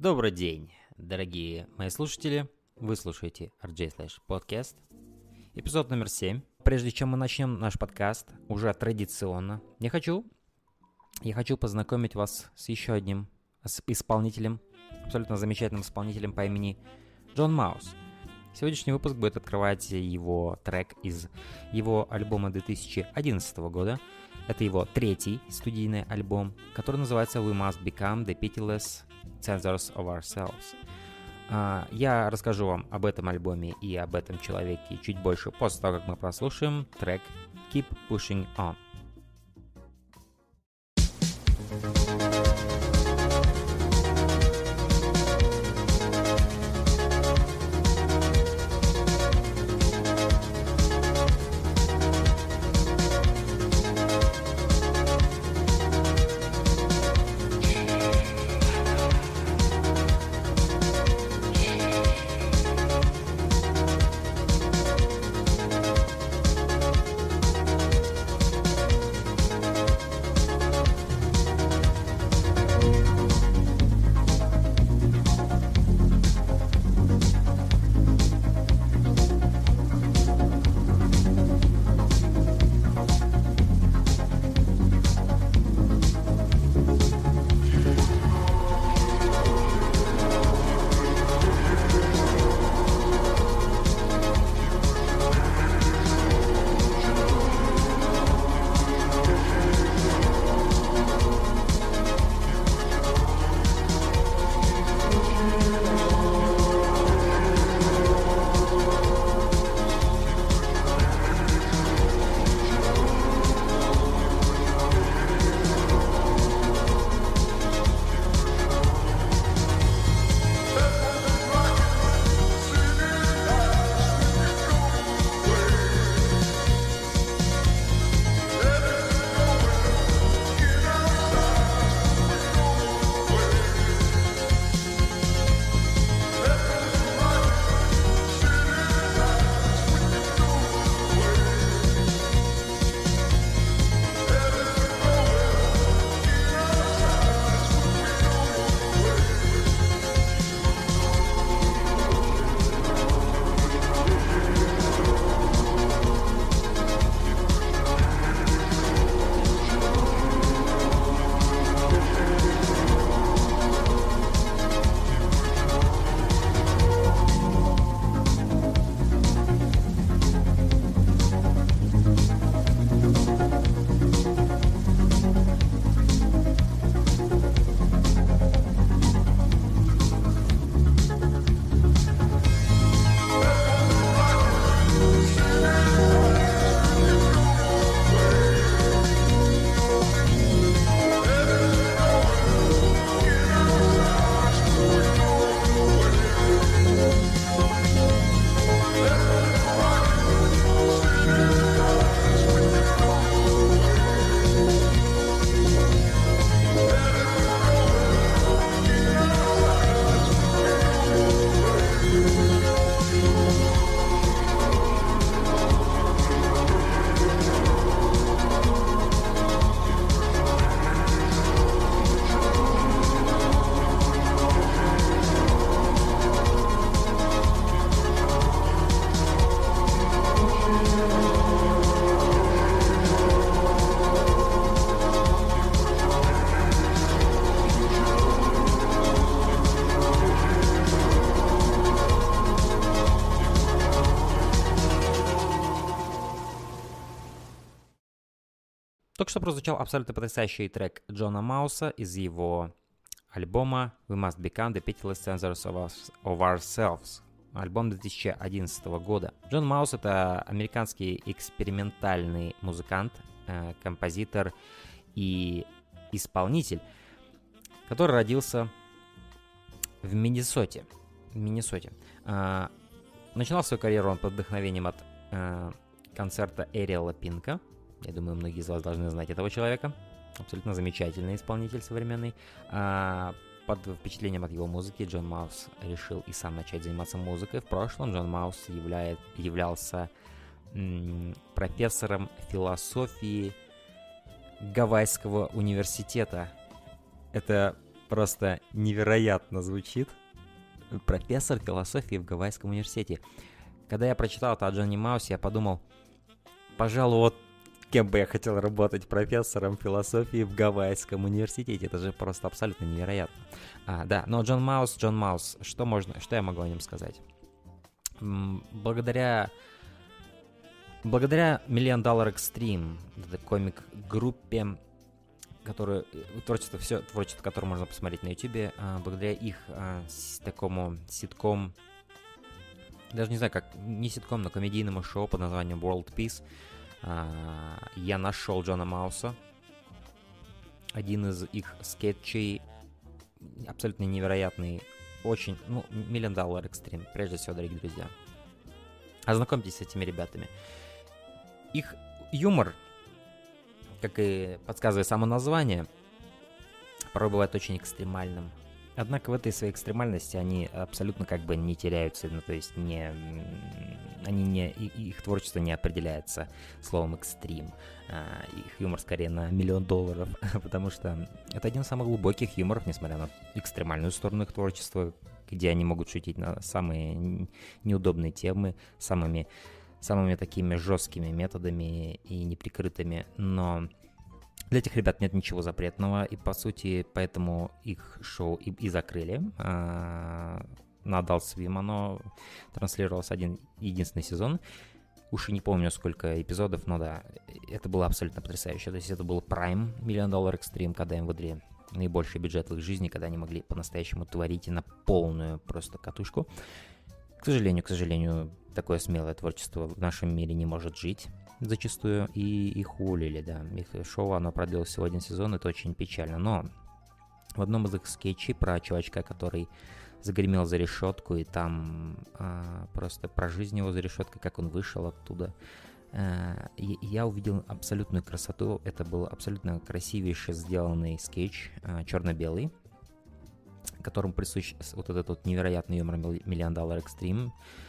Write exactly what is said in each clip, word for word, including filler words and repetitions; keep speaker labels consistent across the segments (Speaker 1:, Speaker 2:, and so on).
Speaker 1: Добрый день, дорогие мои слушатели. Вы слушаете ар джей Slash Podcast, эпизод номер семь. Прежде чем мы начнем наш подкаст, уже традиционно, я хочу, я хочу познакомить вас с еще одним исполнителем, абсолютно замечательным исполнителем по имени Джон Маус. Сегодняшний выпуск будет открывать его трек из его альбома две тысячи одиннадцатого года. Это его третий студийный альбом, который называется We Must Become the Pitiless Censors of Ourselves. Uh, я расскажу вам об этом альбоме и об этом человеке чуть больше после того, как мы прослушаем трек Keep Pushing On. Только что прозвучал абсолютно потрясающий трек Джона Мауса из его альбома We Must Become the Pitiless Censors of, us, of Ourselves, альбом две тысячи одиннадцатого года. Джон Маус — это американский экспериментальный музыкант, э, композитор и исполнитель, который родился в Миннесоте. В Миннесоте. Э, начинал свою карьеру он под вдохновением от э, концерта Эриэла Пинка. Я думаю, многие из вас должны знать этого человека. Абсолютно замечательный исполнитель современный. А, под впечатлением от его музыки Джон Маус решил и сам начать заниматься музыкой. В прошлом Джон Маус являет, являлся м, профессором философии Гавайского университета. Это просто невероятно звучит. Профессор философии в Гавайском университете. Когда я прочитал это о Джонни Маусе, я подумал, пожалуй, вот кем бы я хотел работать, профессором философии в Гавайском университете. Это же просто абсолютно невероятно. А, да, но Джон Маус, Джон Маус, что можно, что я могу о нем сказать? Благодаря, благодаря Million Dollar Extreme, это комик-группе, которую, творчество, все творчество, которое можно посмотреть на YouTube, благодаря их такому ситком, даже не знаю, как, не ситком, но комедийному шоу под названием World Peace, я нашел Джона Мауса. Один из их скетчей абсолютно невероятный, очень, ну, Million Dollar Extreme, прежде всего, дорогие друзья. Ознакомьтесь с этими ребятами. Их юмор, как и подсказывает само название, порой бывает очень экстремальным. Однако в этой своей экстремальности они абсолютно как бы не теряются, ну то есть не, они не, их творчество не определяется словом экстрим. Их юмор скорее на миллион долларов, потому что это один из самых глубоких юморов, несмотря на экстремальную сторону их творчества, где они могут шутить на самые неудобные темы, самыми, самыми такими жесткими методами и неприкрытыми, но для этих ребят нет ничего запретного, и по сути поэтому их шоу и, и закрыли. А, на Adult Swim оно транслировалось один единственный сезон. Уж и не помню, сколько эпизодов, но да, это было абсолютно потрясающе. То есть это был Prime Million Dollar Extreme, когда им выдали наибольший бюджет в их жизни, когда они могли по-настоящему творить и на полную просто катушку. К сожалению, к сожалению, такое смелое творчество в нашем мире не может жить зачастую, и их уволили, да. Их шоу, оно продлилось всего один сезон, это очень печально. Но в одном из их скетчей про чувачка, который загремел за решетку, и там а, просто про жизнь его за решеткой, как он вышел оттуда, а, и, я увидел абсолютную красоту. Это был абсолютно красивейше сделанный скетч, а, черно-белый, которому присущ вот этот вот невероятный юмор Million Dollar Extreme,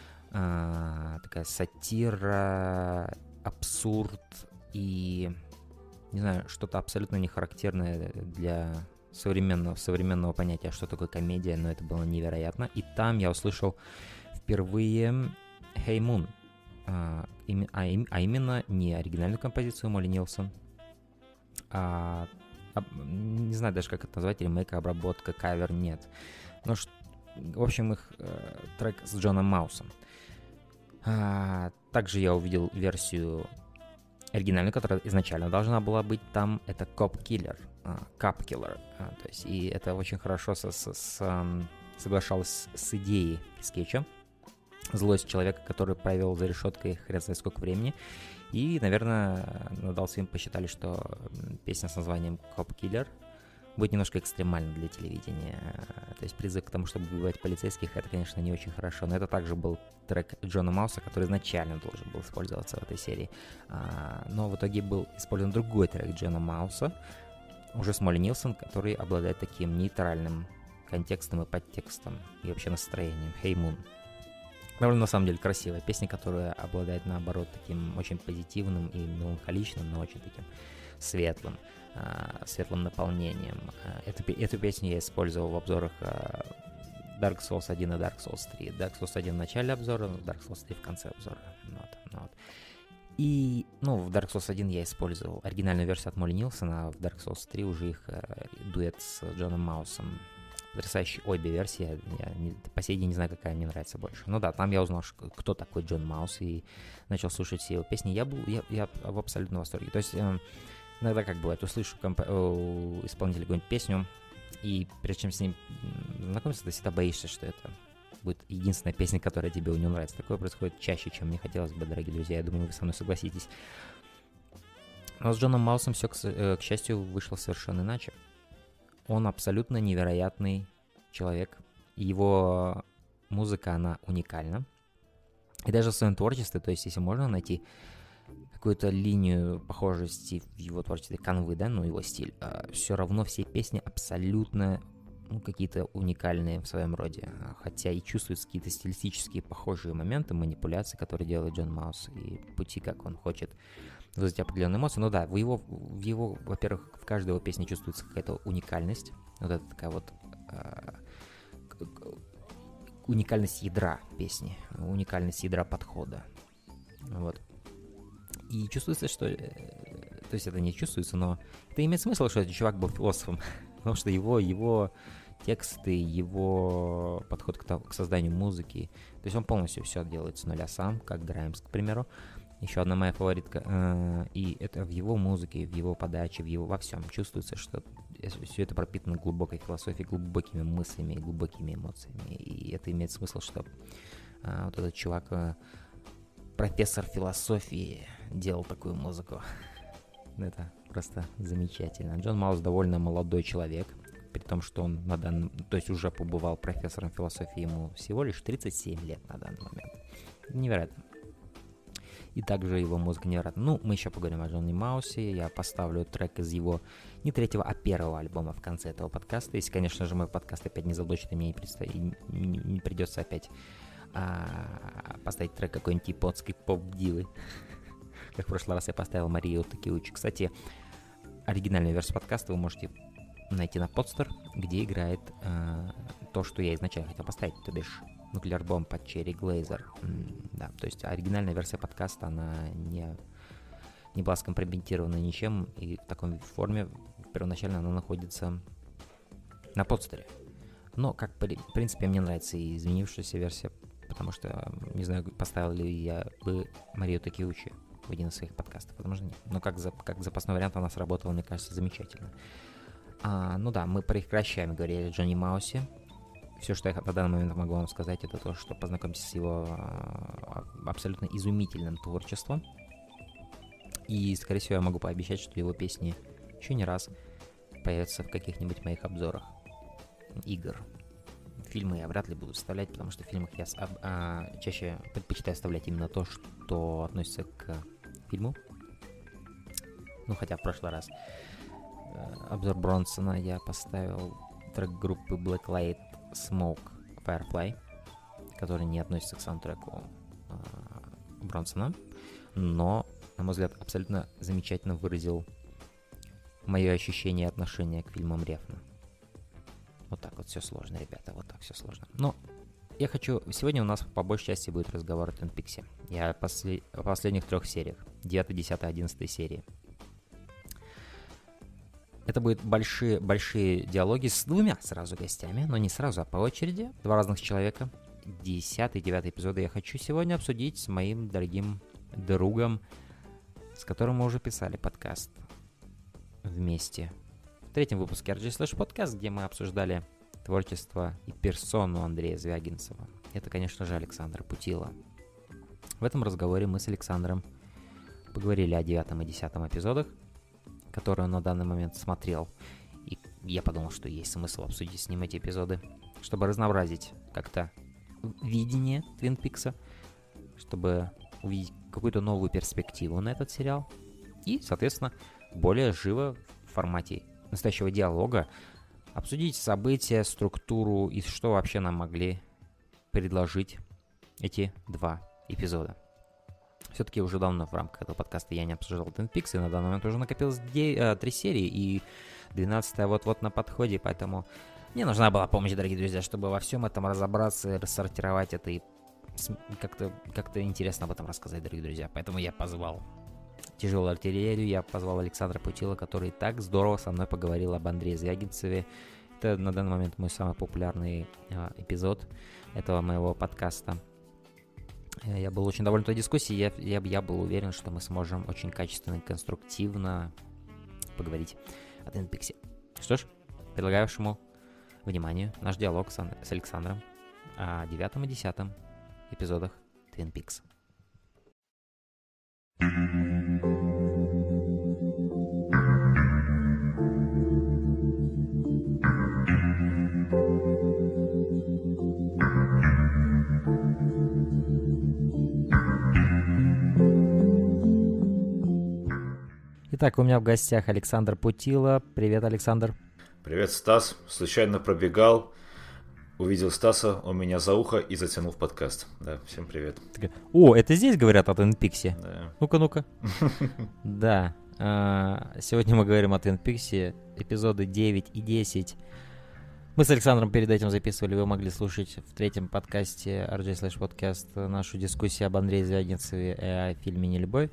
Speaker 1: а, такая сатира, абсурд и, не знаю, что-то абсолютно не характерное для современного, современного понятия, что такое комедия, но это было невероятно. И там я услышал впервые Hey Moon, а, им, а, им, а именно не оригинальную композицию Молли Нилсон, а, а не знаю даже, как это назвать, ремейк, обработка, кавер, нет. Но, в общем, их э, трек с Джоном Маусом. А, также я увидел версию оригинальную, которая изначально должна была быть там. Это Cop Killer, uh, Cop Killer. Uh, то есть, и это очень хорошо со, со, с, um, соглашалось с идеей скетча. Злость человека, который провел за решеткой хрен знает сколько времени. И, наверное, на Adult Swim посчитали, что песня с названием Cop Killer будет немножко экстремально для телевидения. То есть призыв к тому, чтобы убивать полицейских, это, конечно, не очень хорошо. Но это также был трек Джона Мауса, который изначально должен был использоваться в этой серии. А, но в итоге был использован другой трек Джона Мауса, уже с Молли Нилсон, который обладает таким нейтральным контекстом и подтекстом, и вообще настроением. Hey Moon. Довольно, на самом деле, красивая песня, которая обладает, наоборот, таким очень позитивным и меланхоличным, но очень таким светлым, uh, светлым наполнением. Uh, эту, эту песню я использовал в обзорах uh, Dark Souls один и Dark Souls три. Dark Souls один в начале обзора, Dark Souls три в конце обзора. Вот, вот. И, ну, в Dark Souls один я использовал оригинальную версию от Молли Нилсона, а в Dark Souls три уже их uh, дуэт с Джоном Маусом. Потрясающие обе версии, я не, по сей день не знаю, какая мне нравится больше. Ну да, там я узнал, кто такой Джон Маус, и начал слушать все его песни. Я был, я, я в абсолютном восторге. То есть э, иногда, как бывает, услышу комп- э, исполнителя какую-нибудь песню, и прежде чем с ним знакомиться, ты всегда боишься, что это будет единственная песня, которая тебе у него нравится. Такое происходит чаще, чем мне хотелось бы, дорогие друзья. Я думаю, вы со мной согласитесь. Но с Джоном Маусом все, к, э, к счастью, вышло совершенно иначе. Он абсолютно невероятный человек. Его музыка, она уникальна. И даже в своем творчестве, то есть если можно найти какую-то линию похожести в его творчестве, канвы, да, ну его стиль, все равно все песни абсолютно, ну, какие-то уникальные в своем роде. Хотя и чувствуются какие-то стилистические похожие моменты, манипуляции, которые делает Джон Маус, и пути, как он хочет вызвать определенные эмоции. Но да, в его, в его, во-первых, в каждой его песне чувствуется какая-то уникальность. Вот это такая вот э, уникальность ядра песни, уникальность ядра подхода. Вот. И чувствуется, что... То есть это не чувствуется, но это имеет смысл, что этот чувак был философом. Потому что его, его тексты, его подход к, к созданию музыки, то есть он полностью все делает с нуля сам, как Граймс, к примеру. Еще одна моя фаворитка. Э, и это в его музыке, в его подаче, в его во всем чувствуется, что все это пропитано глубокой философией, глубокими мыслями, глубокими эмоциями. И это имеет смысл, что э, вот этот чувак, э, профессор философии, делал такую музыку. Это просто замечательно. Джон Маус довольно молодой человек, при том, что он на данный, то есть уже побывал профессором философии, ему всего лишь тридцать семь лет на данный момент. Невероятно. И также его музыка невероятна. Ну, мы еще поговорим о Джоне Маусе. Я поставлю трек из его не третьего, а первого альбома в конце этого подкаста. Если, конечно же, мой подкаст опять не заблочит, и мне не, предстоит, не, не придется опять а, поставить трек какой-нибудь японской поп-дивы. Как в прошлый раз я поставил Марию Такеучи. Кстати, оригинальную версию подкаста вы можете найти на Podster, где играет э, то, что я изначально хотел поставить, то бишь Nuclear Bomb под Cherry Glazerr. М, да, то есть оригинальная версия подкаста, она не, не была скомпрометирована ничем, и в такой форме первоначально она находится на Podster. Но, как в принципе, мне нравится и изменившаяся версия, потому что, не знаю, поставил ли я бы Марию Такеучи в один из своих подкастов, возможно, нет. Но как, за, как запасной вариант она сработала, мне кажется, замечательно. А, ну да, мы прекращаем говорить о Джонни Маусе. Все, что я на данный момент могу вам сказать, это то, что познакомьтесь с его а, абсолютно изумительным творчеством. И, скорее всего, я могу пообещать, что его песни еще не раз появятся в каких-нибудь моих обзорах игр. Фильмы я вряд ли буду вставлять, потому что в фильмах я а, а, чаще предпочитаю вставлять именно то, что относится к фильму. Ну, хотя в прошлый раз э, обзор Бронсона я поставил трек группы Blacklight Smoke Firefly, который не относится к саундтреку э, Бронсона, но, на мой взгляд, абсолютно замечательно выразил мое ощущение и отношение к фильмам Рефна. Вот так вот все сложно, ребята, вот так все сложно. Но я хочу... Сегодня у нас по большей части будет разговор о Твин Пиксе. Я после... о последних трех сериях. девятой, десятой, одиннадцатой серии. Это будут большие, большие диалоги с двумя сразу гостями, но не сразу, а по очереди. Два разных человека. Десятый и девятый эпизоды я хочу сегодня обсудить с моим дорогим другом, с которым мы уже писали подкаст вместе. В третьем выпуске ар джей Slash Podcast, где мы обсуждали творчество и персону Андрея Звягинцева. Это, конечно же, Александр Путила. В этом разговоре мы с Александром поговорили о девятом и десятом эпизодах, которые он на данный момент смотрел. И я подумал, что есть смысл обсудить с ним эти эпизоды, чтобы разнообразить как-то видение Твин Пикса, чтобы увидеть какую-то новую перспективу на этот сериал. И, соответственно, более живо в формате настоящего диалога обсудить события, структуру и что вообще нам могли предложить эти два эпизода. Все-таки уже давно в рамках этого подкаста я не обсуждал Twin Peaks, и на данный момент уже накопилось три серии, и двенадцатая вот-вот на подходе, поэтому мне нужна была помощь, дорогие друзья, чтобы во всем этом разобраться, рассортировать это и как-то, как-то интересно об этом рассказать, дорогие друзья. Поэтому я позвал тяжелую артиллерию, я позвал Александра Путила, который так здорово со мной поговорил об Андрее Звягинцеве. Это на данный момент мой самый популярный э, эпизод этого моего подкаста. Я был очень доволен той дискуссией, я, я, я был уверен, что мы сможем очень качественно и конструктивно поговорить о Твин Пиксе. Что ж, предлагаю вашему вниманию наш диалог с, с Александром о девятом и десятом эпизодах Твин Пикс. Итак, у меня в гостях Александр Путила. Привет, Александр.
Speaker 2: Привет, Стас. Случайно пробегал, увидел Стаса у меня за ухо и затянул в подкаст. Да, всем привет.
Speaker 1: О, это здесь говорят о Твин Пиксе?
Speaker 2: Да.
Speaker 1: Ну-ка, ну-ка. Да. Сегодня мы говорим о Твин Пиксе. Эпизоды девять и десять Мы с Александром перед этим записывали, вы могли слушать в третьем подкасте ар джей слэш подкаст нашу дискуссию об Андрее Звягинцеве и о фильме «Нелюбовь».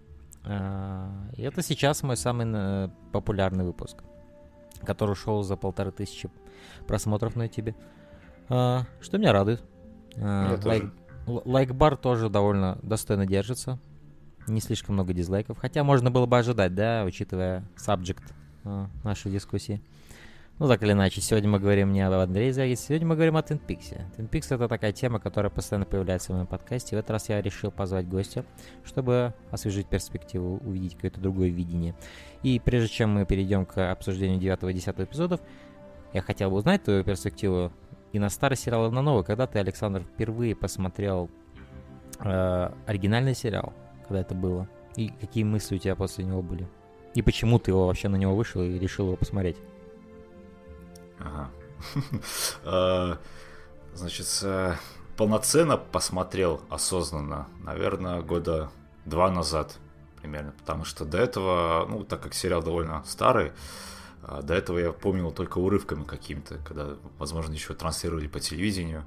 Speaker 1: И это сейчас мой самый популярный выпуск, который ушел за полторы тысячи просмотров на YouTube, что меня радует. Лайк, лайк-бар тоже довольно достойно держится, не слишком много дизлайков, хотя можно было бы ожидать, да, учитывая subject нашей дискуссии. Ну, так или иначе, сегодня мы говорим не об Андрее Звягинцеве, сегодня мы говорим о Twin Peaks. Twin Peaks — это такая тема, которая постоянно появляется в моем подкасте. В этот раз я решил позвать гостя, чтобы освежить перспективу, увидеть какое-то другое видение. И прежде чем мы перейдем к обсуждению девятого и десятого эпизодов, я хотел бы узнать твою перспективу и на старый сериал, и на новый. Когда ты, Александр, впервые посмотрел э, оригинальный сериал, когда это было, и какие мысли у тебя после него были? И почему ты его вообще на него вышел и решил его посмотреть?
Speaker 2: Ага. Значит, полноценно посмотрел осознанно, наверное, года два назад примерно, потому что до этого, ну, так как сериал довольно старый, до этого я помнил только урывками какими-то, когда, возможно, еще транслировали по телевидению.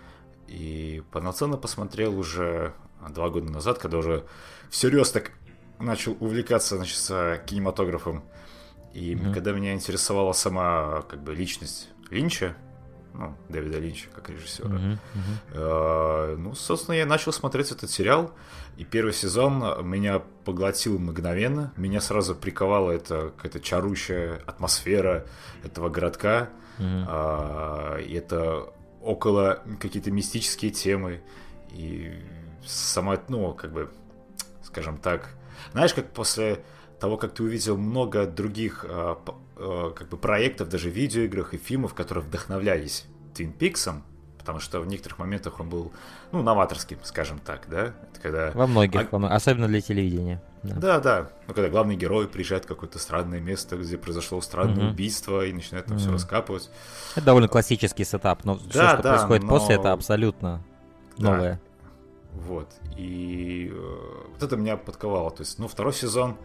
Speaker 2: И полноценно посмотрел уже два года назад, когда уже всерьез так начал увлекаться, значит, с кинематографом. И mm-hmm. когда меня интересовала сама, как бы, личность Линча, ну, Дэвида Линча, как режиссера, mm-hmm. Mm-hmm. Э, ну, собственно, я начал смотреть этот сериал, и первый сезон меня поглотил мгновенно, меня сразу приковала эта какая-то чарующая атмосфера этого городка, mm-hmm. э, и это около какие-то мистические темы, и сама, ну, как бы, скажем так, знаешь, как после того, как ты увидел много других э, э, как бы проектов, даже в видеоиграх и фильмов, которые вдохновлялись Twin Peaks'ом, потому что в некоторых моментах он был, ну, новаторским, скажем так, да? Это когда...
Speaker 1: Во многих, а... особенно для телевидения.
Speaker 2: Да. да, да. Ну, когда главный герой приезжает в какое-то странное место, где произошло странное mm-hmm. убийство, и начинает там mm-hmm. все раскапывать.
Speaker 1: Это довольно классический сетап, но да, все, что да, происходит но... после, это абсолютно да. новое.
Speaker 2: Вот. И э, вот это меня подковало. То есть, ну, второй сезон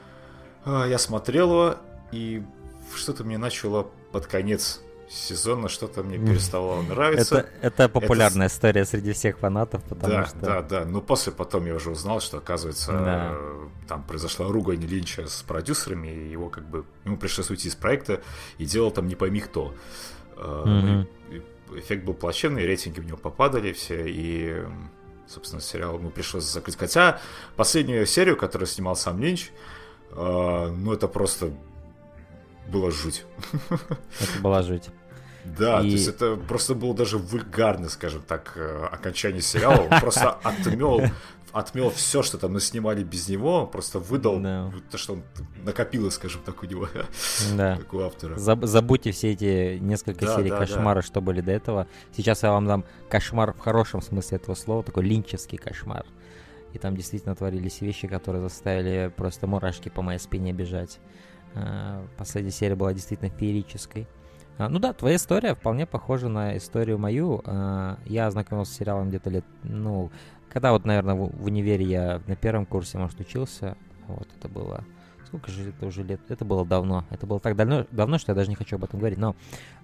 Speaker 2: я смотрел его, и что-то мне начало под конец сезона, что-то мне переставало нравиться.
Speaker 1: Это, это популярная это... история среди всех фанатов, потому
Speaker 2: да,
Speaker 1: что...
Speaker 2: Да, да, но после потом я уже узнал, что, оказывается, да. там произошла ругань Линча с продюсерами, и его как бы... Ему пришлось уйти из проекта, и делал там не пойми кто. Mm-hmm. Эффект был плачевный, рейтинги в него попадали все, и, собственно, сериал ему пришлось закрыть. Хотя последнюю серию, которую снимал сам Линч, Uh, ну, это просто было жуть.
Speaker 1: Это была жуть.
Speaker 2: Да, и... то есть это просто было даже вульгарно, скажем так, окончание сериала. Он просто отмел, отмел все, что там наснимали без него, просто выдал no. то, что он накопилось, скажем так, у него,
Speaker 1: да.
Speaker 2: как у автора.
Speaker 1: Заб- забудьте все эти несколько да, серий да, кошмара, да. что были до этого. Сейчас я вам дам кошмар в хорошем смысле этого слова, такой линчевский кошмар. И там действительно творились вещи, которые заставили просто мурашки по моей спине бежать. Последняя серия была действительно феерической. Ну да, твоя история вполне похожа на историю мою. Я ознакомился с сериалом где-то лет... Ну, когда вот, наверное, в универе я на первом курсе, может, учился. Вот это было... Сколько же это уже лет? Это было давно. Это было так давно, давно, что я даже не хочу об этом говорить. Но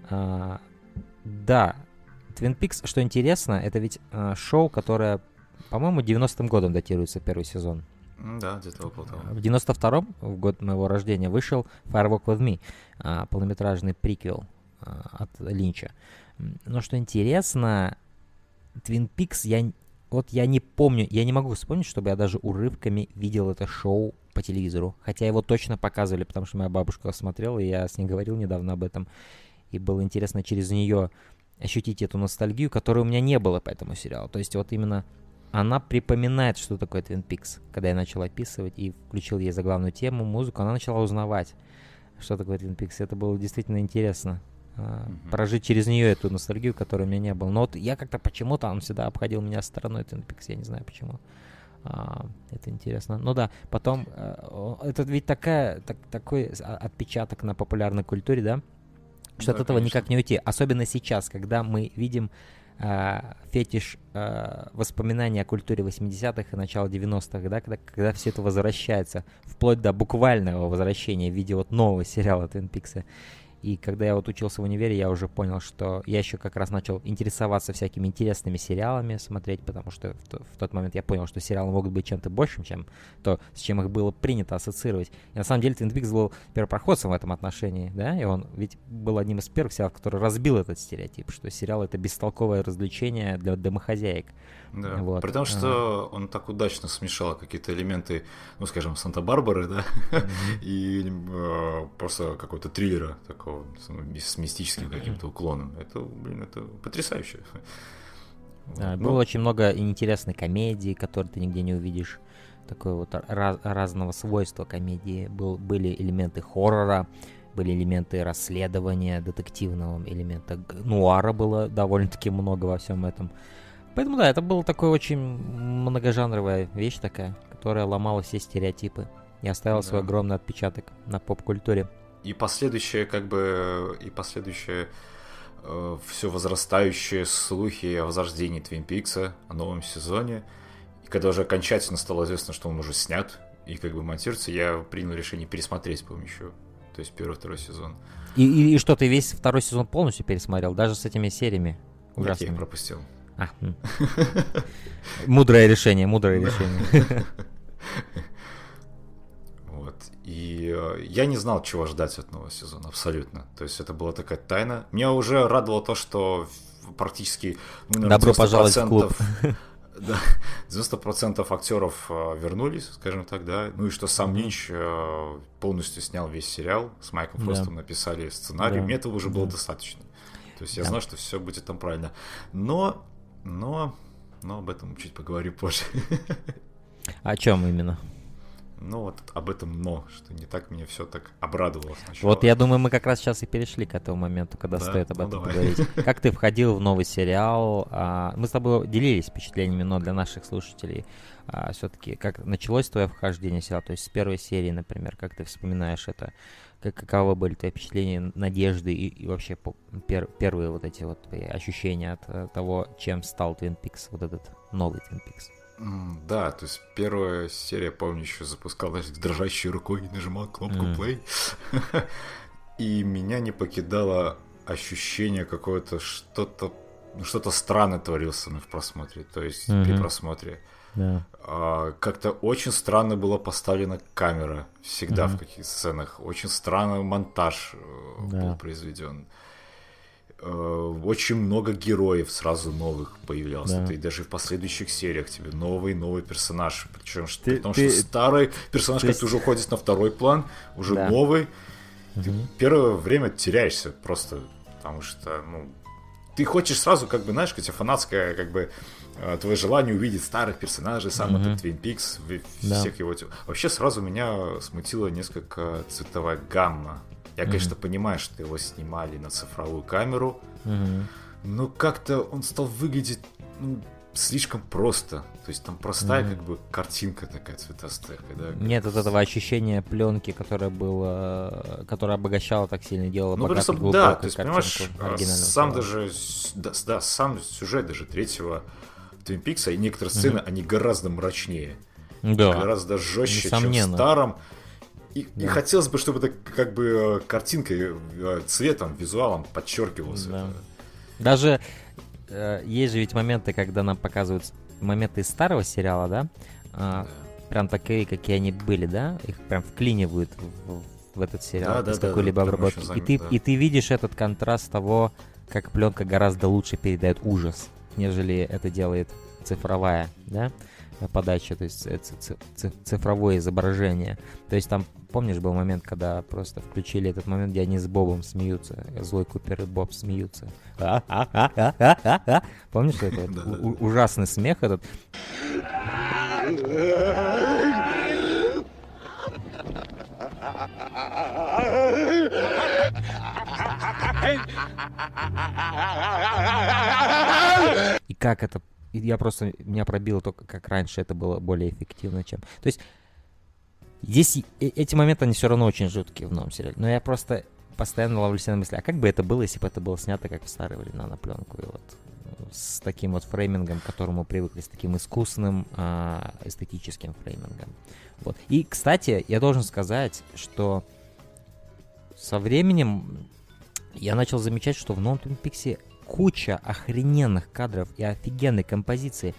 Speaker 1: да, Twin Peaks, что интересно, это ведь шоу, которое... По-моему, девяностым годом датируется первый сезон.
Speaker 2: Да, где-то около того.
Speaker 1: В девяносто втором, в год моего рождения, вышел Firewalk with Me, полнометражный приквел от Линча. Но что интересно, Twin Peaks, я, вот я не помню, я не могу вспомнить, чтобы я даже урывками видел это шоу по телевизору. Хотя его точно показывали, потому что моя бабушка смотрела, и я с ней говорил недавно об этом. И было интересно через нее ощутить эту ностальгию, которой у меня не было по этому сериалу. То есть вот именно... Она припоминает, что такое Twin Peaks. Когда я начал описывать и включил ей заглавную тему, музыку, она начала узнавать, что такое Twin Peaks. Это было действительно интересно. Mm-hmm. Прожить через нее эту ностальгию, которой у меня не было. Но вот я как-то почему-то, он всегда обходил меня стороной, Twin Peaks, я не знаю почему. А, это интересно. Ну да, потом, это ведь такая, так, такой отпечаток на популярной культуре, да? Что да, от этого конечно. Никак не уйти. Особенно сейчас, когда мы видим Uh, фетиш uh, воспоминаний о культуре восьмидесятых и начала девяностых, да, когда, когда все это возвращается, вплоть до буквального возвращения в виде вот нового сериала Twin Peaks. и когда я вот учился в универе, я уже понял, что я еще как раз начал интересоваться всякими интересными сериалами, смотреть, потому что в, то, в тот момент я понял, что сериалы могут быть чем-то большим, чем то, с чем их было принято ассоциировать. И на самом деле Twin Peaks был первопроходцем в этом отношении, да, и он ведь был одним из первых сериалов, который разбил этот стереотип, что сериал — это бестолковое развлечение для домохозяек.
Speaker 2: Да,
Speaker 1: Вот.
Speaker 2: при том, что он так удачно смешал какие-то элементы, ну, скажем, Санта-Барбары, да, mm-hmm. и э, просто какого-то триллера такого с мистическим каким-то уклоном. Это, блин, это потрясающе.
Speaker 1: Да, вот. Было ну... очень много интересной комедии, которые ты нигде не увидишь. Такое вот раз, разного свойства комедии. Был, были элементы хоррора, были элементы расследования, детективного элемента. Нуара было довольно-таки много во всем этом. Поэтому, да, это была такая очень многожанровая вещь такая, которая ломала все стереотипы и оставила да. свой огромный отпечаток на поп-культуре.
Speaker 2: И последующее, как бы, и последующее э, все возрастающие слухи о возрождении Твин Пикса, о новом сезоне. И когда уже окончательно стало известно, что он уже снят и как бы монтируется, я принял решение пересмотреть, по-моему, еще, то есть первый-второй сезон.
Speaker 1: И, и, и что, ты весь второй сезон полностью пересмотрел, даже с этими сериями ужасными?
Speaker 2: Нет, я их пропустил.
Speaker 1: А, мудрое решение, мудрое решение.
Speaker 2: Вот. И э, я не знал, чего ждать от нового сезона, абсолютно. То есть это была такая тайна. Меня уже радовало то, что практически... Ну, наверное,
Speaker 1: добро пожаловать в клуб.
Speaker 2: Да, девяносто процентов актеров э, вернулись, скажем так, да. Ну и что сам Линч э, полностью снял весь сериал. С Майком Фростом да. написали сценарий. Да. Мне этого уже да. было достаточно. То есть я да. знал, что все будет там правильно. Но... Но, но об этом чуть поговорю позже.
Speaker 1: О чем именно?
Speaker 2: Ну вот об этом но, что не так меня все так обрадовало сначала.
Speaker 1: Вот я думаю, мы как раз сейчас и перешли к этому моменту, когда да? стоит об ну, этом давай. поговорить. Как ты входил в новый сериал? Мы с тобой делились впечатлениями, но для наших слушателей все-таки как началось твое вхождение в сериал? То есть с первой серии, например, как ты вспоминаешь это? Как, каковы были твои впечатления, надежды и, и вообще по, пер, первые вот эти вот твои ощущения от uh, того, чем стал Twin Peaks, вот этот новый Twin Peaks?
Speaker 2: Mm, да, то есть первая серия, помню, еще запускалась дрожащей рукой и нажимал кнопку mm. play. И меня не покидало ощущение какое-то, что-то, что-то странное творилось со мной в просмотре, то есть mm-hmm. при просмотре.
Speaker 1: Yeah.
Speaker 2: А, как-то очень странно была поставлена камера всегда mm-hmm. в каких-то сценах. Очень странный монтаж yeah. был произведен. Очень много героев сразу новых появлялось. Yeah. И даже в последующих сериях тебе новый новый персонаж. Причем что, ты, потому ты... что старый персонаж ты... как-то уже уходит на второй план, уже yeah. новый. Mm-hmm. Ты первое время теряешься просто, потому что ну, ты хочешь сразу, как бы, знаешь, какая-то фанатская, как бы, твое желание увидеть старых персонажей, сам mm-hmm. этот Twin Peaks, всех yeah. его... Вообще сразу меня смутила несколько цветовая гамма. Я, mm-hmm. конечно, понимаю, что его снимали на цифровую камеру, mm-hmm. но как-то он стал выглядеть ну, слишком просто. То есть там простая mm-hmm. как бы картинка такая цветастая. Когда
Speaker 1: нет вот этого ощущения пленки, которая была, которая обогащала так сильно, делала
Speaker 2: ну,
Speaker 1: богатый глубокую
Speaker 2: да, то есть, понимаешь, сам
Speaker 1: сериала.
Speaker 2: даже да, да, сам сюжет даже третьего Twin Peaks, и некоторые сцены, mm-hmm. они гораздо мрачнее,
Speaker 1: да.
Speaker 2: гораздо жестче,
Speaker 1: несомненно.
Speaker 2: чем в старом. И, да. и хотелось бы, чтобы это как бы картинкой, цветом, визуалом подчеркивалось.
Speaker 1: Да.
Speaker 2: Это.
Speaker 1: Даже э, есть же ведь моменты, когда нам показывают моменты из старого сериала, да? Э, да. Прям такие, какие они были, да? Их прям вклинивают в, в этот сериал
Speaker 2: да,
Speaker 1: без
Speaker 2: да,
Speaker 1: какой-либо
Speaker 2: да,
Speaker 1: обработки.
Speaker 2: Занят,
Speaker 1: и, ты,
Speaker 2: да.
Speaker 1: и ты видишь этот контраст того, как пленка гораздо лучше передает ужас, нежели это делает цифровая, да? Подача, то есть цифровое изображение. То есть там, помнишь, был момент, когда просто включили этот момент, где они с Бобом смеются, злой Купер и Боб смеются. Помнишь это? Ужасный смех этот. И как это? Я просто, меня пробило только, как раньше это было более эффективно, чем... То есть здесь эти моменты, они все равно очень жуткие в новом сериале. Но я просто постоянно ловлю себя на мысли, а как бы это было, если бы это было снято, как в старые времена, на пленку, и вот с таким вот фреймингом, к которому привыкли, с таким искусственным а, эстетическим фреймингом. Вот. И, кстати, я должен сказать, что со временем я начал замечать, что в новом Twin Peaks куча охрененных кадров и офигенной композиции,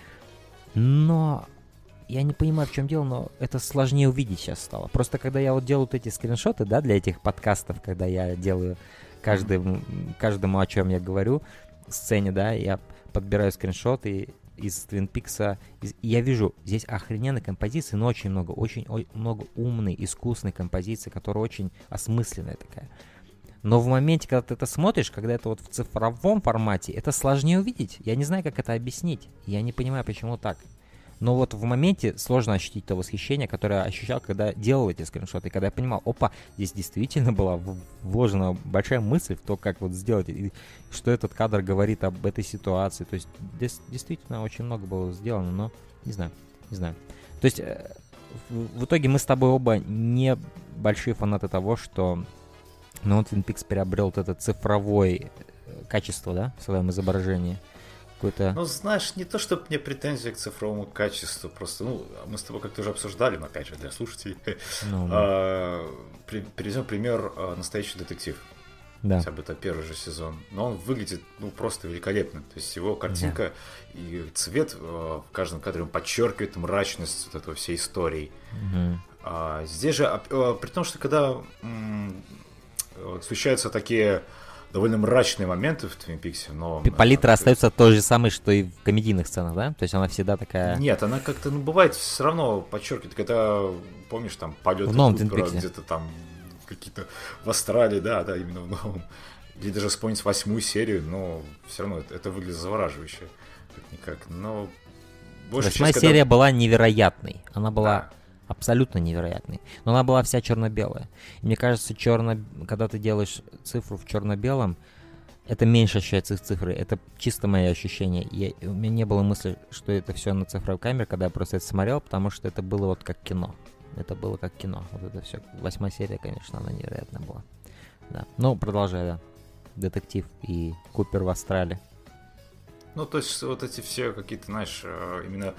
Speaker 1: но я не понимаю, в чем дело, но это сложнее увидеть сейчас стало. Просто когда я вот делаю вот эти скриншоты, да, для этих подкастов, когда я делаю каждому, каждому, о чем я говорю, сцене, да, я подбираю скриншоты из Twin Peaks, из, и я вижу, здесь охрененной композиции, но очень много, очень о, много умной, искусной композиции, которая очень осмысленная такая. Но в моменте, когда ты это смотришь, когда это вот в цифровом формате, это сложнее увидеть. Я не знаю, как это объяснить. Я не понимаю, почему так. Но вот в моменте сложно ощутить то восхищение, которое я ощущал, когда делал эти скриншоты. И когда я понимал, опа, здесь действительно была вложена большая мысль в то, как вот сделать, и что этот кадр говорит об этой ситуации. То есть здесь действительно очень много было сделано, но не знаю, не знаю. То есть в, в итоге мы с тобой оба не большие фанаты того, что ну, Twin Peaks приобрел вот это цифровое качество, да, в своем изображении. Какой-то...
Speaker 2: Ну, знаешь, не то, чтобы мне претензии к цифровому качеству, просто, ну, мы с тобой как-то уже обсуждали, но опять же для слушателей. No, no. Приведем пример «Настоящий детектив».
Speaker 1: Да.
Speaker 2: Хотя бы это первый же сезон. Но он выглядит, ну, просто великолепно. То есть его картинка yeah. и цвет в каждом кадре он подчеркивает мрачность вот этого всей истории. Mm-hmm. А, здесь же, при том, что когда м- случаются такие довольно мрачные моменты в Twin Peaks, но...
Speaker 1: Палитра остается той же самой, что и в комедийных сценах, да? То есть она всегда такая...
Speaker 2: Нет, она как-то, ну, бывает все равно подчеркивает, когда, помнишь, там, полеты Купера, где-то там какие-то в Австралии, да, да, именно в новом. Или даже вспомнить восьмую серию, но все равно это, это выглядит завораживающе, как-никак, но...
Speaker 1: Восьмая часть, серия когда... была невероятной, она была... Да. Абсолютно невероятный. Но она была вся черно-белая. И мне кажется, черно... когда ты делаешь цифру в черно-белом, это меньше ощущается их цифры. Это чисто мои ощущения. Я... У меня не было мысли, что это все на цифровой камере, когда я просто это смотрел, потому что это было вот как кино. Это было как кино. Вот это все. Восьмая серия, конечно, она невероятная была. Да. Ну, продолжай, да. Детектив и Купер в Австралии.
Speaker 2: Ну, то есть вот эти все какие-то, знаешь, именно...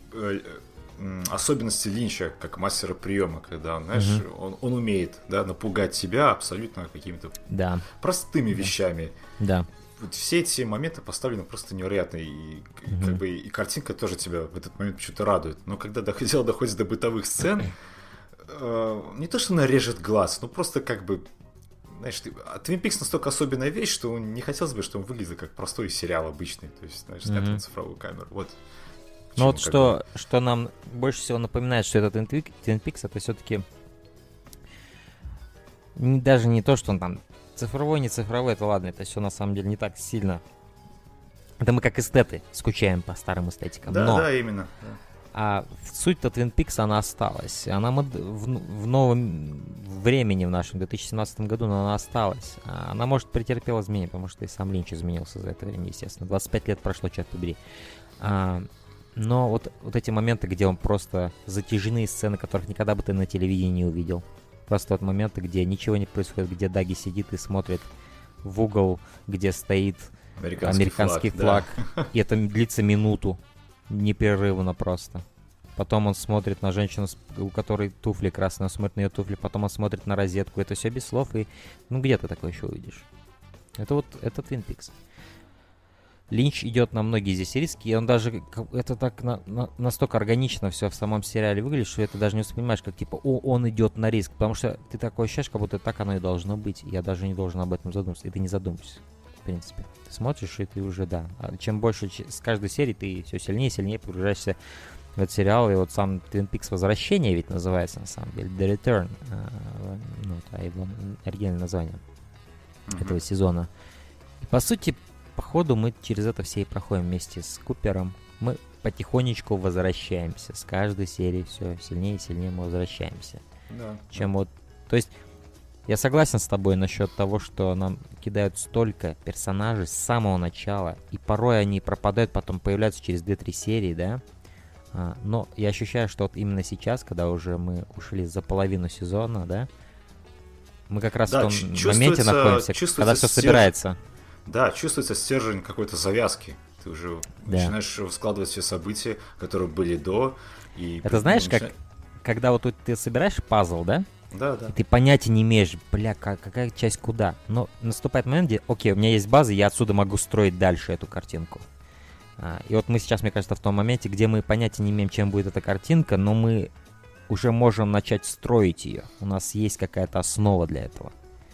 Speaker 2: особенности Линча как мастера приема, когда он, знаешь, uh-huh. он, он умеет, да, напугать тебя абсолютно какими-то
Speaker 1: да.
Speaker 2: простыми да. вещами.
Speaker 1: Да.
Speaker 2: Вот все эти моменты поставлены просто невероятно, и uh-huh. как бы и картинка тоже тебя в этот момент почему-то радует. Но когда дело доходит до бытовых сцен, э, не то что она режет глаз, но просто как бы, знаешь, ты, Twin Peaks настолько особенная вещь, что не хотелось бы, чтобы он выглядел как простой сериал обычный, то есть, знаешь, снятый uh-huh. на цифровую камеру. Вот.
Speaker 1: Ну вот что, что нам больше всего напоминает, что это Twin Peaks, это все-таки даже не то, что он там цифровой, не цифровой, это ладно, это все на самом деле не так сильно. Это мы как эстеты скучаем по старым эстетикам.
Speaker 2: Да,
Speaker 1: но,
Speaker 2: да, именно.
Speaker 1: А суть-то Twin Peaks, она осталась. Она мод... в, в новом времени в нашем две тысячи семнадцатом году, но она осталась. Она, может, претерпела изменения, потому что и сам Линч изменился за это время, естественно. двадцать пять лет прошло, черт побери. А, Но вот, вот эти моменты, где он просто затяжные сцены, которых никогда бы ты на телевидении не увидел. Просто вот моменты, где ничего не происходит, где Даги сидит и смотрит в угол, где стоит американский, американский флаг, флаг да. и это длится минуту, непрерывно просто. Потом он смотрит на женщину, у которой туфли красные, он смотрит на ее туфли, потом он смотрит на розетку, это все без слов, и ну где ты такое еще увидишь? Это вот, это Twin Peaks. Линч идет на многие здесь риски, и он даже, это так на, на, настолько органично все в самом сериале выглядит, что ты даже не воспринимаешь, как типа, о, он идет на риск, потому что ты такое ощущаешь, как будто так оно и должно быть, я даже не должен об этом задуматься, и ты не задумываешься, в принципе. Ты смотришь, и ты уже, да, чем больше, с каждой серии ты все сильнее и сильнее погружаешься в этот сериал, и вот сам Twin Peaks Возвращение ведь называется, на самом деле, The Return, ну, это его оригинальное название mm-hmm. этого сезона. И, по сути, по ходу мы через это все и проходим вместе с Купером. Мы потихонечку возвращаемся. С каждой серии все сильнее и сильнее мы возвращаемся.
Speaker 2: Да.
Speaker 1: Чем вот... То есть я согласен с тобой насчет того, что нам кидают столько персонажей с самого начала, и порой они пропадают, потом появляются через две-три серии, да? А, но я ощущаю, что вот именно сейчас, когда уже мы ушли за половину сезона, да, мы как раз
Speaker 2: да,
Speaker 1: в том моменте находимся, когда все собирается.
Speaker 2: Да, чувствуется стержень какой-то завязки. Ты уже да. начинаешь складывать все события, которые были до. И
Speaker 1: это знаешь, начина... как когда вот ты собираешь пазл, да?
Speaker 2: Да, да.
Speaker 1: И ты понятия не имеешь, бля, как, какая часть куда. Но наступает момент, где, окей, у меня есть база, я отсюда могу строить дальше эту картинку. А, и вот мы сейчас, мне кажется, в том моменте, где мы понятия не имеем, чем будет эта картинка, но мы уже можем начать строить ее. У нас есть какая-то основа для этого.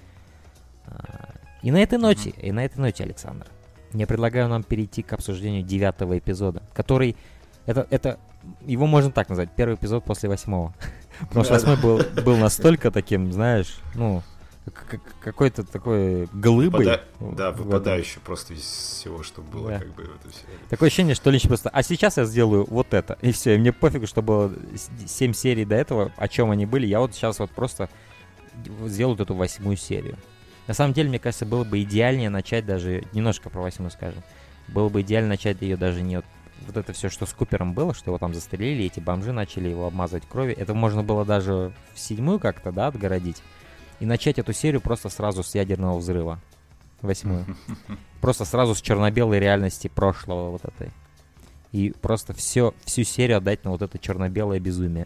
Speaker 1: А, и на этой ноте, mm-hmm. и на этой ноте, Александр, я предлагаю нам перейти к обсуждению девятого эпизода, который, это, это, его можно так назвать, первый эпизод после восьмого. Потому что восьмой был, был настолько таким, знаешь, ну, какой-то такой глыбой.
Speaker 2: Выпада... Да, выпадающий просто из всего, что было, да. Как бы в этом сериале.
Speaker 1: Такое ощущение, что Линч просто, а сейчас я сделаю вот это, и все, и мне пофигу, что было семь серий до этого, о чем они были, я вот сейчас вот просто сделаю вот эту восьмую серию. На самом деле, мне кажется, было бы идеальнее начать даже, немножко про восьмую скажем, было бы идеально начать ее даже не от вот это все, что с Купером было, что его там застрелили, эти бомжи начали его обмазывать кровью, это можно было даже в седьмую как-то, да, отгородить, и начать эту серию просто сразу с ядерного взрыва, восьмую. Просто сразу с черно-белой реальности прошлого вот этой. И просто все, всю серию отдать на вот это черно-белое безумие.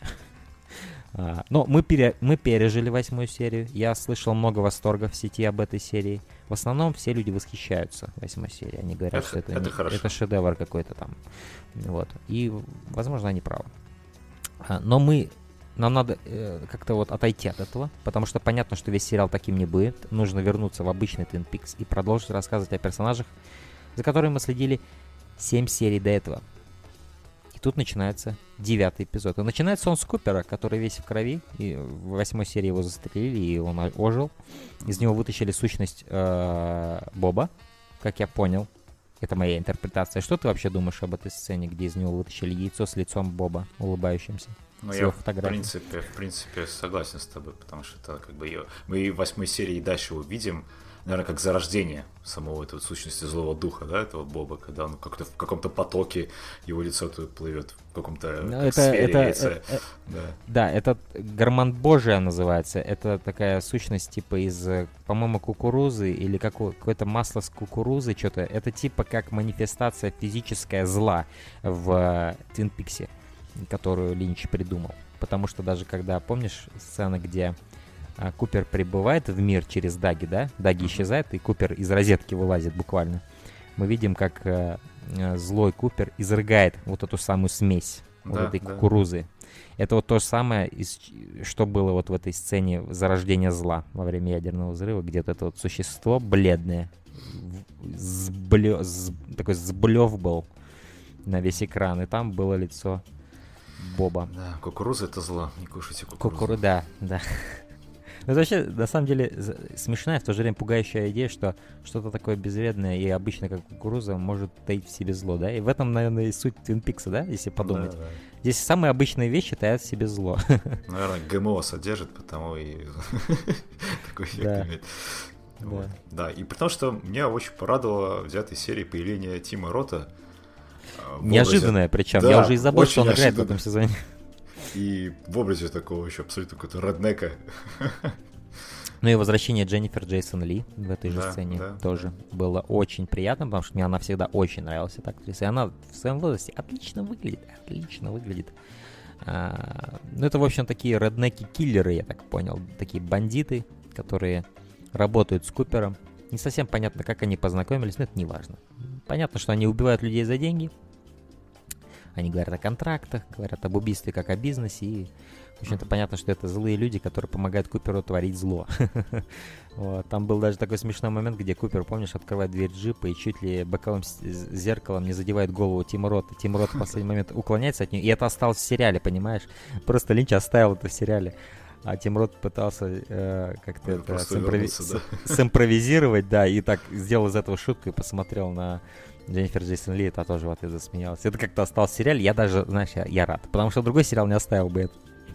Speaker 1: А, но мы, пере, мы пережили восьмую серию. Я слышал много восторгов в сети об этой серии. В основном все люди восхищаются восьмой серией. Они говорят,
Speaker 2: это,
Speaker 1: что это,
Speaker 2: это,
Speaker 1: не, это шедевр какой-то там. Вот. И, возможно, они правы. А, но мы... Нам надо э, как-то вот отойти от этого, потому что понятно, что весь сериал таким не будет. Нужно вернуться в обычный Twin Peaks и продолжить рассказывать о персонажах, за которыми мы следили семь серий до этого. И тут начинается девятый эпизод. И начинается он с Купера, который весь в крови. И в восьмой серии его застрелили, и он ожил. Из него вытащили сущность э, Боба, как я понял. Это моя интерпретация. Что ты вообще думаешь об этой сцене, где из него вытащили яйцо с лицом Боба, улыбающимся?
Speaker 2: Ну, я, в принципе, в принципе, согласен с тобой, потому что это как бы ее... Мы в восьмой серии и дальше увидим, наверное, как зарождение самого этого сущности злого духа, да, этого Боба, когда он как-то в каком-то потоке, его лицо плывет в каком-то как
Speaker 1: это,
Speaker 2: сфере
Speaker 1: это,
Speaker 2: яйца.
Speaker 1: Это, это,
Speaker 2: да.
Speaker 1: да, это Гормон Божия называется. Это такая сущность типа из, по-моему, кукурузы или какое-то масло с кукурузы, что-то. Это типа как манифестация физическая зла в Твин Пиксе, которую Линч придумал. Потому что даже когда, помнишь, сцена, где а, Купер прибывает в мир через Даги, да? Даги uh-huh. исчезает, и Купер из розетки вылазит буквально. Мы видим, как а, а, злой Купер изрыгает вот эту самую смесь да, вот этой да. кукурузы. Это вот то же самое, из, что было вот в этой сцене зарождения зла во время ядерного взрыва, где вот это вот существо бледное, сблё, с, такой сблёв был на весь экран, и там было лицо Боба.
Speaker 2: Да, кукуруза — это зло, не кушайте кукурузу.
Speaker 1: Кукуру, да, да. Ну, это вообще, на самом деле, смешная, в то же время пугающая идея, что что-то такое безвредное и обычно, как кукуруза, может таить в себе зло, да? И в этом, наверное, и суть Твин Пикса, да, если подумать. Да, да. Здесь самые обычные вещи таят в себе зло.
Speaker 2: Наверное, ГМО содержит, потому и такой эффект имеет. Вот. Да. да, и потому что меня очень порадовало в девятой серии появление Тима Рота.
Speaker 1: Неожиданное причем, да, я уже и забыл, что он играет в этом сезоне.
Speaker 2: И в образе такого еще абсолютно какого-то реднека.
Speaker 1: Ну и возвращение Дженнифер Джейсон Ли в этой же
Speaker 2: да,
Speaker 1: сцене
Speaker 2: да,
Speaker 1: тоже
Speaker 2: да.
Speaker 1: было очень приятно, потому что мне она всегда очень нравилась, эта актриса. И она в своем возрасте отлично выглядит, отлично выглядит. А, ну это, в общем, такие реднеки-киллеры, я так понял. Такие бандиты, которые работают с Купером. Не совсем понятно, как они познакомились, но это не важно. Понятно, что они убивают людей за деньги. Они говорят о контрактах, говорят об убийстве как о бизнесе. И, в общем-то, понятно, что это злые люди, которые помогают Куперу творить зло. Вот. Там был даже такой смешной момент, где Купер, помнишь, открывает дверь джипа и чуть ли боковым зеркалом не задевает голову Тима Рота. Тим Рот в последний момент уклоняется от нее. И это осталось в сериале, понимаешь? Просто Линч оставил это в сериале. А Тим Рот пытался э, как-то это симпрови- да. симпровизировать, да, и так сделал из этого шутку и посмотрел на Дженнифер Джейсон Ли, это тоже в ответ засмеялась. Это как-то осталось в сериале, я даже, знаешь, я, я рад, потому что другой сериал не оставил бы это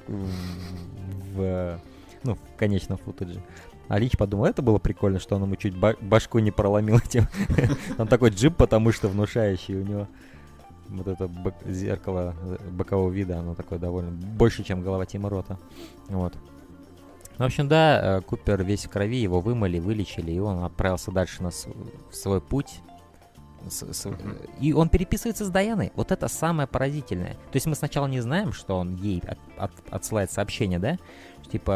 Speaker 1: в, в, ну, в конечном футаже. А Линч подумал, это было прикольно, что он ему чуть башку не проломил этим. Он такой джип, потому что внушающий у него. Вот это бок- зеркало бокового вида, оно такое довольно больше, чем голова Тима Рота. Вот. В общем, да, Купер весь в крови, его вымыли, вылечили, и он отправился дальше на с- в свой путь. С- с- и он переписывается с Даяной. Вот это самое поразительное. То есть мы сначала не знаем, что он ей от- от- отсылает сообщение, да? Типа,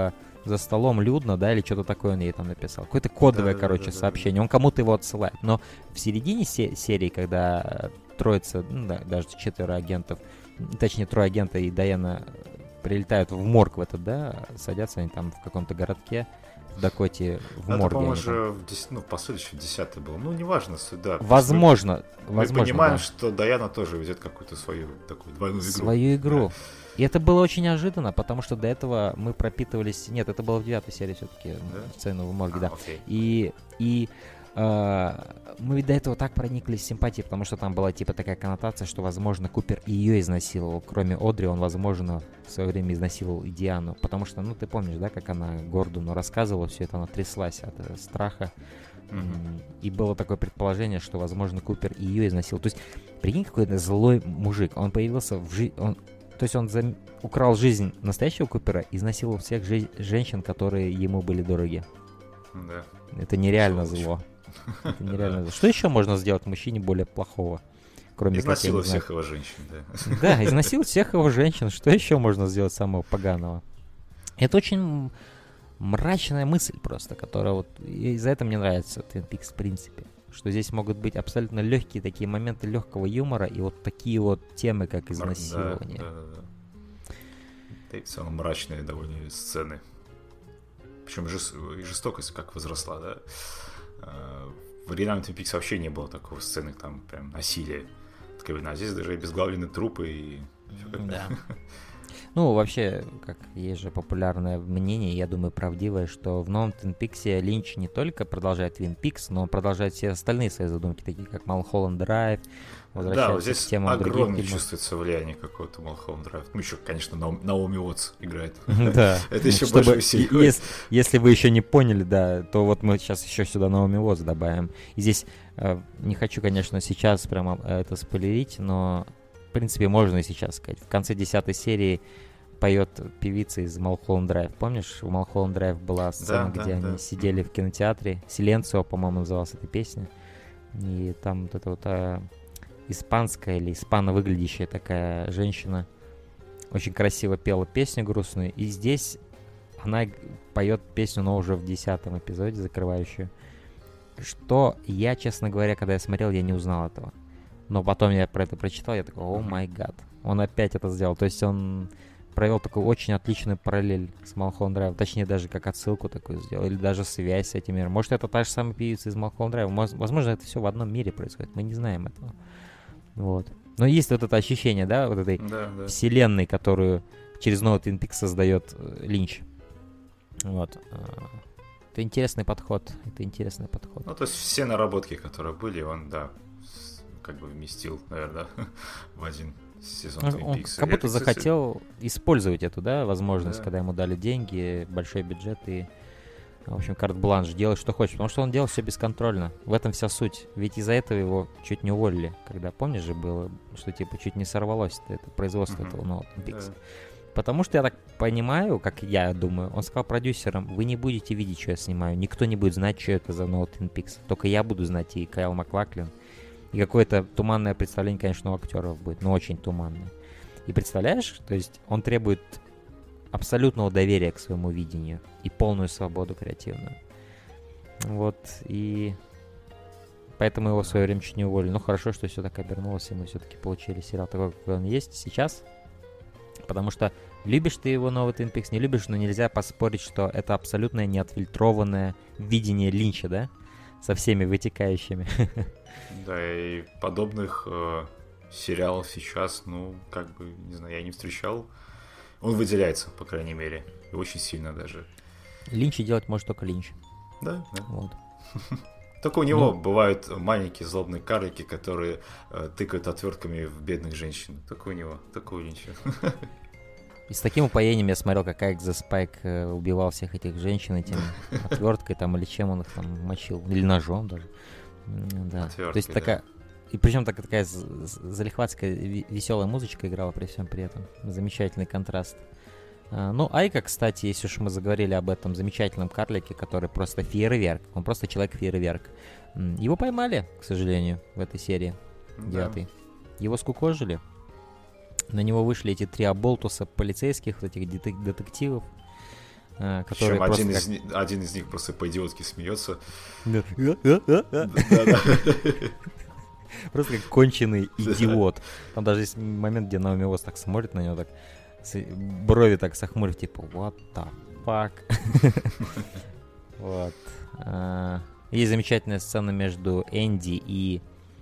Speaker 1: за столом людно, да, или что-то такое он ей там написал. Какое-то кодовое, да, короче, да, да, сообщение. Да. Он кому-то его отсылает. Но в середине се- серии, когда троица, ну, да, даже четверо агентов, точнее, трое агента и Дайана прилетают в морг в этот, да, садятся они там в каком-то городке, в Дакоте, в
Speaker 2: это,
Speaker 1: морге. Это,
Speaker 2: по-моему, же в десять, ну, последующем десятый был. Ну, неважно, да.
Speaker 1: Возможно.
Speaker 2: Мы,
Speaker 1: возможно,
Speaker 2: мы понимаем,
Speaker 1: да.
Speaker 2: что Дайана тоже ведет какую-то свою такую двойную игру.
Speaker 1: Свою игру. Да. И это было очень неожиданно, потому что до этого мы пропитывались... Нет, это было в девятой серии все-таки, да? Сцену в морге, а, да.
Speaker 2: Окей.
Speaker 1: И, и э, мы до этого так прониклись симпатией, потому что там была типа такая коннотация, что, возможно, Купер ее изнасиловал. Кроме Одри, он, возможно, в свое время изнасиловал и Диану. Потому что, ну, ты помнишь, да, как она Гордону рассказывала все это, она тряслась от э, страха. Mm-hmm. И было такое предположение, что, возможно, Купер ее изнасиловал. То есть, прикинь, какой-то злой мужик. Он появился в жизни... То есть он за... украл жизнь настоящего Купера, изнасиловал всех жи... женщин, которые ему были дороги.
Speaker 2: Да.
Speaker 1: Это нереально зло. Это нереально зло. Что еще можно сделать мужчине более плохого? Кроме
Speaker 2: изнасиловать всех его женщин, да.
Speaker 1: Да, изнасиловать всех его женщин. Что еще можно сделать самого поганого? Это очень мрачная мысль просто, которая вот... И за это мне нравится Twin Peaks в принципе. Что здесь могут быть абсолютно легкие такие моменты легкого юмора и вот такие вот темы, как изнасилование.
Speaker 2: Да, да, да. Да и в целом мрачные довольно сцены. Причем жест... жестокость как возросла, да. В оригинальном Twin Peaks вообще не было такого сцены, там прям насилия. А здесь даже обезглавлены трупы и все как-то.
Speaker 1: Да. Ну, вообще, как есть же популярное мнение, я думаю, правдивое, что в новом Twin Peaks Линч не только продолжает Twin Peaks, но продолжает все остальные свои задумки, такие как Малхолланд Драйв,
Speaker 2: возвращается да, вот здесь к темам огромное чувствуется влияние какого-то Малхолланд Драйв. Ну, еще, конечно, Наоми Уотс играет.
Speaker 1: Да.
Speaker 2: Это еще больше усиливает.
Speaker 1: Если вы еще не поняли, да, то вот мы сейчас еще сюда Наоми Уотс добавим. И здесь не хочу, конечно, сейчас прямо это спойлерить, но в принципе можно и сейчас сказать. В конце десятой серии поет певица из Малхолланд Драйв. Помнишь, у Малхолланд Драйв была сцена, да, где да, они да. сидели в кинотеатре. Силенцио, по-моему, называлась эта песня. И там вот эта вот а, испанская или испано выглядящая такая женщина очень красиво пела песню грустную. И здесь она поет песню, но уже в десятом эпизоде, закрывающую. Что я, честно говоря, когда я смотрел, я не узнал этого. Но потом я про это прочитал, я такой, о май гад. Он опять это сделал. То есть он провел такую очень отличную параллель с Малхолланд Драйв. Точнее, даже как отсылку такую сделал. Или даже связь с этим миром. Может, это та же самая певица из Малхолланд Драйв. Возможно, это все в одном мире происходит. Мы не знаем этого. Вот. Но есть вот это ощущение, да, вот этой
Speaker 2: да, да.
Speaker 1: вселенной, которую через новый Twin Peaks создает Линч. Вот. Это интересный подход. Это интересный подход.
Speaker 2: Ну, то есть все наработки, которые были, он, да, как бы вместил, наверное, в один сезон
Speaker 1: он,
Speaker 2: Twin Peaks.
Speaker 1: Он как будто
Speaker 2: это,
Speaker 1: захотел кстати... использовать эту, да, возможность,
Speaker 2: да.
Speaker 1: когда ему дали деньги, большой бюджет и, в общем, карт-бланш, делай, что хочешь. Потому что он делал все бесконтрольно. В этом вся суть. Ведь из-за этого его чуть не уволили. Когда, помнишь же, было, что типа чуть не сорвалось это производство mm-hmm. этого нового Twin Peaks. Да. Потому что я так понимаю, как я думаю, он сказал продюсерам, вы не будете видеть, что я снимаю. Никто не будет знать, что это за новый Twin Peaks. Только я буду знать, и Кайл Маклаклин. И какое-то туманное представление, конечно, у актеров будет, но очень туманное. И представляешь, то есть он требует абсолютного доверия к своему видению и полную свободу креативную. Вот, и поэтому его в свое время чуть не уволили. Ну, хорошо, что все так обернулось, и мы все-таки получили сериал такой, какой он есть сейчас. Потому что любишь ты его новый Twin Peaks, не любишь, но нельзя поспорить, что это абсолютно неотфильтрованное видение Линча, да? Со всеми вытекающими.
Speaker 2: Да, и подобных э, сериалов сейчас, ну, как бы, не знаю, я не встречал. Он выделяется, по крайней мере, и очень сильно даже.
Speaker 1: Линча делать может только Линч.
Speaker 2: Да, да.
Speaker 1: Вот.
Speaker 2: Только у него ну, бывают маленькие злобные карлики, которые э, тыкают отвертками в бедных женщин. Только у него, только у Линча.
Speaker 1: И с таким упоением я смотрел, как Айк The Spike убивал всех этих женщин этим отверткой там, или чем он их там мочил, или ножом даже. Да.
Speaker 2: Отвертки,
Speaker 1: то есть
Speaker 2: да.
Speaker 1: такая, и причем так, такая залихватская веселая музычка играла при всем при этом. Замечательный контраст. А, ну, Айка, кстати, если уж мы заговорили об этом замечательном карлике, который просто фейерверк, он просто человек-фейерверк. Его поймали, к сожалению, в этой серии, да. девятой. Его скукожили. На него вышли эти три оболтуса полицейских, вот этих детективов. э, которые
Speaker 2: Причем один,
Speaker 1: как...
Speaker 2: из, один из них просто по-идиотски смеется.
Speaker 1: Просто как конченый идиот. Там даже есть момент, где Наоми Уотс так смотрит на него, так брови так сохмурив, типа, what the fuck. Вот. Есть замечательная сцена между Энди и...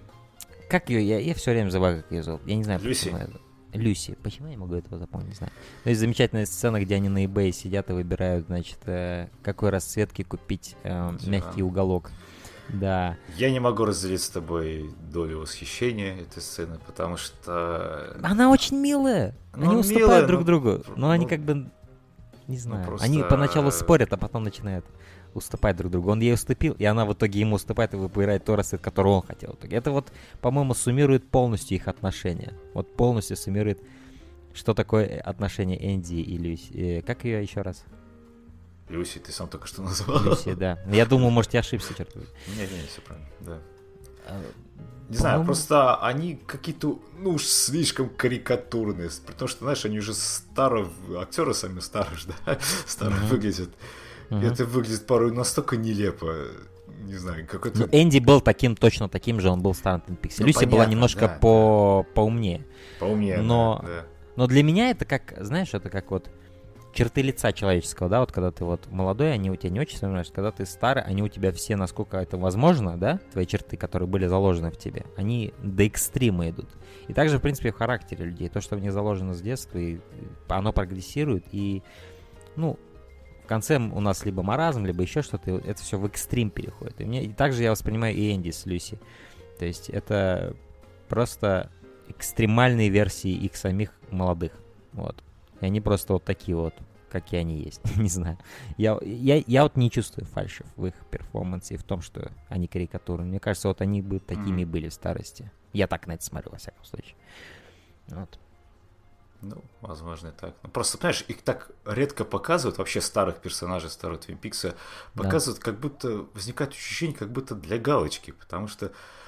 Speaker 1: Как ее? Я, я все время забываю, как ее зовут. Я не знаю,
Speaker 2: Люси.
Speaker 1: почему это. Люси. Почему я не могу этого запомнить, не знаю. Но есть замечательная сцена, где они на eBay сидят и выбирают, значит, э, какой расцветки купить э, мягкий уголок. Да.
Speaker 2: Я не могу разделить с тобой долю восхищения этой сцены, потому что...
Speaker 1: Она очень милая.
Speaker 2: Ну,
Speaker 1: они уступают
Speaker 2: милая,
Speaker 1: друг
Speaker 2: но-
Speaker 1: другу. Но
Speaker 2: ну,
Speaker 1: они как бы... Не знаю.
Speaker 2: просто-
Speaker 1: Они поначалу спорят, а потом начинают уступать друг другу. Он ей уступил, и она в итоге ему уступает и выбирает то расцвет, который он хотел в итоге. Это вот, по-моему, суммирует полностью их отношения. Вот полностью суммирует, что такое отношения Энди и Люси. Э, как ее еще раз?
Speaker 2: Люси, ты сам только что назвал.
Speaker 1: Люси, да. Я думал, может, я ошибся, черт возьми.
Speaker 2: Не-не, все правильно, да.
Speaker 1: А,
Speaker 2: Не знаю,
Speaker 1: по-моему-
Speaker 2: просто они какие-то, ну уж слишком карикатурные. Потому что, знаешь, они уже старые, актеры сами старые, ж, да, старые
Speaker 1: Мгм.
Speaker 2: выглядят. И
Speaker 1: Мгм.
Speaker 2: это выглядит порой настолько нелепо. Не знаю, какой-то...
Speaker 1: Ну, Энди был таким, точно таким же, он был старым Twin Peaks.
Speaker 2: Ну,
Speaker 1: Люси была
Speaker 2: понятно,
Speaker 1: немножко
Speaker 2: да,
Speaker 1: по... поумнее.
Speaker 2: поумнее,
Speaker 1: но-
Speaker 2: да, да.
Speaker 1: Но для меня это как, знаешь, это как вот черты лица человеческого, да, вот когда ты вот молодой, они у тебя не очень вспоминаешь, когда ты старый, они у тебя все, насколько это возможно, да, твои черты, которые были заложены в тебе, они до экстрима идут. И также, в принципе, в характере людей, то, что в них заложено с детства, и оно прогрессирует, и, ну, в конце у нас либо маразм, либо еще что-то, и это все в экстрим переходит. И, мне, и также я воспринимаю и Энди с Люси. То есть это просто экстремальные версии их самих молодых. Вот. И они просто вот такие вот, какие они есть. Не знаю. Я, я, я вот не чувствую фальши в их перформансе и в том, что они карикатуры. Мне кажется, вот они бы такими
Speaker 2: Мгм.
Speaker 1: были в старости. Я так на это смотрю, во всяком случае. Вот.
Speaker 2: Ну, возможно, и так. Ну, просто, понимаешь, их так редко показывают, вообще старых персонажей старого Твин Пикса, показывают, как будто возникает ощущение, как будто для галочки, потому что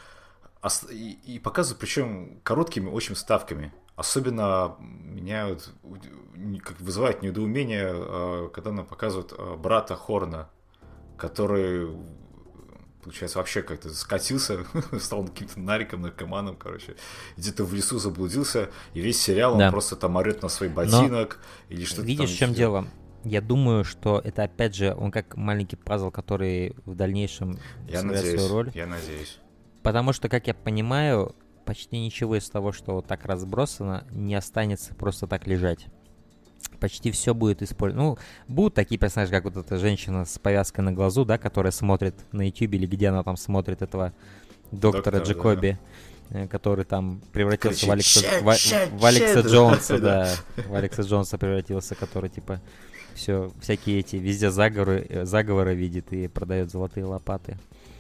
Speaker 2: ос- и, и показывают, причем короткими очень вставками. Особенно меня вот уд- не- как вызывает недоумение, э, когда нам показывают э, брата Хорна, который, получается, вообще как-то скатился, стал каким-то нариком, наркоманом, короче, где-то в лесу заблудился, и весь сериал он
Speaker 1: Да.
Speaker 2: просто там орет на свой ботинок или что-то
Speaker 1: Видишь,
Speaker 2: там
Speaker 1: в чем
Speaker 2: еще.
Speaker 1: дело? Я думаю, что это опять же, он как маленький пазл, который в дальнейшем
Speaker 2: Я
Speaker 1: сыграет
Speaker 2: надеюсь,
Speaker 1: свою роль.
Speaker 2: я надеюсь.
Speaker 1: Потому что, как я понимаю, почти ничего из того, что вот так разбросано, не останется просто так лежать. Почти все будет использовано. Ну, будут такие персонажи, как вот эта женщина с повязкой на глазу, да, которая смотрит на YouTube, или где она там смотрит этого доктора
Speaker 2: Доктора,
Speaker 1: Джекоби, э, который там превратился в
Speaker 2: Кричит,
Speaker 1: Алекса,
Speaker 2: «Щет,
Speaker 1: в,
Speaker 2: щет,
Speaker 1: в Алекса
Speaker 2: щет!»
Speaker 1: Джонса,
Speaker 2: Да.
Speaker 1: да, в Алекса Джонса превратился, который типа все, всякие эти, везде заговоры, э, заговоры видит и продает золотые лопаты.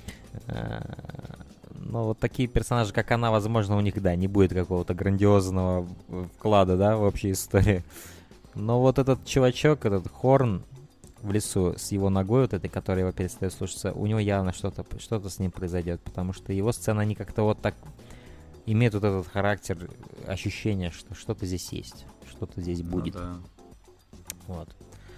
Speaker 1: Э, Но вот такие персонажи, как она, возможно, у них, да, не будет какого-то грандиозного вклада, да, в общую историю. Но вот этот чувачок, этот Хорн в лесу с его ногой вот этой, которая его перестает слушаться, у него явно что-то, что-то с ним произойдет, потому что его сцены, они как-то вот так имеют вот этот характер, ощущение, что что-то здесь есть, что-то здесь
Speaker 2: Ну
Speaker 1: будет.
Speaker 2: да.
Speaker 1: Вот.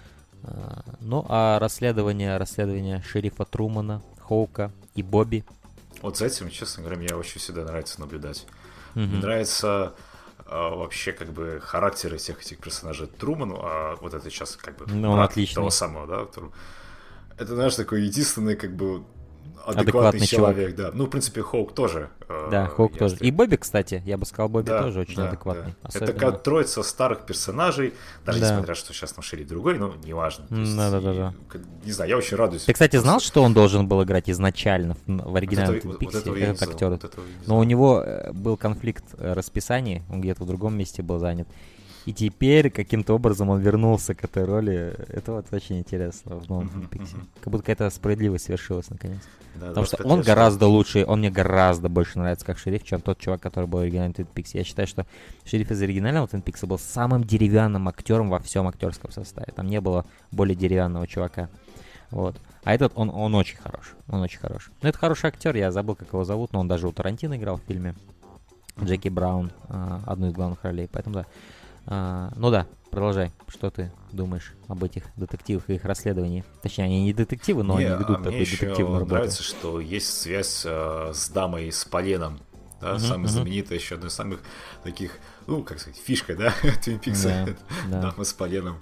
Speaker 1: А, Ну, а расследование, расследование шерифа Трумана, Хоука и Бобби.
Speaker 2: Вот за этим, честно говоря, мне очень всегда нравится наблюдать.
Speaker 1: Мгм.
Speaker 2: Мне нравится а, вообще как бы характеры всех этих персонажей. Труман, а вот это сейчас как бы
Speaker 1: Ну, он
Speaker 2: брат
Speaker 1: отличный.
Speaker 2: того самого, да, Тру- это, знаешь, такой единственный как бы адекватный,
Speaker 1: Адекватный
Speaker 2: человек, да. Ну, в принципе, Хоук тоже. э,
Speaker 1: Да, Хоук
Speaker 2: я
Speaker 1: тоже.
Speaker 2: стр-
Speaker 1: И Бобби, кстати, я бы сказал, Бобби
Speaker 2: Да,
Speaker 1: тоже очень
Speaker 2: да,
Speaker 1: адекватный.
Speaker 2: да.
Speaker 1: Особенно...
Speaker 2: Это как троица старых персонажей, даже
Speaker 1: Да.
Speaker 2: несмотря, что сейчас там шериф другой, но неважно. То есть,
Speaker 1: Да-да-да-да.
Speaker 2: и, как- не знаю, я очень радуюсь.
Speaker 1: Ты, кстати, знал,
Speaker 2: Просто
Speaker 1: что он должен был играть изначально в, в
Speaker 2: вот
Speaker 1: оригинальном
Speaker 2: этого-
Speaker 1: Twin
Speaker 2: вот
Speaker 1: Peaks,
Speaker 2: этого я не
Speaker 1: этот
Speaker 2: знал,
Speaker 1: актер?
Speaker 2: вот этого я не
Speaker 1: Но
Speaker 2: знал.
Speaker 1: у него э, был конфликт э, расписаний, он где-то в другом месте был занят. И теперь каким-то образом он вернулся к этой роли. Это вот очень интересно в новом
Speaker 2: Мгм,
Speaker 1: Twin Peaks.
Speaker 2: мгм.
Speaker 1: Как будто какая-то справедливость свершилась наконец.
Speaker 2: Да,
Speaker 1: Потому что
Speaker 2: двадцать пять
Speaker 1: он
Speaker 2: лет,
Speaker 1: гораздо лучше, он мне гораздо больше нравится как шериф, чем тот чувак, который был в оригинальном Twin Peaks. Я считаю, что шериф из оригинального Twin Peaks был самым деревянным актером во всем актерском составе. Там не было более деревянного чувака. Вот. А этот, он, он очень хорош. Он очень хорош. Ну, это хороший актер, я забыл, как его зовут, но он даже у Тарантино играл в фильме. Джеки Браун, а, одну из главных ролей. Поэтому да. А, ну да, продолжай. Что ты думаешь об этих детективах и их расследованиях? Точнее, они не детективы, но
Speaker 2: не,
Speaker 1: они ведут
Speaker 2: а
Speaker 1: такую
Speaker 2: мне
Speaker 1: детективную
Speaker 2: еще
Speaker 1: работу.
Speaker 2: нравится, что есть связь э, с дамой с поленом. Да,
Speaker 1: Мгм,
Speaker 2: самая
Speaker 1: мгм.
Speaker 2: знаменитая, еще одна из самых таких, ну, как сказать, фишка, да, Twin Peaks,
Speaker 1: Да, да.
Speaker 2: дама с поленом,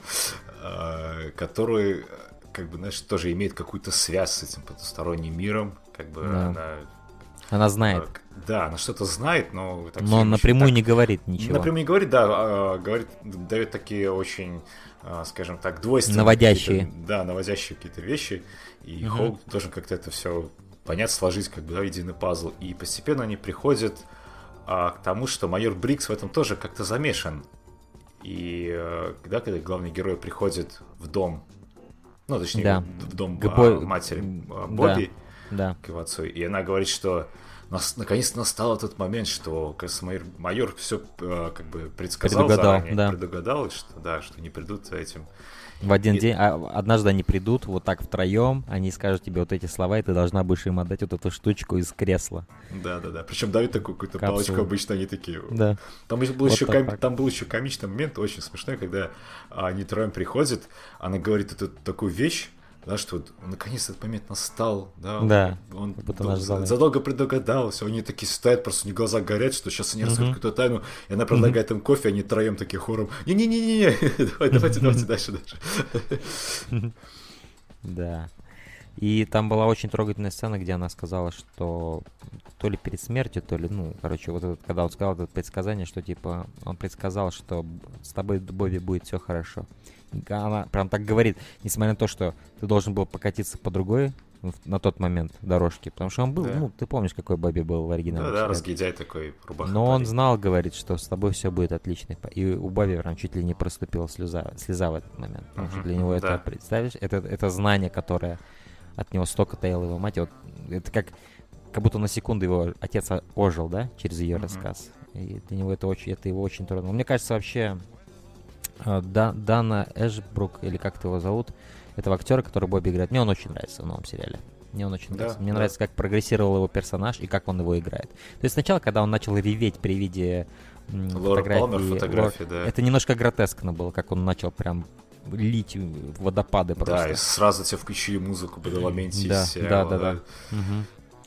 Speaker 2: э, который, как бы, знаешь, тоже имеет какую-то связь с этим потусторонним миром, как бы
Speaker 1: Да.
Speaker 2: она...
Speaker 1: Она знает,
Speaker 2: э, Да, она что-то знает, но... так
Speaker 1: но
Speaker 2: фильм очень
Speaker 1: напрямую
Speaker 2: так-
Speaker 1: не говорит ничего.
Speaker 2: Напрямую не говорит, да, а, говорит, дает такие очень, а, скажем так, двойственные...
Speaker 1: Наводящие.
Speaker 2: какие-то- Да, наводящие какие-то вещи, и
Speaker 1: Мгм.
Speaker 2: Хоук должен как-то это все понять, сложить, как бы, да, в единый пазл. И постепенно они приходят а, к тому, что майор Брикс в этом тоже как-то замешан. И э, да, когда главный герой приходит в дом, ну, точнее,
Speaker 1: Да.
Speaker 2: в дом
Speaker 1: К
Speaker 2: а,
Speaker 1: Бо-
Speaker 2: матери
Speaker 1: м,
Speaker 2: а,
Speaker 1: да.
Speaker 2: Бобби,
Speaker 1: Да.
Speaker 2: к его отцу, и она говорит, что нас, наконец-то настал тот момент, что кажется, майор, майор все как бы предсказал
Speaker 1: Предугадал,
Speaker 2: заранее,
Speaker 1: да.
Speaker 2: предугадал, что да, что не придут за этим.
Speaker 1: В один
Speaker 2: И-
Speaker 1: день, а, однажды они придут вот так втроем, они скажут тебе вот эти слова, и ты должна будешь им отдать вот эту штучку из кресла.
Speaker 2: Да, да, да. Причем дают такую какую-то
Speaker 1: Капсулу.
Speaker 2: палочку, обычно они такие.
Speaker 1: Да.
Speaker 2: Там был,
Speaker 1: Вот
Speaker 2: еще
Speaker 1: так,
Speaker 2: ком-
Speaker 1: так.
Speaker 2: там был еще комичный момент, очень смешной, когда а, они троем приходят, она говорит эту такую вещь, да, что вот, наконец этот момент настал, да, он-
Speaker 1: Да,
Speaker 2: он,
Speaker 1: как будто
Speaker 2: дол-
Speaker 1: она ждала.
Speaker 2: задолго предугадал, все, они такие стоят, просто у них глаза горят, что сейчас они раскроют
Speaker 1: Мгм.
Speaker 2: какую-то тайну, и она предлагает им кофе, они троем такие хором, не-не-не-не, давай, давайте, давайте дальше, дальше.
Speaker 1: Да. И там была очень трогательная сцена, где она сказала, что то ли перед смертью, то ли, ну, короче, вот этот, когда он сказал это предсказание, что, типа, он предсказал, что с тобой, Бобби, будет все хорошо. И она прям так говорит, несмотря на то, что ты должен был покатиться по другой ну, в- на тот момент дорожке, потому что он был,
Speaker 2: Да.
Speaker 1: ну, ты помнишь, какой Бобби был в оригинале.
Speaker 2: Да-да, разгильдяй такой, рубаха.
Speaker 1: Но он
Speaker 2: парень.
Speaker 1: знал, говорит, что с тобой все будет отлично. И у Бобби прям чуть ли не проступила слеза, слеза в этот момент. Потому что
Speaker 2: Мгм,
Speaker 1: для него
Speaker 2: да.
Speaker 1: это, представишь, это, это знание, которое от него столько таила его мать. И вот это как, как будто на секунду его отец ожил, да, через ее
Speaker 2: Мгм.
Speaker 1: рассказ. И для него это, очень, это его очень тронуло. Мне кажется, вообще э, Да- Дана Эшбрук, или как его зовут, этого актера, который Бобби играет, мне он очень нравится в новом сериале. Мне он очень
Speaker 2: Да,
Speaker 1: нравится. Мне
Speaker 2: да.
Speaker 1: нравится, как прогрессировал его персонаж и как он его играет. То есть сначала, когда он начал реветь при виде м,
Speaker 2: Лора
Speaker 1: фотографии,
Speaker 2: Палмер
Speaker 1: Лор-
Speaker 2: фотографии, да.
Speaker 1: это немножко гротескно было, как он начал прям лить водопады просто.
Speaker 2: Да, и сразу тебе включили музыку Бадаламенти
Speaker 1: Да,
Speaker 2: из сериала,
Speaker 1: да, да, да. Мгм.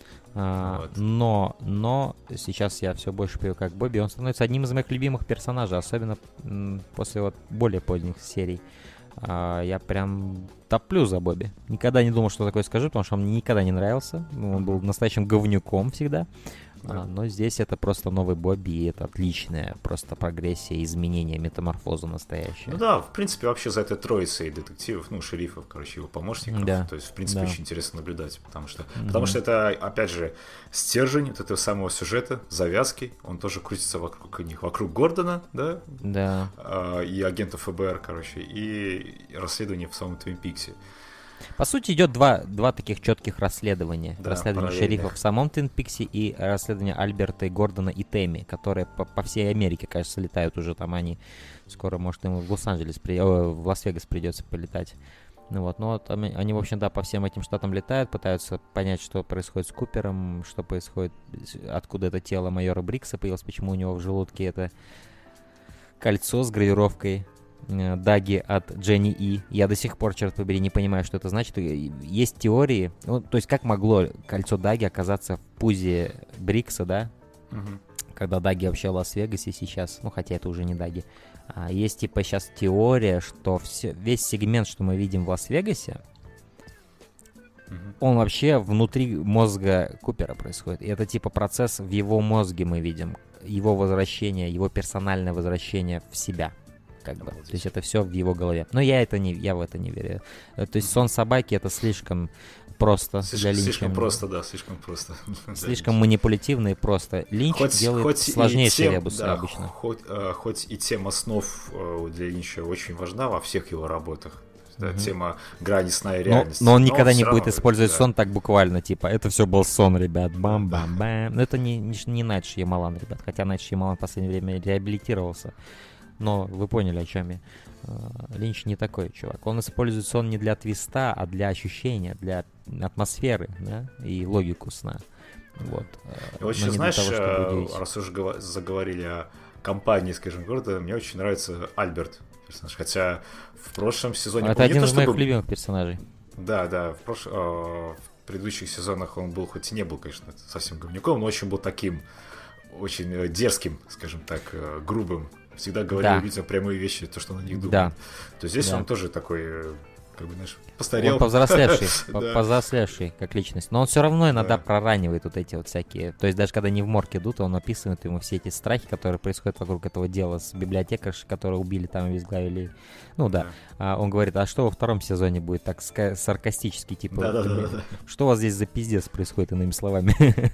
Speaker 1: А,
Speaker 2: Вот.
Speaker 1: но, но сейчас я все больше привыкаю к Бобби, он становится одним из моих любимых персонажей, особенно м, после вот более поздних серий. А, я прям топлю за Бобби. Никогда не думал, что такое скажу, потому что он мне никогда не нравился. Он был настоящим говнюком всегда.
Speaker 2: Да.
Speaker 1: А, но здесь это просто новый Бобби, и это отличная просто прогрессия, изменение, метаморфоза настоящая.
Speaker 2: Ну да, в принципе, вообще за этой троицей детективов, ну, шерифов, короче, его помощников,
Speaker 1: Да.
Speaker 2: то есть, в принципе,
Speaker 1: Да.
Speaker 2: очень интересно наблюдать, потому что,
Speaker 1: Мгм.
Speaker 2: потому что это, опять же, стержень вот этого самого сюжета, завязки, он тоже крутится вокруг них, вокруг Гордона, да,
Speaker 1: Да.
Speaker 2: а, и агентов ФБР, короче, и расследование в самом Твин Пиксе.
Speaker 1: По сути, идет два, два таких четких расследования.
Speaker 2: Да,
Speaker 1: расследование
Speaker 2: параллельных.
Speaker 1: шерифа в самом Твин Пиксе и расследование Альберта и Гордона и Тэмми, которые по, по всей Америке, кажется, летают уже там они. Скоро, может, им в Лос-Анджелес, при... о, в Лас-Вегас придется полетать. Ну вот, но вот они, они, в общем, да, по всем этим штатам летают, пытаются понять, что происходит с Купером, что происходит, откуда это тело майора Брикса появилось, почему у него в желудке это кольцо с гравировкой э, Даги от Дженни И. Я до сих пор, черт побери, не понимаю, что это значит. И есть теории, ну, то есть как могло кольцо Даги оказаться в пузе Брикса, да,
Speaker 2: Мгм.
Speaker 1: когда Даги вообще в Лас-Вегасе сейчас, ну, хотя это уже не Даги. А есть, типа, сейчас теория, что все, весь сегмент, что мы видим в Лас-Вегасе,
Speaker 2: Мгм.
Speaker 1: он вообще внутри мозга Купера происходит. И это, типа, процесс в его мозге мы видим. Его возвращение, его персональное возвращение в себя. Как бы.
Speaker 2: Обалдеть.
Speaker 1: То есть это все в его голове. Но я, это не, я в это не верю. Э, То есть сон собаки это слишком просто
Speaker 2: Слишком,
Speaker 1: для Линча.
Speaker 2: слишком просто, да, слишком просто.
Speaker 1: Слишком манипулятивно и просто. Линч делает
Speaker 2: и
Speaker 1: сложнейшие
Speaker 2: тем-
Speaker 1: ребусы
Speaker 2: да,
Speaker 1: обычно.
Speaker 2: Хоть, э, хоть и тема основ э, для Линча очень важна во всех его работах. Да,
Speaker 1: Мгм.
Speaker 2: тема грани сна и
Speaker 1: Но,
Speaker 2: реальности.
Speaker 1: но он никогда не
Speaker 2: всё
Speaker 1: будет
Speaker 2: равно,
Speaker 1: использовать
Speaker 2: да.
Speaker 1: сон так буквально, типа, это все был сон, ребят, бам-бам-бам. Но это не, не, не Найт Шьямалан, ребят, хотя Найт Шьямалан в последнее время реабилитировался. Но вы поняли, о чем я. Э, Линч не такой чувак. Он использует сон не для твиста, а для ощущения, для атмосферы, да, и логику сна. Вот. э,
Speaker 2: И вот
Speaker 1: но
Speaker 2: еще,
Speaker 1: не для
Speaker 2: знаешь,
Speaker 1: того, чтобы
Speaker 2: э,
Speaker 1: удивить.
Speaker 2: раз уже гова- заговорили о компании, скажем, города, мне очень нравится Альберт персонаж. Хотя в прошлом сезоне...
Speaker 1: Это один из моих любимых персонажей.
Speaker 2: Да, да, в, прош... в предыдущих сезонах он был, хоть и не был, конечно, совсем говнюком, но очень был таким, очень дерзким, скажем так, грубым. Всегда говорил да. людям прямые вещи, то, что на них думает.
Speaker 1: Да.
Speaker 2: То здесь
Speaker 1: да.
Speaker 2: он тоже такой, как бы, знаешь, постарел.
Speaker 1: Он повзрослевший, повзрослевший как личность. Но он все равно иногда да. проранивает вот эти вот всякие... То есть даже когда не в морг идут, он описывает ему все эти страхи, которые происходят вокруг этого дела с библиотекаршей, которую убили там и обезглавили. Ну да. да. Он говорит, а что во втором сезоне будет? Так саркастически, типа...
Speaker 2: Да, да, да, да.
Speaker 1: Что у вас здесь за пиздец происходит, иными словами?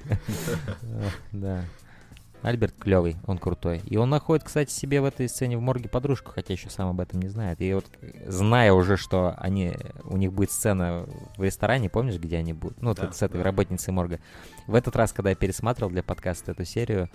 Speaker 1: Да. Альберт клевый, он крутой. И он находит, кстати, себе в этой сцене в морге подружку, хотя еще сам об этом не знает. И вот, зная уже, что они, у них будет сцена в ресторане, помнишь, где они будут? Ну, да, с этой да. работницей морга. В этот раз, когда я пересматривал для подкаста эту серию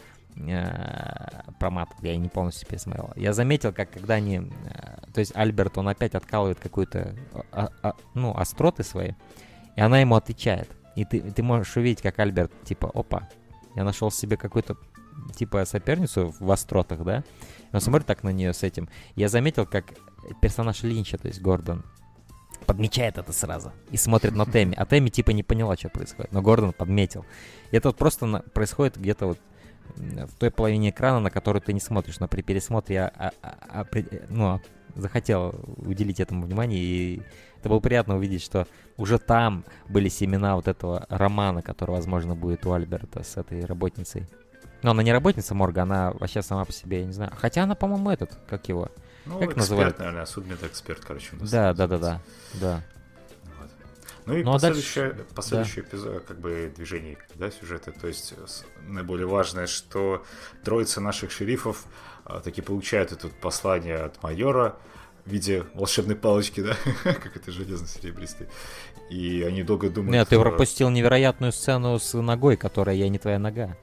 Speaker 1: э, про мат, я не полностью пересмотрел, я заметил, как когда они... Э, то есть Альберт, он опять откалывает какую-то, а, а, ну, остроты свои, и она ему отвечает. И ты, ты можешь увидеть, как Альберт, типа, опа, я нашел себе какой-то типа соперницу в остротах, да? И он смотрит так на нее с этим. Я заметил, как персонаж Линча, то есть Гордон, подмечает это сразу и смотрит на Тэмми. А Тэмми типа не поняла, что происходит, но Гордон подметил. И это вот просто на... происходит где-то вот в той половине экрана, на которую ты не смотришь, но при пересмотре я а, а, а, при... ну, захотел уделить этому внимание, и это было приятно увидеть, что уже там были семена вот этого романа, который, возможно, будет у Альберта с этой работницей. Но она не работница морга, она вообще сама по себе, я не знаю. Хотя она, по-моему, этот, как его?
Speaker 2: Ну,
Speaker 1: как
Speaker 2: эксперт,
Speaker 1: называют?
Speaker 2: Наверное, судмедэксперт, короче.
Speaker 1: Да, да, да, да, да.
Speaker 2: Вот. Ну и ну, последующее, дальше... последующее да. эпизод, как бы, движение, да, сюжета. То есть наиболее важное, что троица наших шерифов а, таки получает это послание от майора в виде волшебной палочки, да, как это железно-серебристый. И они долго думают...
Speaker 1: Нет, ты пропустил невероятную сцену с ногой, которая «Я не твоя нога».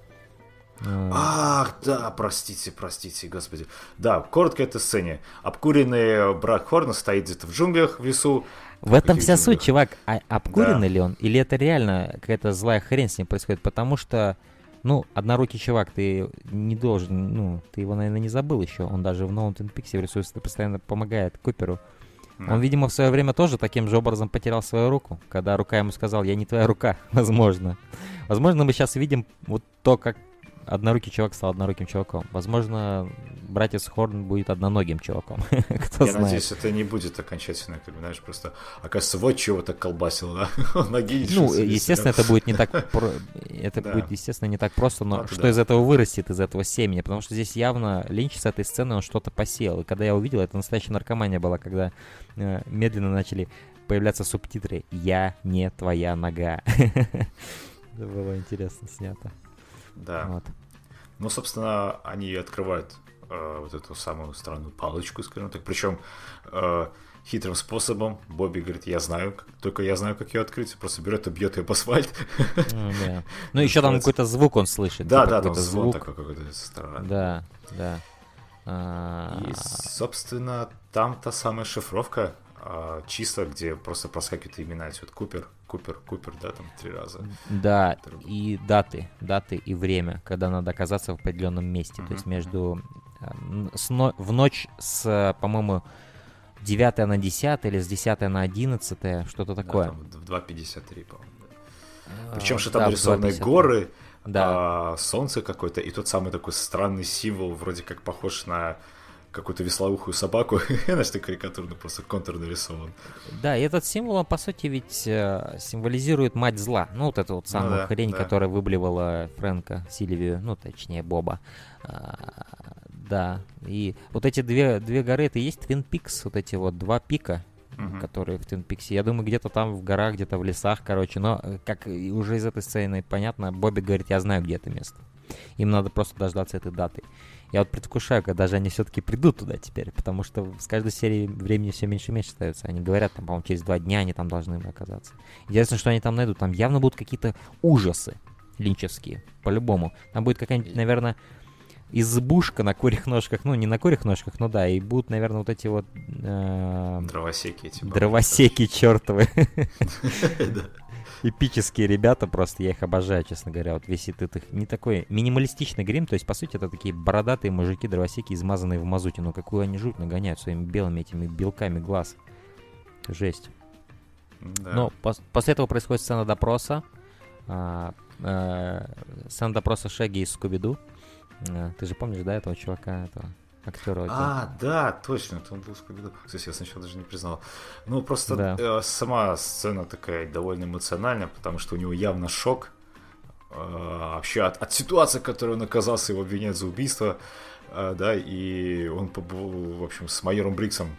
Speaker 2: Ах, да, простите, простите, господи. Да, коротко этой сцене. Обкуренный брат Хорна стоит где-то в джунглях, в лесу.
Speaker 1: В этом вся суть, чувак. А обкуренный да. ли он? Или это реально какая-то злая хрень с ним происходит? Потому что, ну, однорукий чувак, ты не должен, ну, ты его, наверное, не забыл еще. Он даже в новом Twin Peaks рисуется, постоянно помогает Куперу. Да. Он, видимо, в свое время тоже таким же образом потерял свою руку, когда рука ему сказал, я не твоя рука, возможно. Возможно, мы сейчас видим вот то, как однорукий чувак стал одноруким чуваком. Возможно, братец Хорн будет одноногим чуваком. Кто
Speaker 2: Я
Speaker 1: знает.
Speaker 2: надеюсь, это не будет окончательно, как бы, знаешь, просто, оказывается, вот чего так колбасил, да? Ноги не
Speaker 1: Ну, естественно, это будет не так это будет, естественно, не так просто, но что из этого вырастет, из этого семени, потому что здесь явно Линч с этой сцены, он что-то посеял. И когда я увидел, это настоящая наркомания была, когда медленно начали появляться субтитры «Я не твоя нога». Это было интересно снято.
Speaker 2: Да. Вот. Ну, собственно, они открывают э, вот эту самую странную палочку, скажем так. Причем э, хитрым способом. Бобби говорит, я знаю, только я знаю, как ее открыть. Просто берет и бьет ее об асфальт.
Speaker 1: Ну, еще там какой-то звук он слышит.
Speaker 2: Да, да, там звук такой какой-то странный.
Speaker 1: Да, да.
Speaker 2: И, собственно, там та самая шифровка, чисто, где просто проскакивают имена. Вот Купер, Купер, Купер, да, там три раза.
Speaker 1: Да, и даты, даты и время, когда надо оказаться в определенном месте. Mm-hmm. То есть между... С но, в ночь с, по-моему, девятое на десятое или с десятое на одиннадцатое, что-то такое.
Speaker 2: Да, там в два пятьдесят три, по-моему. Да. Причем, что там да, нарисованы горы, да. а, солнце какое-то, и тот самый такой странный символ, вроде как похож на какую-то веслоухую собаку, знаешь, такой карикатурный просто контур нарисован.
Speaker 1: Да, и этот символ, он, по сути, ведь э, символизирует мать зла. Ну, вот эту вот самую ну, да, хрень, да. которая выблевала Фрэнка Сильвию, ну, точнее, Боба. А, да, и вот эти две, две горы, это и есть Twin Peaks, вот эти вот два пика, uh-huh. которые в Twin Peaks. Я думаю, где-то там в горах, где-то в лесах, короче, но, как уже из этой сцены понятно, Бобби говорит, я знаю, где это место. Им надо просто дождаться этой даты. Я вот предвкушаю, когда же они все-таки придут туда теперь, потому что с каждой серии времени все меньше и меньше остается. Они говорят, там, по-моему, через два дня они там должны оказаться. Интересно, что они там найдут. Там явно будут какие-то ужасы линчевские, по-любому. Там будет какая-нибудь, наверное, избушка на курьих ножках. Ну, не на курьих ножках, но да, и будут, наверное, вот эти вот...
Speaker 2: Дровосеки эти.
Speaker 1: Дровосеки чертовы. Эпические ребята просто, я их обожаю, честно говоря. Вот весь этот их не такой минималистичный грим, то есть, по сути, это такие бородатые мужики-дровосеки, измазанные в мазуте. Ну, какую они жуть нагоняют своими белыми этими белками глаз. Жесть.
Speaker 2: Да.
Speaker 1: Но пос- после этого происходит сцена допроса. А, а, сцена допроса Шегги из Скуби-Ду. А, ты же помнишь, да, этого чувака, этого актера?
Speaker 2: А, да, точно, это он был Скуби-Ду. Кстати, я сначала даже не признал. Ну, просто
Speaker 1: Да.
Speaker 2: э, сама сцена такая довольно эмоциональная, потому что у него явно шок. Э, вообще от, от ситуации, в которой он оказался, его обвиняют за убийство. Э, да, и он побыл, в общем, с майором Бриксом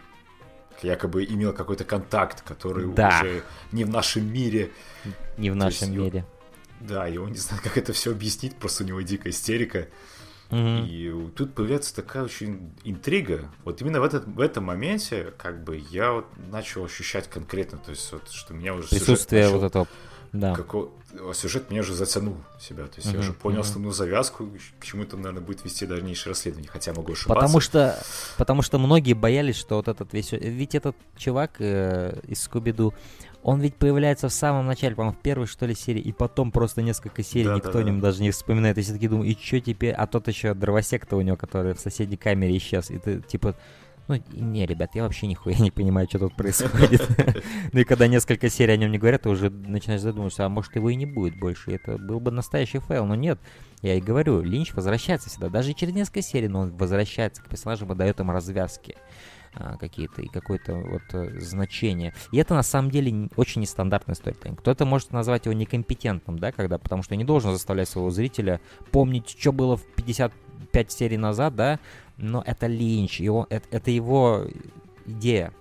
Speaker 2: якобы имел какой-то контакт, который
Speaker 1: Да.
Speaker 2: уже не в нашем мире.
Speaker 1: Не в
Speaker 2: То
Speaker 1: нашем
Speaker 2: есть,
Speaker 1: мире.
Speaker 2: Да, и он не знает, как это все объяснить, просто у него дикая истерика.
Speaker 1: Мгм.
Speaker 2: И тут появляется такая очень интрига. Вот именно в, этот, в этом моменте, как бы, я вот начал ощущать конкретно, то есть, вот, что меня уже
Speaker 1: Присутствие
Speaker 2: сюжет
Speaker 1: вот этого. Да.
Speaker 2: какого... Сюжет меня уже затянул себя. То есть
Speaker 1: Мгм,
Speaker 2: я уже понял
Speaker 1: мгм.
Speaker 2: основную завязку, к чему это, наверное, будет вести дальнейшее расследование. Хотя могу ошибаться.
Speaker 1: Потому что, потому что многие боялись, что вот этот весь... Ведь этот чувак э, из Скуби-Ду, он ведь появляется в самом начале, по-моему, в первой, что ли, серии, и потом просто несколько серий
Speaker 2: Да,
Speaker 1: никто
Speaker 2: да,
Speaker 1: о
Speaker 2: да.
Speaker 1: нем даже не вспоминает. И все таки думают, и что теперь? А тот еще дровосек-то у него, который в соседней камере исчез. И ты, типа... Ну, не, ребят, я вообще нихуя не понимаю, что тут происходит. Ну и когда несколько серий о нем не говорят, ты уже начинаешь задумываться, а может его и не будет больше. Это был бы настоящий фейл, но нет. Я и говорю, Линч возвращается всегда, даже через несколько серий, но он возвращается к персонажам и дает им развязки а, какие-то и какое-то вот а, значение. И это на самом деле не- очень нестандартный сторителлинг. Кто-то может назвать его некомпетентным, да, когда, потому что не должен заставлять своего зрителя помнить, что было в пятьдесят пять серий назад, да, но это Линч, и он, это, это его идея,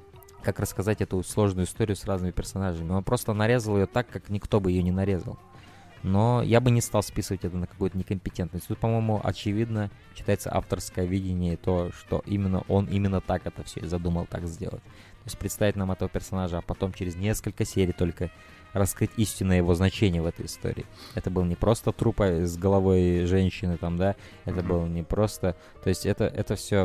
Speaker 1: как рассказать эту сложную историю с разными персонажами. Он просто нарезал ее так, как никто бы ее не нарезал. Но я бы не стал списывать это на какую-то некомпетентность. Тут, по-моему, очевидно читается авторское видение, то, что именно он именно так это все и задумал так сделать. То есть представить нам этого персонажа, а потом через несколько серий только раскрыть истинное его значение в этой истории. Это был не просто труп с головой женщины там, да, это
Speaker 2: Мгм.
Speaker 1: было не просто... То есть это, это все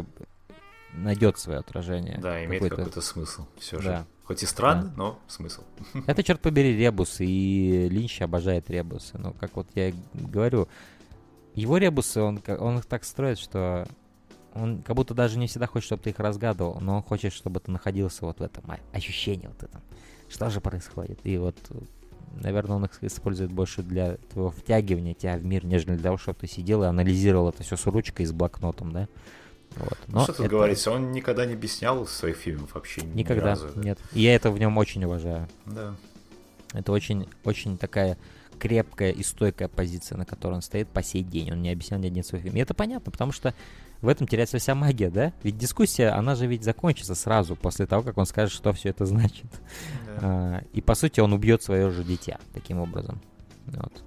Speaker 1: найдет свое отражение.
Speaker 2: Да, имеет
Speaker 1: какой-то.
Speaker 2: какой-то смысл все
Speaker 1: Да.
Speaker 2: же. Хоть и странно,
Speaker 1: Да.
Speaker 2: но смысл.
Speaker 1: Это, черт побери, ребусы, и Линч обожает ребусы. Но, как вот я и говорю, его ребусы, он, ка- он их так строит, что он как будто даже не всегда хочет, чтобы ты их разгадывал, но он хочет, чтобы ты находился вот в этом а- ощущении вот этом. Что же происходит? И вот, наверное, он их использует больше для твоего втягивания тебя в мир, нежели для того, чтобы ты сидел и анализировал это все с ручкой и с блокнотом, да? Вот.
Speaker 2: Ну,
Speaker 1: Но
Speaker 2: что тут
Speaker 1: это
Speaker 2: говорится, он никогда не объяснял своих фильмов вообще ни
Speaker 1: никогда
Speaker 2: разу.
Speaker 1: нет. И я это в нем очень уважаю.
Speaker 2: Да.
Speaker 1: Это очень, очень такая крепкая и стойкая позиция, на которой он стоит по сей день. Он не объяснял ни один свой фильм. И это понятно, потому что в этом теряется вся магия, да? Ведь дискуссия, она же ведь закончится сразу после того, как он скажет, что все это значит.
Speaker 2: Да.
Speaker 1: А, и по сути он убьет свое же дитя таким образом. Вот.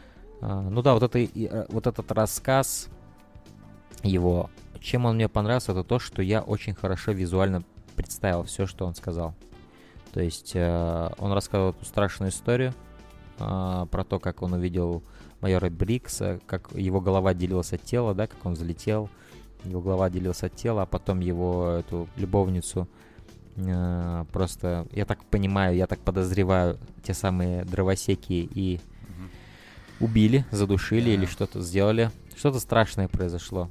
Speaker 1: А, ну да, вот, это, и, э, вот этот рассказ его, чем он мне понравился, это то, что я очень хорошо визуально представил все, что он сказал. То есть э, он рассказывал эту страшную историю э, про то, как он увидел майора Брикса, как его голова отделилась от тела, да, как он залетел, его голова отделилась от тела, а потом его эту любовницу э, просто, я так понимаю, я так подозреваю, те самые дровосеки и
Speaker 2: Мгм.
Speaker 1: убили, задушили
Speaker 2: Да.
Speaker 1: или что-то сделали. Что-то страшное произошло.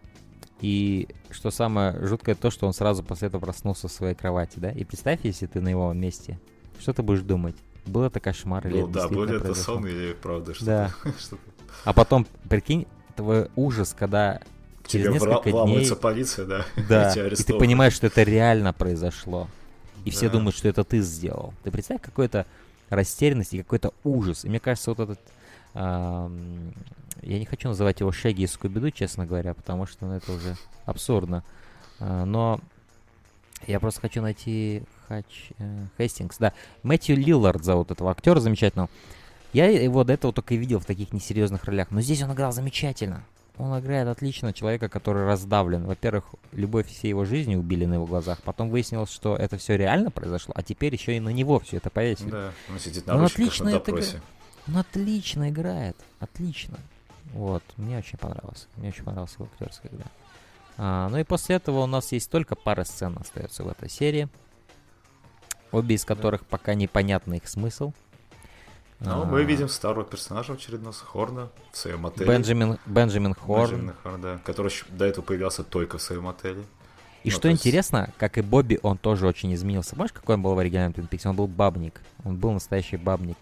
Speaker 1: И что самое жуткое, то, что он сразу после этого проснулся в своей кровати, да? И представь, если ты на его месте, что ты будешь думать? Был это кошмар или
Speaker 2: Ну
Speaker 1: это
Speaker 2: да, был
Speaker 1: действительно
Speaker 2: ли это
Speaker 1: произошло?
Speaker 2: сон или правда
Speaker 1: Да.
Speaker 2: что-то? что-то.
Speaker 1: А потом, прикинь, твой ужас, когда
Speaker 2: К
Speaker 1: через
Speaker 2: тебе
Speaker 1: несколько
Speaker 2: вра- вламывается
Speaker 1: дней...
Speaker 2: полиция, да?
Speaker 1: Да,
Speaker 2: Тебя
Speaker 1: и ты
Speaker 2: арестовывают.
Speaker 1: понимаешь, что это реально произошло. И все
Speaker 2: Да.
Speaker 1: думают, что это ты сделал. Ты представь, какой-то растерянность и какой-то ужас. И мне кажется, вот этот... ам, я не хочу называть его Шегги из Скуби-Ду, честно говоря, потому что ну, это уже абсурдно. А, но я просто хочу найти Хач... э, Хестингс. Да, Мэтью Лиллард зовут этого актера замечательного. Я его до этого только и видел в таких несерьезных ролях. Но здесь он играл замечательно. Он играет отлично человека, который раздавлен. Во-первых, любовь всей его жизни убили на его глазах. Потом выяснилось, что это все реально произошло, а теперь еще и на него все это повесили.
Speaker 2: Да, он сидит
Speaker 1: Ну,
Speaker 2: на ручках
Speaker 1: отлично
Speaker 2: на
Speaker 1: это
Speaker 2: допросе.
Speaker 1: Он отлично играет. Отлично. Вот, мне очень понравилось. Мне очень понравилась его актерская игра. А, ну и после этого у нас есть только пара сцен остается в этой серии. Обе из которых пока непонятный их смысл.
Speaker 2: Ну, мы видим старого персонажа очередного, Хорна, в своем отеле.
Speaker 1: Бенджамин, Бенджамин Хорн.
Speaker 2: Бенджамин Хорн, да, который до этого появлялся только в своем отеле.
Speaker 1: И
Speaker 2: ну,
Speaker 1: что
Speaker 2: есть...
Speaker 1: интересно, как и Бобби, он тоже очень изменился. Помнишь, какой он был в оригинальном Twin Peaks? Он был бабник. Он был настоящий бабник.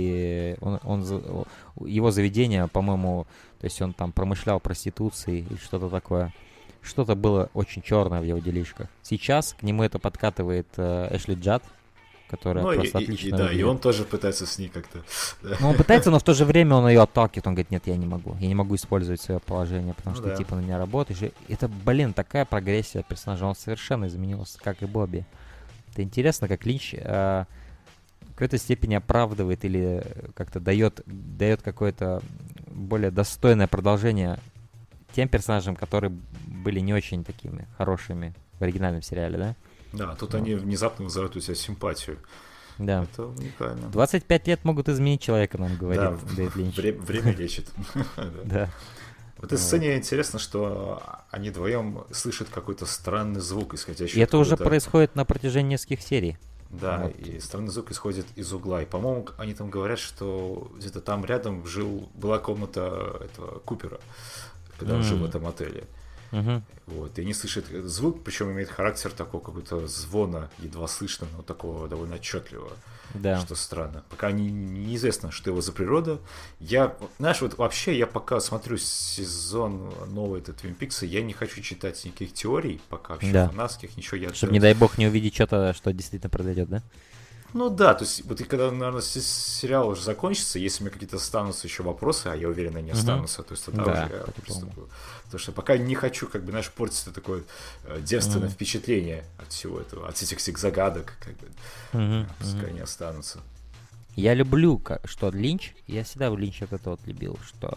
Speaker 1: И он, он, его заведение, по-моему, то есть он там промышлял проституцией или что-то такое. Что-то было очень черное в его делишках. Сейчас к нему это подкатывает э, Эшли Джад, которая ну, просто и, отлично
Speaker 2: и, и, да, и он тоже пытается с ней как-то...
Speaker 1: Ну, он пытается, но в то же время он ее отталкивает. Он говорит, нет, я не могу. Я не могу использовать свое положение, потому ну, что да. ты типа на меня работаешь. И это, блин, такая прогрессия персонажа. Он совершенно изменился, как и Бобби. Это интересно, как Линч э, в какой-то степени оправдывает или как-то дает, дает какое-то более достойное продолжение тем персонажам, которые были не очень такими хорошими в оригинальном сериале, да?
Speaker 2: Да, тут вот. Они внезапно вызывают у тебя симпатию.
Speaker 1: Да.
Speaker 2: Это уникально.
Speaker 1: двадцать пять лет могут изменить человека, нам говорит
Speaker 2: да,
Speaker 1: Дэвид Линч.
Speaker 2: Вре- время лечит.
Speaker 1: Да.
Speaker 2: В этой сцене интересно, что они вдвоем слышат какой-то странный звук, исходящий.
Speaker 1: И это уже происходит на протяжении нескольких серий.
Speaker 2: Да, и странный звук исходит из угла. И, по-моему, они там говорят, что где-то там рядом жил, была комната этого Купера, когда он жил в этом отеле.
Speaker 1: Uh-huh.
Speaker 2: Вот, и они слышат звук, причем имеет характер такого какого-то звона, едва слышно, но такого довольно отчетливого,
Speaker 1: да.
Speaker 2: Что странно. Пока не, неизвестно, что его за природа. Я, знаешь, вот вообще я пока смотрю сезон новый этот Twin Peaks, я не хочу читать никаких теорий, пока вообще да. фанатских, ничего я...
Speaker 1: Чтобы, не дай бог, не увидеть что-то, что действительно произойдет, да?
Speaker 2: Ну да, то есть, вот и когда, наверное, сериал уже закончится, если у меня какие-то останутся еще вопросы, а я уверен, они останутся, mm-hmm. то есть тогда
Speaker 1: да,
Speaker 2: уже я приступлю. Потому что пока не хочу, как бы, знаешь, портить это такое э, девственное mm-hmm. впечатление от всего этого, от этих всех загадок, как бы, mm-hmm. пускай mm-hmm. они останутся.
Speaker 1: Я люблю, что Линч, я всегда в Линче вот это вот любил, что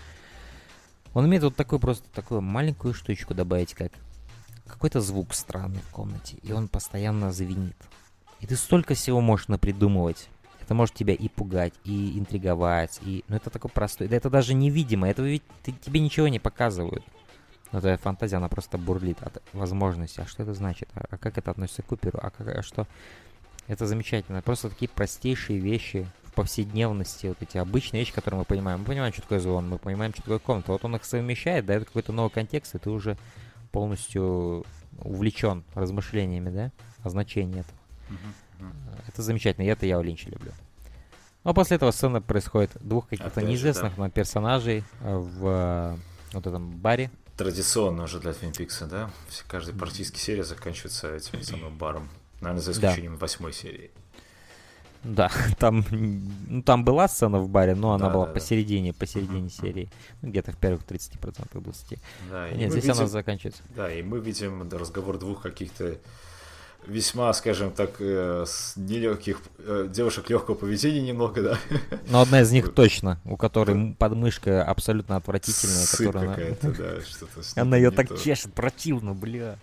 Speaker 1: он умеет вот такую просто такую маленькую штучку добавить, как какой-то звук странный в комнате, и он постоянно звенит. И ты столько всего можешь напридумывать. Это может тебя и пугать, и интриговать, и... Ну, это такой простой... Да это даже невидимо, это ведь ты, тебе ничего не показывают. Но твоя фантазия, она просто бурлит от возможностей. А что это значит? А, а как это относится к Куперу? А, как, а что... Это замечательно. Просто такие простейшие вещи в повседневности, вот эти обычные вещи, которые мы понимаем. Мы понимаем, что такое звон, мы понимаем, что такое комната. Вот он их совмещает, дает какой-то новый контекст, и ты уже полностью увлечен размышлениями, да, о значении этого. Uh-huh, uh-huh. Это замечательно, и это я у Линча люблю. Но после этого сцена происходит двух каких-то Опять неизвестных же, да. нам персонажей в вот этом баре.
Speaker 2: Традиционно уже для Twin Peaks, да? Каждая практически серия заканчивается этим самым баром. Наверное, за исключением да. восьмой серии.
Speaker 1: Да, там, ну, там была сцена в баре, но она
Speaker 2: да,
Speaker 1: была
Speaker 2: да,
Speaker 1: посередине,
Speaker 2: да.
Speaker 1: посередине uh-huh. серии. Ну, где-то в первых тридцати процентах, двадцати процентах.
Speaker 2: Да,
Speaker 1: Нет, здесь
Speaker 2: видим,
Speaker 1: она заканчивается.
Speaker 2: Да, и мы видим разговор двух каких-то весьма, скажем так, э, с нелегких э, девушек легкого поведения немного, да.
Speaker 1: Но одна из них точно, у которой подмышка абсолютно отвратительная.
Speaker 2: Сыпь
Speaker 1: которая
Speaker 2: какая-то, она... да, что-то с
Speaker 1: Она ее так то. чешет, противно, бля.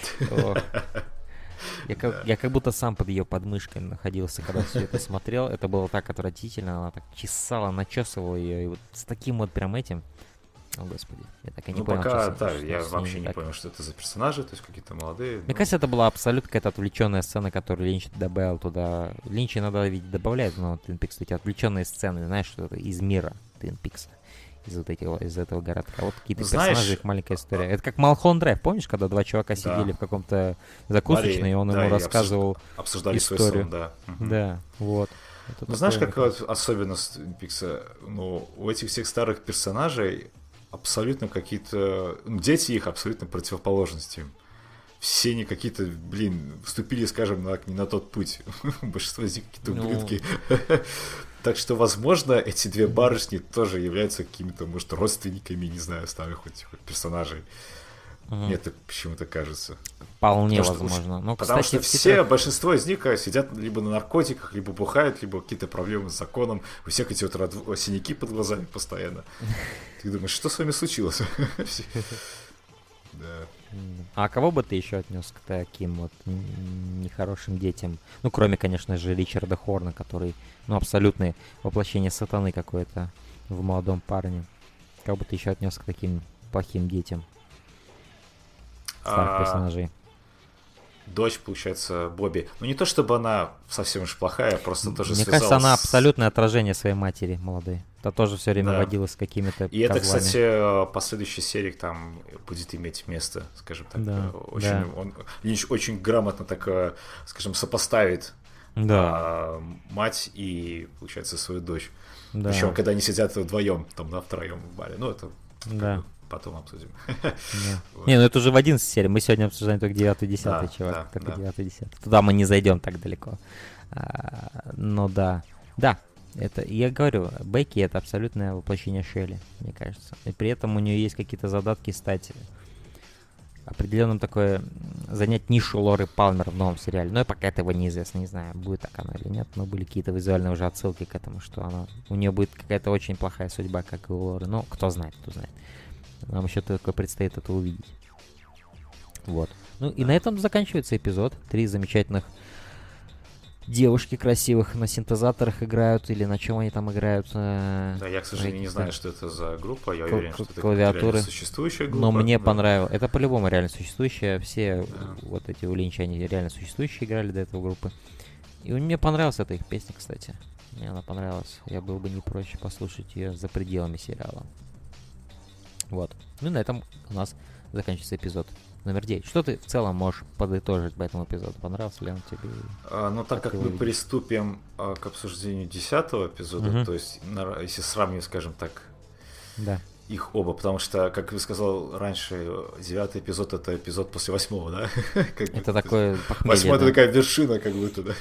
Speaker 1: Я как, да. я как будто сам под ее подмышкой находился, когда все это смотрел. Это было так отвратительно, она так чесала, начесывала ее, и вот с таким вот прям этим... О, господи, я так и не
Speaker 2: ну,
Speaker 1: понял.
Speaker 2: пока,
Speaker 1: честно,
Speaker 2: да,
Speaker 1: что
Speaker 2: я
Speaker 1: что
Speaker 2: вообще не
Speaker 1: так.
Speaker 2: понял, что это за персонажи, то есть какие-то молодые.
Speaker 1: Мне
Speaker 2: ну...
Speaker 1: кажется, это была абсолютно какая-то отвлеченная сцена, которую Линч добавил туда. Линч иногда ведь добавляет, но Twin Peaks, эти отвлеченные сцены, знаешь, что это из мира Twin Peaks, из вот этих, из этого городка. Вот какие-то
Speaker 2: Знаешь,
Speaker 1: персонажи, их маленькая история. Это как Малхолланд Драйв, помнишь, когда два чувака да. сидели в каком-то закусочной, Мария, и он да, ему рассказывал
Speaker 2: обсуждали
Speaker 1: историю.
Speaker 2: Свой сон, да.
Speaker 1: Да, вот.
Speaker 2: Ну, знаешь, как вот особенность Twin Peaks? Ну, у этих всех старых персонажей абсолютно какие-то... Дети их абсолютно противоположности. Все они какие-то, блин, вступили, скажем, на, не на тот путь. Большинство из них какие-то ублюдки. Ну... Так что, возможно, эти две барышни тоже являются какими-то, может, родственниками, не знаю, старых вот этих вот персонажей. Угу. Мне так почему-то кажется.
Speaker 1: Вполне потому возможно.
Speaker 2: Что,
Speaker 1: ну,
Speaker 2: потому
Speaker 1: кстати,
Speaker 2: что все, титрах... большинство из них сидят либо на наркотиках, либо бухают, либо какие-то проблемы с законом. У всех эти вот синяки под глазами постоянно. Ты думаешь, что с вами случилось?
Speaker 1: А кого бы ты еще отнес к таким вот нехорошим детям? Ну, кроме, конечно же, Ричарда Хорна, который, ну, абсолютное воплощение сатаны какое-то в молодом парне. Кого бы ты еще отнес к таким плохим детям? Старых персонажей.
Speaker 2: дочь, получается, Бобби. Ну, не то чтобы она совсем уж плохая, просто тоже
Speaker 1: Мне
Speaker 2: связалась...
Speaker 1: кажется, она
Speaker 2: с-
Speaker 1: абсолютное отражение своей матери молодой. Та тоже все время
Speaker 2: Да.
Speaker 1: водилась с какими-то
Speaker 2: И это,
Speaker 1: козлами.
Speaker 2: кстати, последующий серии там будет иметь место, скажем так.
Speaker 1: Да,
Speaker 2: Очень,
Speaker 1: да.
Speaker 2: Он Линч очень грамотно так, э, скажем, сопоставит
Speaker 1: Да,
Speaker 2: а, мать и, получается, свою дочь.
Speaker 1: да,
Speaker 2: Причем, когда они сидят вдвоем, там, да, втроем в баре. Ну, это как
Speaker 1: да.
Speaker 2: бы потом обсудим.
Speaker 1: да.
Speaker 2: Вот.
Speaker 1: Не, ну это уже в одиннадцатой серии. Мы сегодня обсуждаем только девятый, десятый,
Speaker 2: Да,
Speaker 1: чувак.
Speaker 2: да,
Speaker 1: только
Speaker 2: да.
Speaker 1: девятый, десятый. Туда мы не зайдем так далеко. А, но да. Да, это, я говорю, Бекки — это абсолютное воплощение Шелли, мне кажется. И при этом у нее есть какие-то задатки стать определенным такое, м, занять нишу Лоры Палмер в новом сериале. Но и пока этого неизвестно, не знаю, будет так оно или нет. Но были какие-то визуальные уже отсылки к этому, что она, у нее будет какая-то очень плохая судьба, как и у Лоры. Ну, кто знает, кто знает. Нам еще только предстоит это увидеть. Вот. Ну и на этом заканчивается эпизод. Три замечательных девушки красивых на синтезаторах играют, или на чем они там играют. э,
Speaker 2: Да, я, к сожалению, не
Speaker 1: каких-то
Speaker 2: знаю, что это за группа. Я
Speaker 1: кл-
Speaker 2: уверен,
Speaker 1: кл-
Speaker 2: что это
Speaker 1: клавиатуры.
Speaker 2: реально существующая группа.
Speaker 1: Но мне
Speaker 2: да.
Speaker 1: понравилось. Это по-любому реально существующая. Все
Speaker 2: Да.
Speaker 1: вот эти у Линча, они реально существующие играли до этого группы. И мне понравилась эта их песня, кстати. Мне она понравилась. Я был бы не прочь послушать ее за пределами сериала. Вот. Ну и на этом у нас заканчивается эпизод номер девять. Что ты в целом можешь подытожить по этому эпизоду? Понравился ли он тебе?
Speaker 2: А, ну, так
Speaker 1: Как
Speaker 2: как
Speaker 1: ты
Speaker 2: мы
Speaker 1: его видишь?
Speaker 2: приступим а, к обсуждению десятого эпизода,
Speaker 1: Мгм.
Speaker 2: то есть, на- если сравнивать, скажем так,
Speaker 1: Да.
Speaker 2: их оба, потому что, как вы сказал раньше, девятый эпизод — это эпизод после восьмого, да? Как бы,
Speaker 1: Это
Speaker 2: то
Speaker 1: такое
Speaker 2: есть
Speaker 1: похмелье.
Speaker 2: Восьмой — это
Speaker 1: да.
Speaker 2: такая вершина, как будто, да?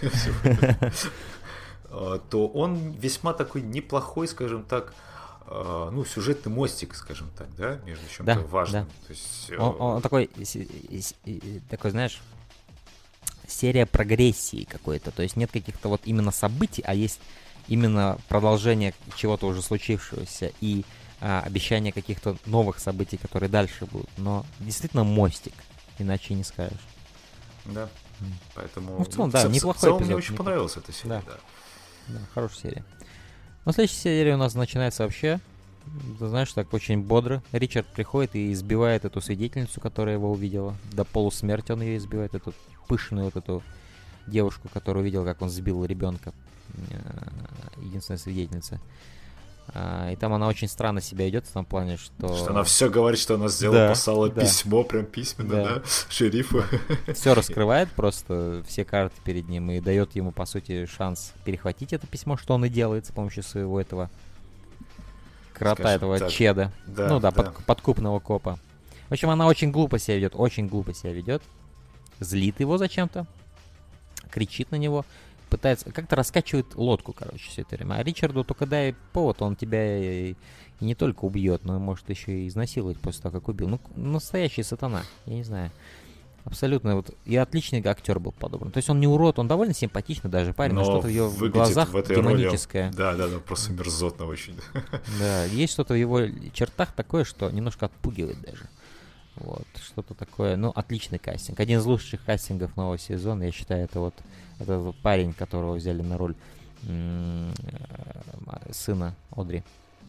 Speaker 2: А, то он весьма такой неплохой, скажем так, а, ну, сюжетный мостик, скажем так, да, между чем-то
Speaker 1: Да,
Speaker 2: важным.
Speaker 1: да.
Speaker 2: То есть,
Speaker 1: Он,
Speaker 2: э,
Speaker 1: он такой, си- си- и- такой, знаешь, серия прогрессии какой-то. То есть нет каких-то вот именно событий, а есть именно продолжение чего-то уже случившегося и а, обещание каких-то новых событий, которые дальше будут. Но действительно мостик, иначе не скажешь.
Speaker 2: Да,
Speaker 1: М.
Speaker 2: поэтому...
Speaker 1: Ну, в целом,
Speaker 2: ну,
Speaker 1: да,
Speaker 2: ц-
Speaker 1: неплохой
Speaker 2: В целом мне
Speaker 1: эпизод,
Speaker 2: очень
Speaker 1: неплохой.
Speaker 2: понравилась эта серия,
Speaker 1: Да.
Speaker 2: да.
Speaker 1: Да, хорошая серия. Ну, следующая серия у нас начинается вообще, ты знаешь, так очень бодро. Ричард приходит и избивает эту свидетельницу, которая его увидела. До полусмерти он ее избивает, эту пышную вот эту девушку, которая увидела, как он сбил ребенка. Э, Единственная свидетельница. А, И там она очень странно себя идет в том плане, что...
Speaker 2: Что она все говорит, что она сделала,
Speaker 1: Да,
Speaker 2: послала
Speaker 1: да.
Speaker 2: письмо, прям письменно,
Speaker 1: Да.
Speaker 2: да, шерифу.
Speaker 1: все раскрывает просто, все карты перед ним, и дает ему, по сути, шанс перехватить это письмо, что он и делает с помощью своего этого крота,
Speaker 2: Скажем
Speaker 1: этого
Speaker 2: так,
Speaker 1: чеда.
Speaker 2: Да,
Speaker 1: ну да,
Speaker 2: да.
Speaker 1: под- подкупного копа. В общем, она очень глупо себя ведет, очень глупо себя ведет. Злит его зачем-то, кричит на него, пытается, как-то раскачивает лодку, короче, все это время. А Ричарду только дай повод, он тебя и, и не только убьет, но и может еще и изнасиловать после того, как убил. Ну, настоящий сатана, я не знаю. Абсолютно, вот, и отличный актер был подобран. То есть он не урод, он довольно симпатичный даже парень, но,
Speaker 2: Но
Speaker 1: что-то в ее
Speaker 2: выглядит
Speaker 1: глазах
Speaker 2: в этой роли,
Speaker 1: демоническое.
Speaker 2: Да, да, да, просто мерзотно очень.
Speaker 1: Да, есть что-то в его чертах такое, что немножко отпугивает даже. Вот, что-то такое, ну, отличный кастинг. Один из лучших кастингов нового сезона, я считаю, это вот этот вот парень, которого взяли на роль м, э, сына Одри.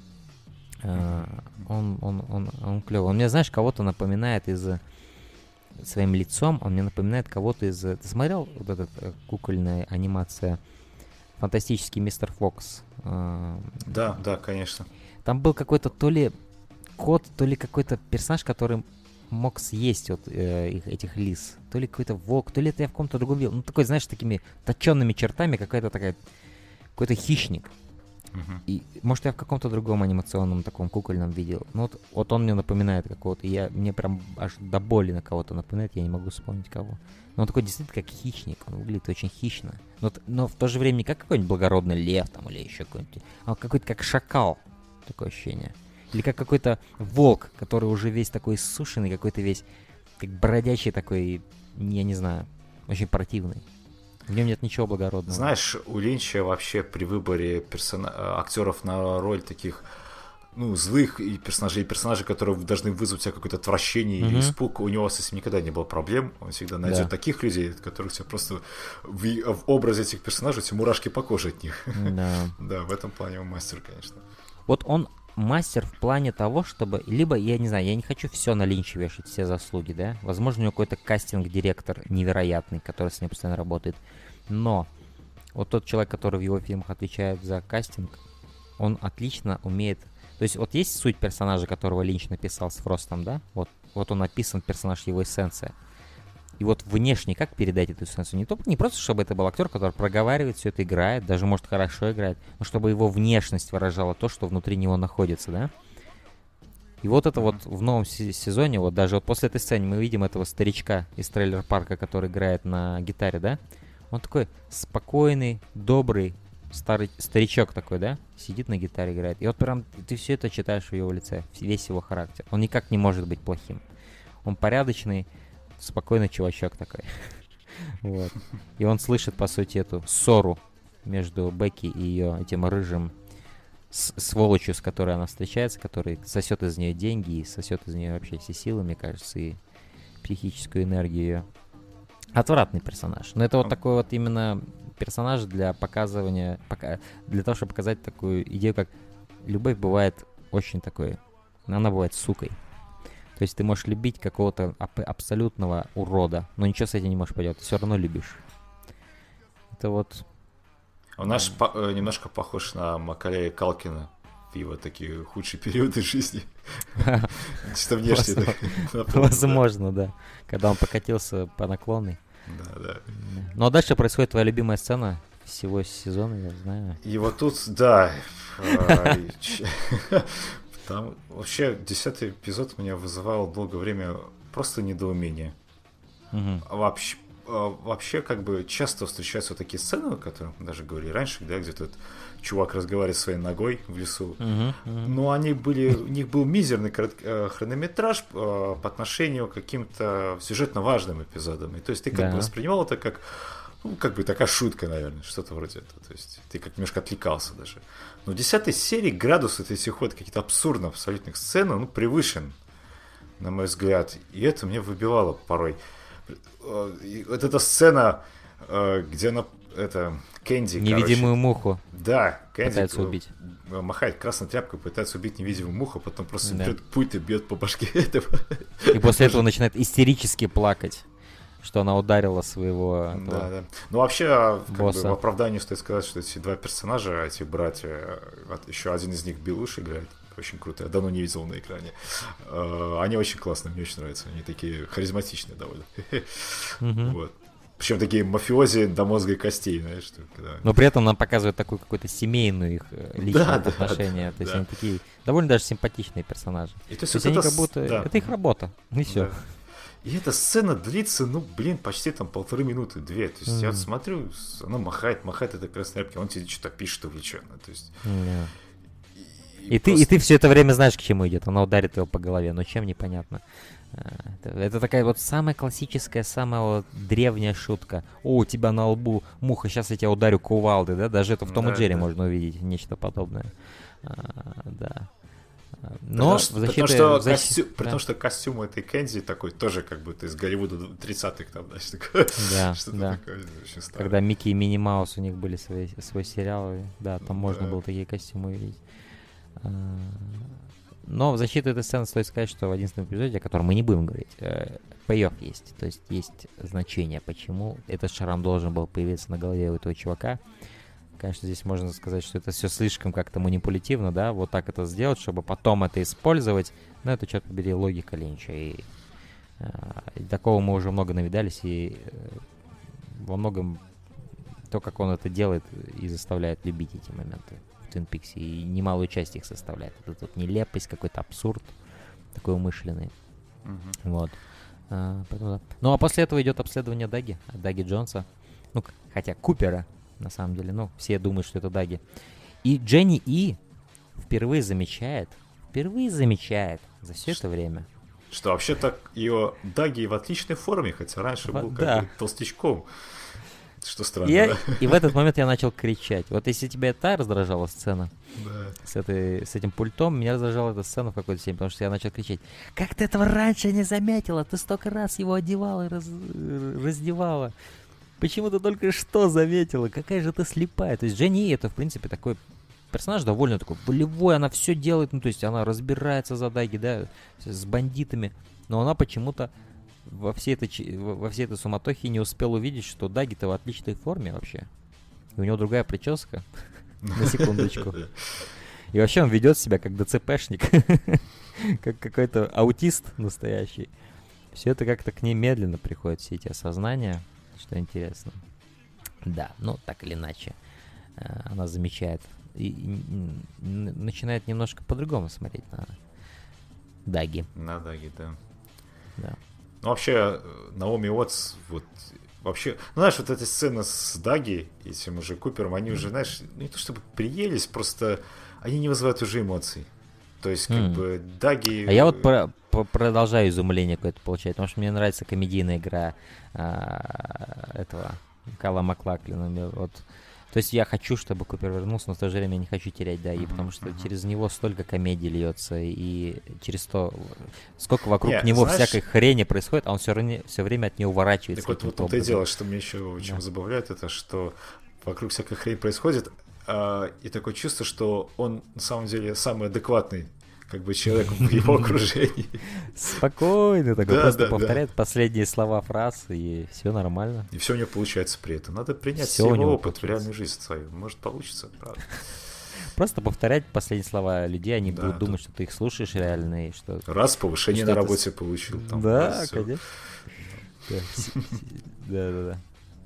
Speaker 1: Э, Он, он, он, он клевый. Он мне, знаешь, кого-то напоминает из своим лицом, он мне напоминает кого-то из... Ты смотрел вот эта э, кукольная анимация «Фантастический мистер Фокс»? Э,
Speaker 2: Да, да, конечно.
Speaker 1: Там был какой-то то ли кот, то ли какой-то персонаж, который мог съесть вот э, их, этих лис. То ли какой-то волк, то ли это я в каком-то другом видел. Ну, такой, знаешь, с такими точенными чертами, какая-то такая... Какой-то хищник.
Speaker 2: Мгм.
Speaker 1: И, может, я в каком-то другом анимационном таком кукольном видел. Ну, вот, вот он мне напоминает какого-то. И я, мне прям аж до боли на кого-то напоминает, я не могу вспомнить кого. Но он такой действительно как хищник, он выглядит очень хищно. Но, т- но в то же время не как какой-нибудь благородный лев там или еще какой-нибудь, а какой-то как шакал. Такое ощущение. Или как какой-то волк, который уже весь такой иссушенный, какой-то весь как бродячий такой, я не знаю, очень противный. В нем нет ничего благородного.
Speaker 2: Знаешь, у Линча вообще при выборе персона... актеров на роль таких, ну, злых и персонажей, и персонажей, которые должны вызвать у тебя какое-то отвращение
Speaker 1: Мгм.
Speaker 2: или испуг, у него с этим никогда не было проблем. Он всегда найдет
Speaker 1: Да.
Speaker 2: таких людей, которых тебе просто в, в образе этих персонажей, эти мурашки по коже от них.
Speaker 1: Да.
Speaker 2: Да, в этом плане он мастер, конечно.
Speaker 1: Вот он мастер в плане того, чтобы... Либо, я не знаю, я не хочу все на Линча вешать, все заслуги, да? Возможно, у него какой-то кастинг-директор невероятный, который с ним постоянно работает. Но вот тот человек, который в его фильмах отвечает за кастинг, он отлично умеет... То есть вот есть суть персонажа, которого Линч написал с Фростом, да? Вот, вот он написан, персонаж, его эссенция. И вот внешне как передать эту эссенцию? Не, то, не просто, чтобы это был актер, который проговаривает, все это играет, даже, может, хорошо играет, но чтобы его внешность выражала то, что внутри него находится, да? И вот это вот в новом сезоне, вот даже вот после этой сцены мы видим этого старичка из трейлер-парка, который играет на гитаре, да? Он такой спокойный, добрый, старый старичок такой, да? Сидит на гитаре, играет. И вот прям ты все это читаешь в его лице, весь его характер. Он никак не может быть плохим. Он порядочный, спокойный чувачок такой. Вот. И он слышит, по сути, эту ссору между Бекки и ее этим рыжим с- сволочью, с которой она встречается, который сосет из нее деньги и сосет из нее вообще все силы, мне кажется, и психическую энергию ее. Отвратный персонаж. Но это вот такой вот именно персонаж для показывания, пока, для того, чтобы показать такую идею, как любовь бывает очень такой, она бывает сукой. То есть ты можешь любить какого-то ап- абсолютного урода, но ничего с этим не можешь поделать, ты все равно любишь. Это вот...
Speaker 2: Он наш по- немножко похож на Макалея Калкина в его такие худшие периоды жизни. Чисто внешне.
Speaker 1: Возможно, да. Когда он покатился по наклонной.
Speaker 2: Да, да.
Speaker 1: Ну а дальше происходит твоя любимая сцена всего сезона, я знаю.
Speaker 2: И вот тут, да... Там вообще десятый эпизод меня вызывал долгое время просто недоумение.
Speaker 1: Угу.
Speaker 2: Вообще, вообще, как бы часто встречаются вот такие сцены, о которых мы даже говорили раньше, да, где тут чувак разговаривает своей ногой в лесу.
Speaker 1: Угу, угу.
Speaker 2: Но они были, у них был мизерный хронометраж по отношению к каким-то сюжетно важным эпизодам. И то есть ты как
Speaker 1: да.
Speaker 2: бы воспринимал это как, ну, как бы такая шутка, наверное, что-то вроде этого. То есть ты как немножко отвлекался даже. Но в десятой серии градус этой всех каких-то абсурдно абсолютных сцен, ну, превышен, на мой взгляд. И это мне выбивало порой. И вот эта сцена, где она, это, Кэнди,
Speaker 1: невидимую
Speaker 2: короче,
Speaker 1: муху.
Speaker 2: Да, Кэнди
Speaker 1: пытается убить.
Speaker 2: Махает красной тряпкой, пытается убить невидимую муху, потом просто
Speaker 1: да.
Speaker 2: берет пульт и бьет по башке этого.
Speaker 1: И после этого начинает истерически плакать, что она ударила своего...
Speaker 2: Да, да. Ну, вообще, как бы,
Speaker 1: босса.
Speaker 2: в оправдании стоит сказать, что эти два персонажа, эти братья, еще один из них Белуш играет, очень круто, я давно не видел на экране. Они очень классные, мне очень нравятся, они такие харизматичные довольно. Вот. Причем такие мафиози до мозга и костей, знаешь. Что, когда...
Speaker 1: Но при этом нам показывают такую какую-то семейную их личные
Speaker 2: да,
Speaker 1: отношения.
Speaker 2: Да,
Speaker 1: то есть
Speaker 2: да.
Speaker 1: они такие довольно даже симпатичные персонажи.
Speaker 2: И, то
Speaker 1: то
Speaker 2: есть,
Speaker 1: есть
Speaker 2: вот
Speaker 1: они
Speaker 2: это...
Speaker 1: как будто...
Speaker 2: Да.
Speaker 1: Это их работа, и все.
Speaker 2: Да. И эта сцена длится, ну, блин, почти там полторы минуты, две. То есть mm-hmm. я вот смотрю, она махает, махает этой красной тряпкой, он тебе что-то пишет увлеченно. То есть...
Speaker 1: Yeah.
Speaker 2: И, и,
Speaker 1: и,
Speaker 2: просто...
Speaker 1: ты, и ты все это время знаешь, к чему идет. Она ударит его по голове, но чем непонятно. Это, это такая вот самая классическая, самая вот древняя шутка. О, у тебя на лбу муха, сейчас я тебя ударю кувалдой, да? Даже это в Том и Джерри да. можно увидеть, нечто подобное. А, да. Но
Speaker 2: потому, что,
Speaker 1: защиты,
Speaker 2: потому, что
Speaker 1: защ...
Speaker 2: костюм,
Speaker 1: да.
Speaker 2: потому что костюм этой Кэнди такой тоже как будто из Голливуда тридцатых там, знаешь, такое.
Speaker 1: Да,
Speaker 2: что-то
Speaker 1: да.
Speaker 2: такое очень старое.
Speaker 1: Когда Микки и Мини Маус у них были свои, свой сериал, да, там можно
Speaker 2: да.
Speaker 1: было такие костюмы увидеть. Но в защиту этой сцены стоит сказать, что в одиннадцатом эпизоде, о котором мы не будем говорить, пей-офф есть. То есть есть значение, почему этот шрам должен был появиться на голове у этого чувака. Конечно, здесь можно сказать, что это все слишком как-то манипулятивно, да, вот так это сделать, чтобы потом это использовать. Но это, черт побери, логика Линча. И, и такого мы уже много навидались, и во многом то, как он это делает, и заставляет любить эти моменты в Твин Пиксе, и немалую часть их составляет. Это тут нелепость, какой-то абсурд такой умышленный. Mm-hmm. Вот. А, поэтому, да. Ну, а после этого идет обследование Даги, Даги Джонса. Ну, хотя Купера, на самом деле, ну, все думают, что это Даги. И Дженни И впервые замечает, впервые замечает за все это время.
Speaker 2: Что вообще-то ее Даги в отличной форме, хотя раньше был как
Speaker 1: да.
Speaker 2: бы толстячком. Что странно,
Speaker 1: и, я,
Speaker 2: да?
Speaker 1: И в этот момент я начал кричать. Вот если тебя та раздражала сцена
Speaker 2: да.
Speaker 1: с, этой, с этим пультом, меня раздражала эта сцена в какой-то степени, потому что я начал кричать: как ты этого раньше не заметила? Ты столько раз его одевала и раз, раздевала. Почему ты только что заметила? Какая же ты слепая? То есть Дженни это, в принципе, такой персонаж довольно такой волевой, она все делает, ну, то есть она разбирается за Даги, да, с бандитами, но она почему-то во всей этой, во всей этой суматохе не успел увидеть, что Даги-то в отличной форме вообще. И у него другая прическа, на секундочку. И вообще он ведет себя как ДЦПшник, как какой-то аутист настоящий. Все это как-то к ней медленно приходит, все эти осознания, что интересно. Да, ну так или иначе, она замечает и, и, и начинает немножко по-другому смотреть на Даги.
Speaker 2: На Даги, да.
Speaker 1: Да.
Speaker 2: Ну, вообще, Наоми Уотс, вот, вообще, ну, знаешь, вот эта сцена с Даги и тем уже Купером, они уже, знаешь, не то чтобы приелись, просто они не вызывают уже эмоций. То есть, как mm. бы, Даги...
Speaker 1: А я вот про- по- продолжаю изумление какое-то получать, потому что мне нравится комедийная игра а- этого Кала Маклаклина. Вот. То есть я хочу, чтобы Купер вернулся, но в то же время я не хочу терять Даги, mm-hmm. потому что mm-hmm. через него столько комедий льется, и через то, сколько вокруг yeah, него знаешь... всякой хрени происходит, а он все время, все время от нее уворачивается.
Speaker 2: Так вот, вот то и дело, что мне еще очень yeah. забавляет, это что вокруг всякой хрени происходит, а, и такое чувство, что он на самом деле самый адекватный как бы человек в его окружении.
Speaker 1: Спокойно такой, да, просто да, повторяет да. последние слова фраз, и все нормально.
Speaker 2: И все у него получается при этом. Надо принять все его опыт получается. В реальную жизнь свою. Может, получится, правда.
Speaker 1: Просто повторять последние слова людей, они да, будут да. думать, что ты их слушаешь реально. И что...
Speaker 2: Раз повышение на работе получил. Там,
Speaker 1: да, конечно. Да-да-да.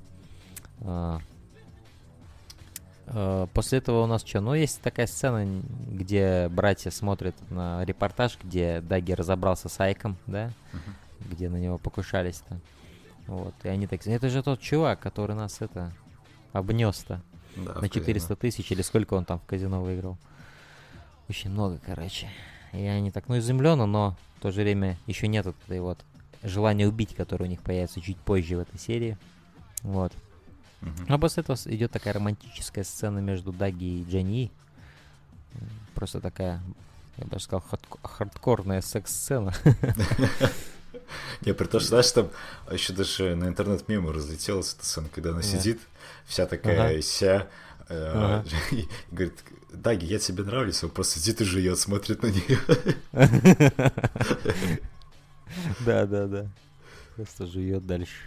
Speaker 1: После этого у нас что? Ну, есть такая сцена, где братья смотрят на репортаж, где Даги разобрался с Айком, да? Uh-huh. Где на него покушались-то. Вот. И они так... Это же тот чувак, который нас это... обнес-то. Да, на четыреста тысяч, или сколько он там в казино выиграл. Очень много, короче. И они так, ну, изумлены, но в то же время еще нет вот этой вот желания убить, которое у них появится чуть позже в этой серии. Вот. Uh-huh. А после этого идет такая романтическая сцена между Даги и Дженни. Просто такая, я бы даже сказал, хардкорная секс-сцена.
Speaker 2: Не, при том, что, знаешь, там еще даже на интернет-мемы разлетелась эта сцена, когда она сидит, вся такая вся, и говорит: Даги, я тебе нравлюсь, он просто сидит и жует, смотрит на нее.
Speaker 1: Да, да, да. Просто жует дальше.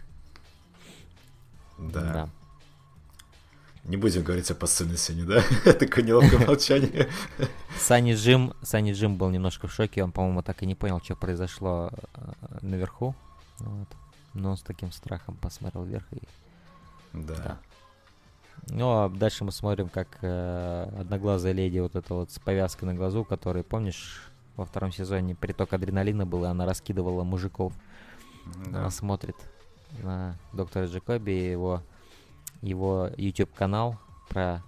Speaker 2: Да. Не будем говорить о пацане сегодня, да? Такое неловкое молчание.
Speaker 1: Санни Джим, Санни Джим был немножко в шоке, он, по-моему, так и не понял, что произошло наверху. Вот. Но он с таким страхом посмотрел вверх. И...
Speaker 2: Да. да.
Speaker 1: Ну, а дальше мы смотрим, как э, одноглазая леди, вот эта вот с повязкой на глазу, которой, помнишь, во втором сезоне приток адреналина был, и она раскидывала мужиков. Да. Она смотрит на доктора Джекоби и его... его YouTube-канал про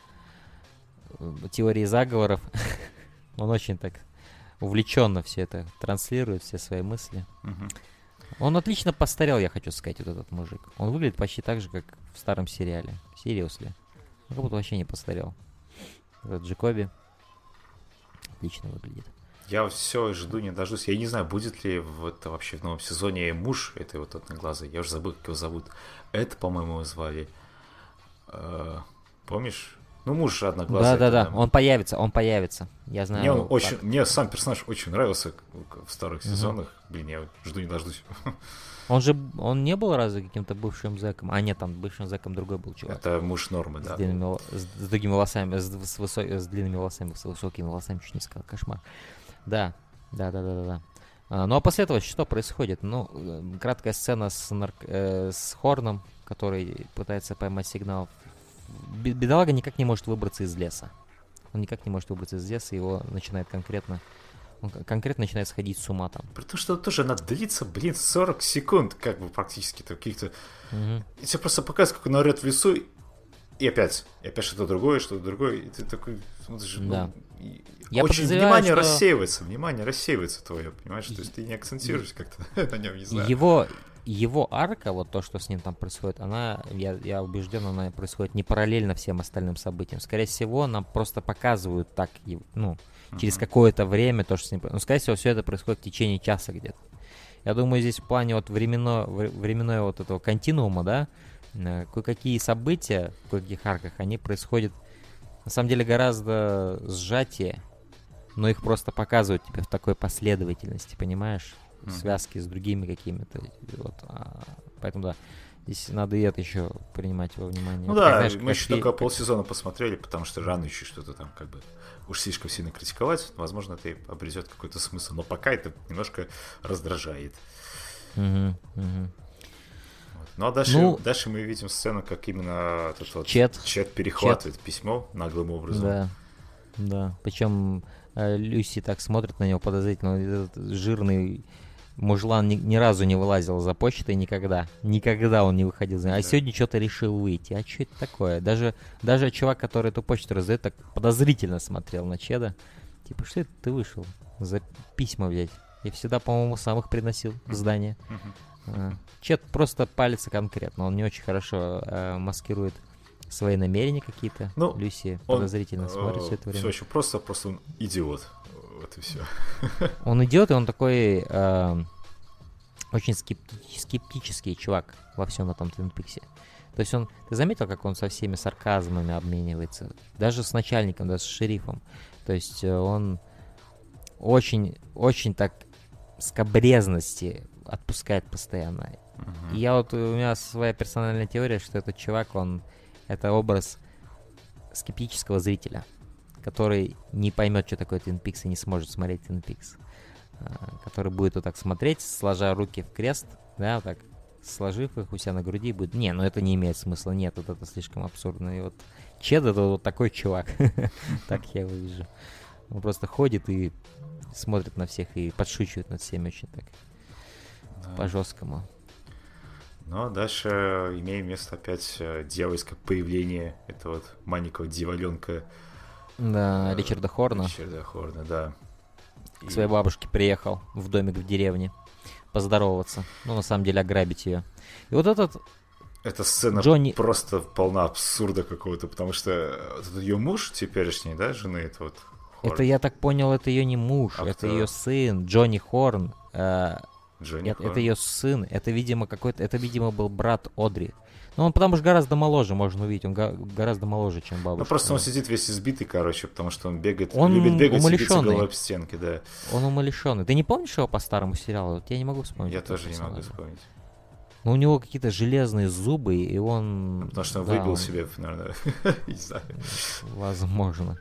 Speaker 1: теории заговоров. Он очень так увлеченно все это транслирует, все свои мысли. Uh-huh. Он отлично постарел, я хочу сказать, вот этот мужик. Он выглядит почти так же, как в старом сериале. Seriously. Он как будто вообще не постарел. Этот Джекоби отлично выглядит.
Speaker 2: Я все жду, не дождусь. Я не знаю, будет ли в, это вообще в новом сезоне муж этой вот одноглазой. Я уже забыл, как его зовут. Это, по-моему, его звали. Uh, помнишь? Ну, муж же одноглазый.
Speaker 1: Да-да-да,
Speaker 2: там...
Speaker 1: он появится, он появится. Я знаю.
Speaker 2: Мне, он очень, мне сам персонаж очень нравился в старых uh-huh. сезонах. Блин, я жду, не дождусь.
Speaker 1: Он же, он не был разве каким-то бывшим зэком? А нет, там бывшим зэком другой был чувак.
Speaker 2: Это муж Нормы, да.
Speaker 1: С длинными, с, с другими волосами, с, с, высо, с длинными волосами, с высокими волосами, чуть не сказал, кошмар. Да, да-да-да-да. А, ну, а после этого что происходит? Ну, краткая сцена с, нарк... э, с Хорном, который пытается поймать сигнал. Бедолага никак не может выбраться из леса. Он никак не может выбраться из леса, его начинает конкретно... Он конкретно начинает сходить с ума там.
Speaker 2: Потому что тоже она длится, блин, сорок секунд, как бы практически каких-то. Угу. И тебе просто показывают, как он орет в лесу, и опять, и опять что-то другое, что-то другое, и ты такой смотришь,
Speaker 1: да.
Speaker 2: ну,
Speaker 1: Я
Speaker 2: очень внимание
Speaker 1: что...
Speaker 2: рассеивается, внимание рассеивается твое, понимаешь, то есть ты не акцентируешься как-то на нем, не знаю.
Speaker 1: Его, его арка, вот то, что с ним там происходит, она, я, я убежден, она происходит не параллельно всем остальным событиям. Скорее всего, нам просто показывают так, ну, через uh-huh. какое-то время то, что с ним... Ну, скорее всего, все это происходит в течение часа где-то. Я думаю, здесь в плане вот временно, временной вот этого континуума, да, кое-какие события в кое-каких арках, они происходят на самом деле гораздо сжатие, но их просто показывают тебе в такой последовательности, понимаешь? В связке с другими какими-то. Вот, а, поэтому да, здесь надо и это еще принимать во внимание.
Speaker 2: Ну
Speaker 1: это,
Speaker 2: да,
Speaker 1: знаешь,
Speaker 2: мы еще
Speaker 1: фи-
Speaker 2: только полсезона посмотрели, потому что рано еще что-то там как бы уж слишком сильно критиковать. Возможно, это и обретет какой-то смысл, но пока это немножко раздражает.
Speaker 1: Угу, угу.
Speaker 2: Ну а дальше,
Speaker 1: Ну,
Speaker 2: дальше мы видим сцену, как именно этот вот
Speaker 1: Чет.
Speaker 2: Чет перехватывает Чет. письмо наглым образом.
Speaker 1: Да, да. Причем э, Люси так смотрит на него подозрительно. Этот жирный мужлан ни, ни разу не вылазил за почтой никогда. Никогда он не выходил за ней. А
Speaker 2: Да.
Speaker 1: сегодня что-то решил выйти. А что это такое? Даже, даже чувак, который эту почту раздает, так подозрительно смотрел на Чеда. Типа, что это ты вышел? За письма взять. Я всегда, по-моему, сам их приносил в здание. А, Чет просто палится конкретно. Он не очень хорошо э, маскирует свои намерения какие-то.
Speaker 2: Ну,
Speaker 1: Люси
Speaker 2: он,
Speaker 1: подозрительно
Speaker 2: э,
Speaker 1: смотрит все это время.
Speaker 2: Все очень просто, просто он идиот. Вот и все.
Speaker 1: Он идет, и он такой э, очень скепти- скептический чувак во всем этом Твин Пиксе. То есть он, ты заметил, как он со всеми сарказмами обменивается? Даже с начальником, даже с шерифом. То есть э, он очень, очень так скабрезности отпускает постоянно.
Speaker 2: Мгм.
Speaker 1: И я вот, у меня своя персональная теория, что этот чувак, он, это образ скептического зрителя, который не поймет, что такое Twin Peaks, и не сможет смотреть Twin Peaks. А, который будет вот так смотреть, сложа руки в крест, да, вот так, сложив их у себя на груди, будет, не, ну это не имеет смысла, нет, вот это слишком абсурдно. И вот Чед это вот такой чувак, так я его вижу. Он просто ходит и смотрит на всех и подшучивает над всеми очень так,
Speaker 2: Да.
Speaker 1: по-жесткому.
Speaker 2: Ну, а дальше имеем место опять э, дьявольское появление этого вот маленького дьяволенка
Speaker 1: Да,
Speaker 2: э,
Speaker 1: Ричарда Хорна
Speaker 2: Ричарда Хорна, да.
Speaker 1: к
Speaker 2: И-
Speaker 1: своей бабушке приехал в домик в деревне поздороваться. Ну, на самом деле, ограбить ее. И вот этот
Speaker 2: Эта сцена
Speaker 1: Джонни...
Speaker 2: просто полна абсурда какого-то, потому что вот этот ее муж теперешний, да, жены, это вот Хорн,
Speaker 1: Это, я так понял, это ее не муж,
Speaker 2: А
Speaker 1: это
Speaker 2: кто?
Speaker 1: ее сын, Джонни Хорн. э,
Speaker 2: Джонни
Speaker 1: это,
Speaker 2: Хорн.
Speaker 1: это ее сын, это, видимо, какой-то, это, видимо, был брат Одри. Ну, он потому что гораздо моложе, можно увидеть, он га- гораздо моложе, чем бабушка.
Speaker 2: Ну, просто он сидит весь избитый, короче, потому что он бегает,
Speaker 1: Он
Speaker 2: любит бегать и биться
Speaker 1: умалишенный.
Speaker 2: головой об стенки, да.
Speaker 1: Он умалишенный. Ты не помнишь его по старому сериалу? Вот я не могу вспомнить.
Speaker 2: Я
Speaker 1: этого
Speaker 2: тоже не могу
Speaker 1: персонажа.
Speaker 2: вспомнить.
Speaker 1: Ну, у него какие-то железные зубы, и он...
Speaker 2: Потому что он
Speaker 1: да,
Speaker 2: выбил
Speaker 1: он-
Speaker 2: себе, наверное, не знаю.
Speaker 1: Возможно.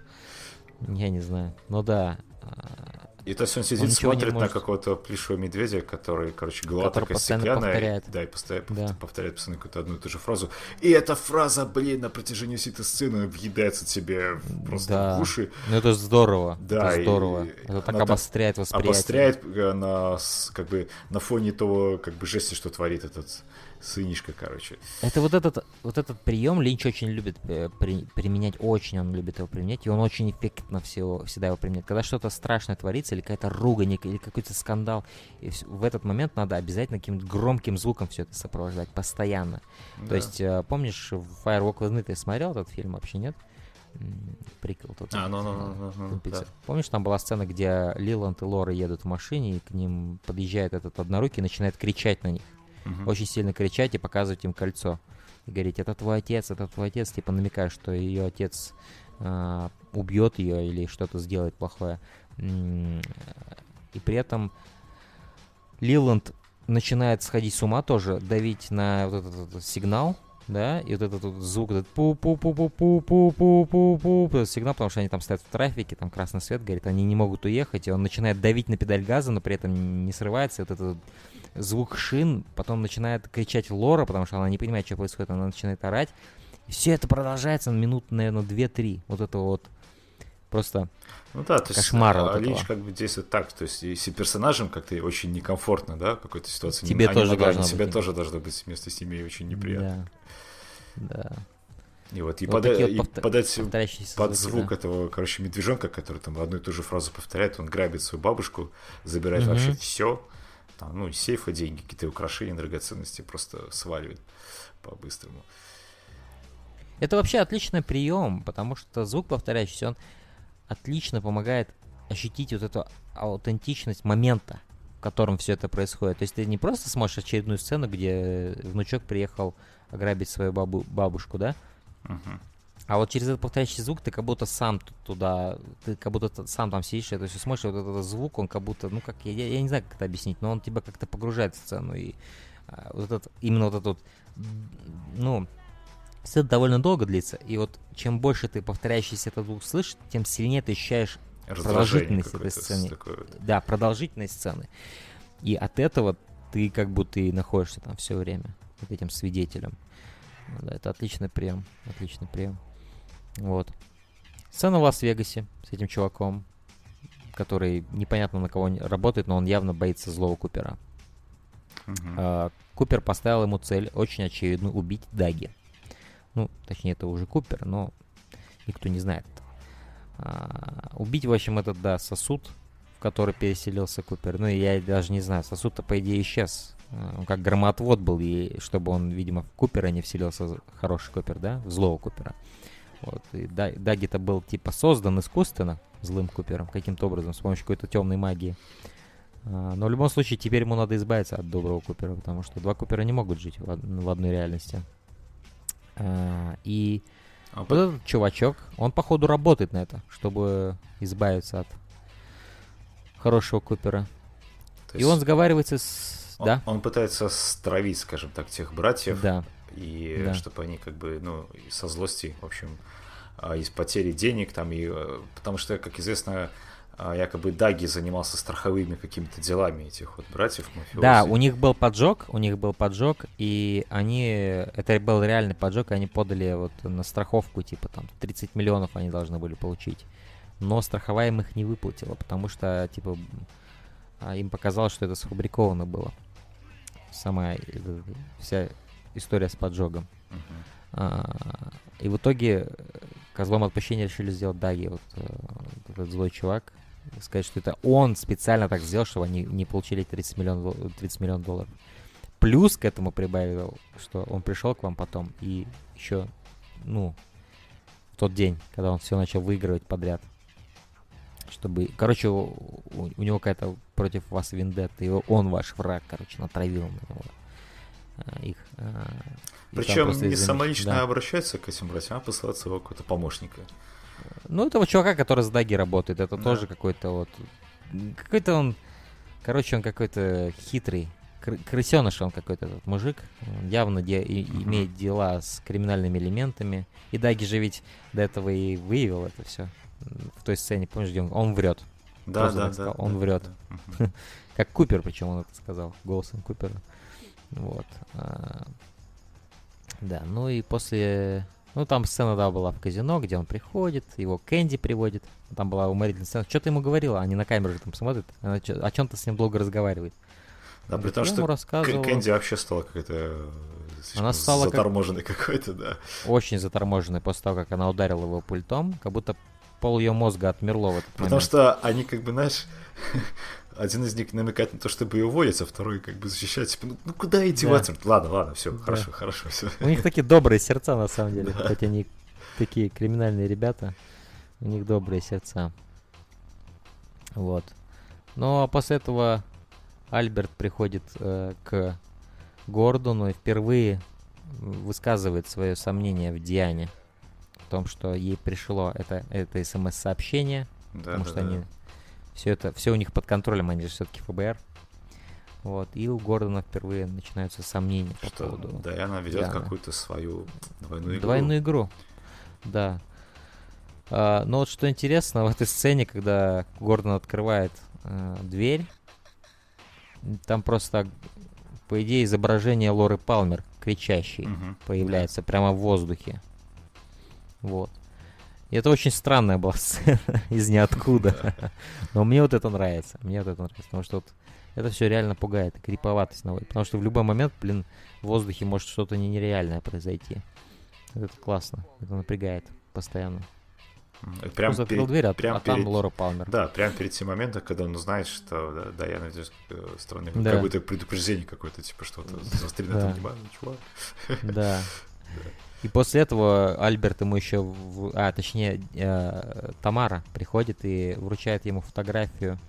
Speaker 1: Я не знаю. Ну да. а,
Speaker 2: И то есть он сидит,
Speaker 1: Он ничего не
Speaker 2: смотрит на
Speaker 1: может.
Speaker 2: какого-то плюшевого медведя, который, короче, голова
Speaker 1: Который
Speaker 2: такая
Speaker 1: постоянно
Speaker 2: стеклянная.
Speaker 1: повторяет.
Speaker 2: Да, и постоянно
Speaker 1: Да.
Speaker 2: повторяет постоянно какую-то одну и ту же фразу. И эта фраза, блин, на протяжении всей этой сцены въедается тебе просто
Speaker 1: Да.
Speaker 2: в уши.
Speaker 1: Ну это здорово.
Speaker 2: Да,
Speaker 1: это
Speaker 2: и
Speaker 1: здорово. Это так
Speaker 2: она так
Speaker 1: обостряет восприятие.
Speaker 2: Обостряет э, на, с- как бы, на фоне того, как бы, жести, что творит этот сынишка, короче.
Speaker 1: Это вот этот, вот этот прием Линч очень любит э, при- применять, очень он любит его применять, и он очень эффектно всего, всегда его применяет. Когда что-то страшное творится, или какая-то ругань, или какой-то скандал, и вс- в этот момент надо обязательно каким-то громким звуком все это сопровождать, постоянно.
Speaker 2: Да.
Speaker 1: То есть, э, помнишь, в Firewalk with Me ты смотрел этот фильм вообще, нет? М, Приквел тот.
Speaker 2: А, ну, ну, ну, ну, ну,
Speaker 1: Twin Peaks.
Speaker 2: да.
Speaker 1: Помнишь, там была сцена, где Лиланд и Лора едут в машине, и к ним подъезжает этот однорукий и начинает кричать на них.
Speaker 2: Мгм.
Speaker 1: Очень сильно кричать и показывать им кольцо. И говорить, это твой отец, это твой отец, типа намекая, что ее отец а, убьет ее или что-то сделает плохое. М, И при этом Лиланд начинает сходить с ума тоже, давить на вот этот, этот сигнал, да, и вот этот вот звук, этот пу-пу-пу-пу-пу-пу-пу-пу, этот сигнал, потому что они там стоят в трафике, там красный свет горит, они не могут уехать, и он начинает давить на педаль газа, но при этом не срывается, и вот этот звук шин, потом начинает кричать Лора, потому что она не понимает, что происходит, она начинает орать. И все это продолжается на минут, наверное, две-три. Вот это вот просто
Speaker 2: Ну да, то есть
Speaker 1: кошмара
Speaker 2: а,
Speaker 1: вот
Speaker 2: Линч
Speaker 1: этого.
Speaker 2: как бы действует так, то есть если персонажам как-то очень некомфортно, да, в какой-то ситуации,
Speaker 1: Тебе
Speaker 2: они
Speaker 1: тоже
Speaker 2: на грани,
Speaker 1: должно
Speaker 2: тебе
Speaker 1: быть
Speaker 2: тоже должно быть вместе с ними очень неприятно.
Speaker 1: Да, да.
Speaker 2: И вот, и,
Speaker 1: Вот
Speaker 2: пода-
Speaker 1: такие вот
Speaker 2: и
Speaker 1: повтор-
Speaker 2: подать
Speaker 1: повторяющиеся
Speaker 2: под
Speaker 1: звуки,
Speaker 2: звук
Speaker 1: да.
Speaker 2: этого, короче, медвежонка, который там одну и ту же фразу повторяет, он грабит свою бабушку, забирает
Speaker 1: Мгм.
Speaker 2: вообще все, там, ну, из сейфа деньги, какие-то украшения, драгоценности, просто сваливает по-быстрому.
Speaker 1: Это вообще отличный прием, потому что звук повторяющийся, он отлично помогает ощутить вот эту аутентичность момента, в котором все это происходит. То есть ты не просто смотришь очередную сцену, где внучок приехал ограбить свою бабу, бабушку, да?
Speaker 2: Мгм.
Speaker 1: А вот через этот повторяющий звук ты как будто сам туда, ты как будто сам там сидишь, это все смотришь, вот этот звук, он как будто, ну как, я, я не знаю, как это объяснить, но он тебя как-то погружает в сцену. И а, вот этот, именно вот этот вот, ну, сцена довольно долго длится, и вот чем больше ты повторяющийся этот звук слышишь, тем сильнее ты ощущаешь продолжительность этой сцены. Такое... Да, продолжительность сцены. И от этого ты как будто и находишься там все время, вот этим свидетелем. Да, это отличный прием, отличный прием. Вот. Сцена в Лас-Вегасе с этим чуваком, который непонятно на кого работает, но он явно боится злого Купера. Uh-huh. А, Купер поставил ему цель, очень очевидно, убить Даги. Ну, точнее, это уже Купер, но никто не знает. А, убить, в общем, этот, да, сосуд, в который переселился Купер. Ну, и я даже не знаю, сосуд-то, по идее, исчез. Он как громоотвод был, и чтобы он, видимо, в Купера не вселился, хороший Купер, да, в злого Купера. Вот. И Даги-то был типа создан искусственно злым Купером каким-то образом, с помощью какой-то темной магии. А, но в любом случае теперь ему надо избавиться от доброго Купера, потому что два Купера не могут жить в, од- в одной реальности. А, и а вот по... этот чувачок, он походу работает на это, чтобы избавиться от хорошего Купера. То и он сговаривается с...
Speaker 2: Он,
Speaker 1: да?
Speaker 2: он пытается стравить, скажем так, тех братьев.
Speaker 1: Да.
Speaker 2: И
Speaker 1: да.
Speaker 2: чтобы они как бы, ну, со злости, в общем, из потери денег там, и, потому что, как известно, якобы Даги занимался страховыми какими-то делами этих вот братьев мафиози.
Speaker 1: Да, у них был поджог, у них был поджог, и они, это был реальный поджог, и они подали вот на страховку, типа там тридцать миллионов они должны были получить. Но страховая им их не выплатила, потому что, типа, им показалось, что это сфабриковано было. Сама вся история с поджогом. Uh-huh. А, и в итоге козлом отпущения решили сделать Даги, вот, вот этот злой чувак. Сказать, что это он специально так сделал, чтобы они не получили тридцать миллионов долларов. Плюс к этому прибавил, что он пришел к вам потом и еще, ну, в тот день, когда он все начал выигрывать подряд. Чтобы, короче, у, у него какая-то против вас вендетта, и он ваш враг, короче, натравил на него. Их, а,
Speaker 2: причем не самолично да. обращается к этим братьям, а посылает своего какого-то помощника.
Speaker 1: Ну, этого чувака, который с Даги работает, это да. тоже какой-то вот... Какой-то он... Короче, он какой-то хитрый. Кры- крысеныш он какой-то этот мужик. Он явно де- и, uh-huh. имеет дела с криминальными элементами. И Даги же ведь до этого и выявил это все. В той сцене, помнишь, где он, он врет.
Speaker 2: Да, да, да,
Speaker 1: сказал,
Speaker 2: да.
Speaker 1: Он
Speaker 2: да,
Speaker 1: врет.
Speaker 2: Да, uh-huh.
Speaker 1: Как Купер, причем он это сказал, голосом Купера. Вот. А, да, ну и после... Ну, там сцена, да, была в казино, где он приходит, его Кэнди приводит. Там была уморительная сцена. Что ты ему говорила? Они на камеру же там смотрят. Она чё, о чем-то с ним долго разговаривает.
Speaker 2: Да, при том, что рассказывала... Кэнди вообще стала какая-то...
Speaker 1: Она стала
Speaker 2: заторможенной как... какой-то, да.
Speaker 1: Очень заторможенной после того, как она ударила его пультом. Как будто пол ее мозга отмерло в этот
Speaker 2: Потому
Speaker 1: момент.
Speaker 2: что они как бы, знаешь... Один из них намекает на то, чтобы ее уволить, а второй как бы защищает, типа, ну, ну куда идти, да. Ладно, ладно, все, да. хорошо, хорошо, все.
Speaker 1: У них такие добрые сердца, на самом деле, да. Хоть они такие криминальные ребята, у них добрые сердца. Вот. Ну, а после этого Альберт приходит э, к Гордону и впервые высказывает свое сомнение в Диане, в том, что ей пришло это, это смс-сообщение, да, потому да, что да. они... Все это, все у них под контролем, они же все-таки ФБР. Вот. И у Гордона впервые начинаются сомнения по
Speaker 2: что
Speaker 1: поводу...
Speaker 2: Диана ведет да. какую-то свою двойную игру.
Speaker 1: Двойную игру, да. А, но вот что интересно, в этой сцене, когда Гордон открывает а, дверь, там просто, по идее, изображение Лоры Палмер, кричащей, угу. появляется да. прямо в воздухе. Вот. И это очень странная была сцена из ниоткуда. Но мне вот это нравится. Мне вот это нравится. Потому что вот это все реально пугает. Криповатость наводит. Потому что в любой момент, блин, в воздухе может что-то нереальное произойти. Это классно. Это напрягает постоянно.
Speaker 2: Прям
Speaker 1: закрыл
Speaker 2: перед,
Speaker 1: дверь, а,
Speaker 2: прям
Speaker 1: а там
Speaker 2: перед,
Speaker 1: Лора Палмер.
Speaker 2: Да, прямо перед тем моментом, когда он знает, что да, Дайана идет с стороны.
Speaker 1: Да.
Speaker 2: Как будто предупреждение какое-то, типа что-то заостри на это внимание, чувак.
Speaker 1: Да. И после этого Альберт ему еще, в... а точнее э, Тамара приходит и вручает ему фотографию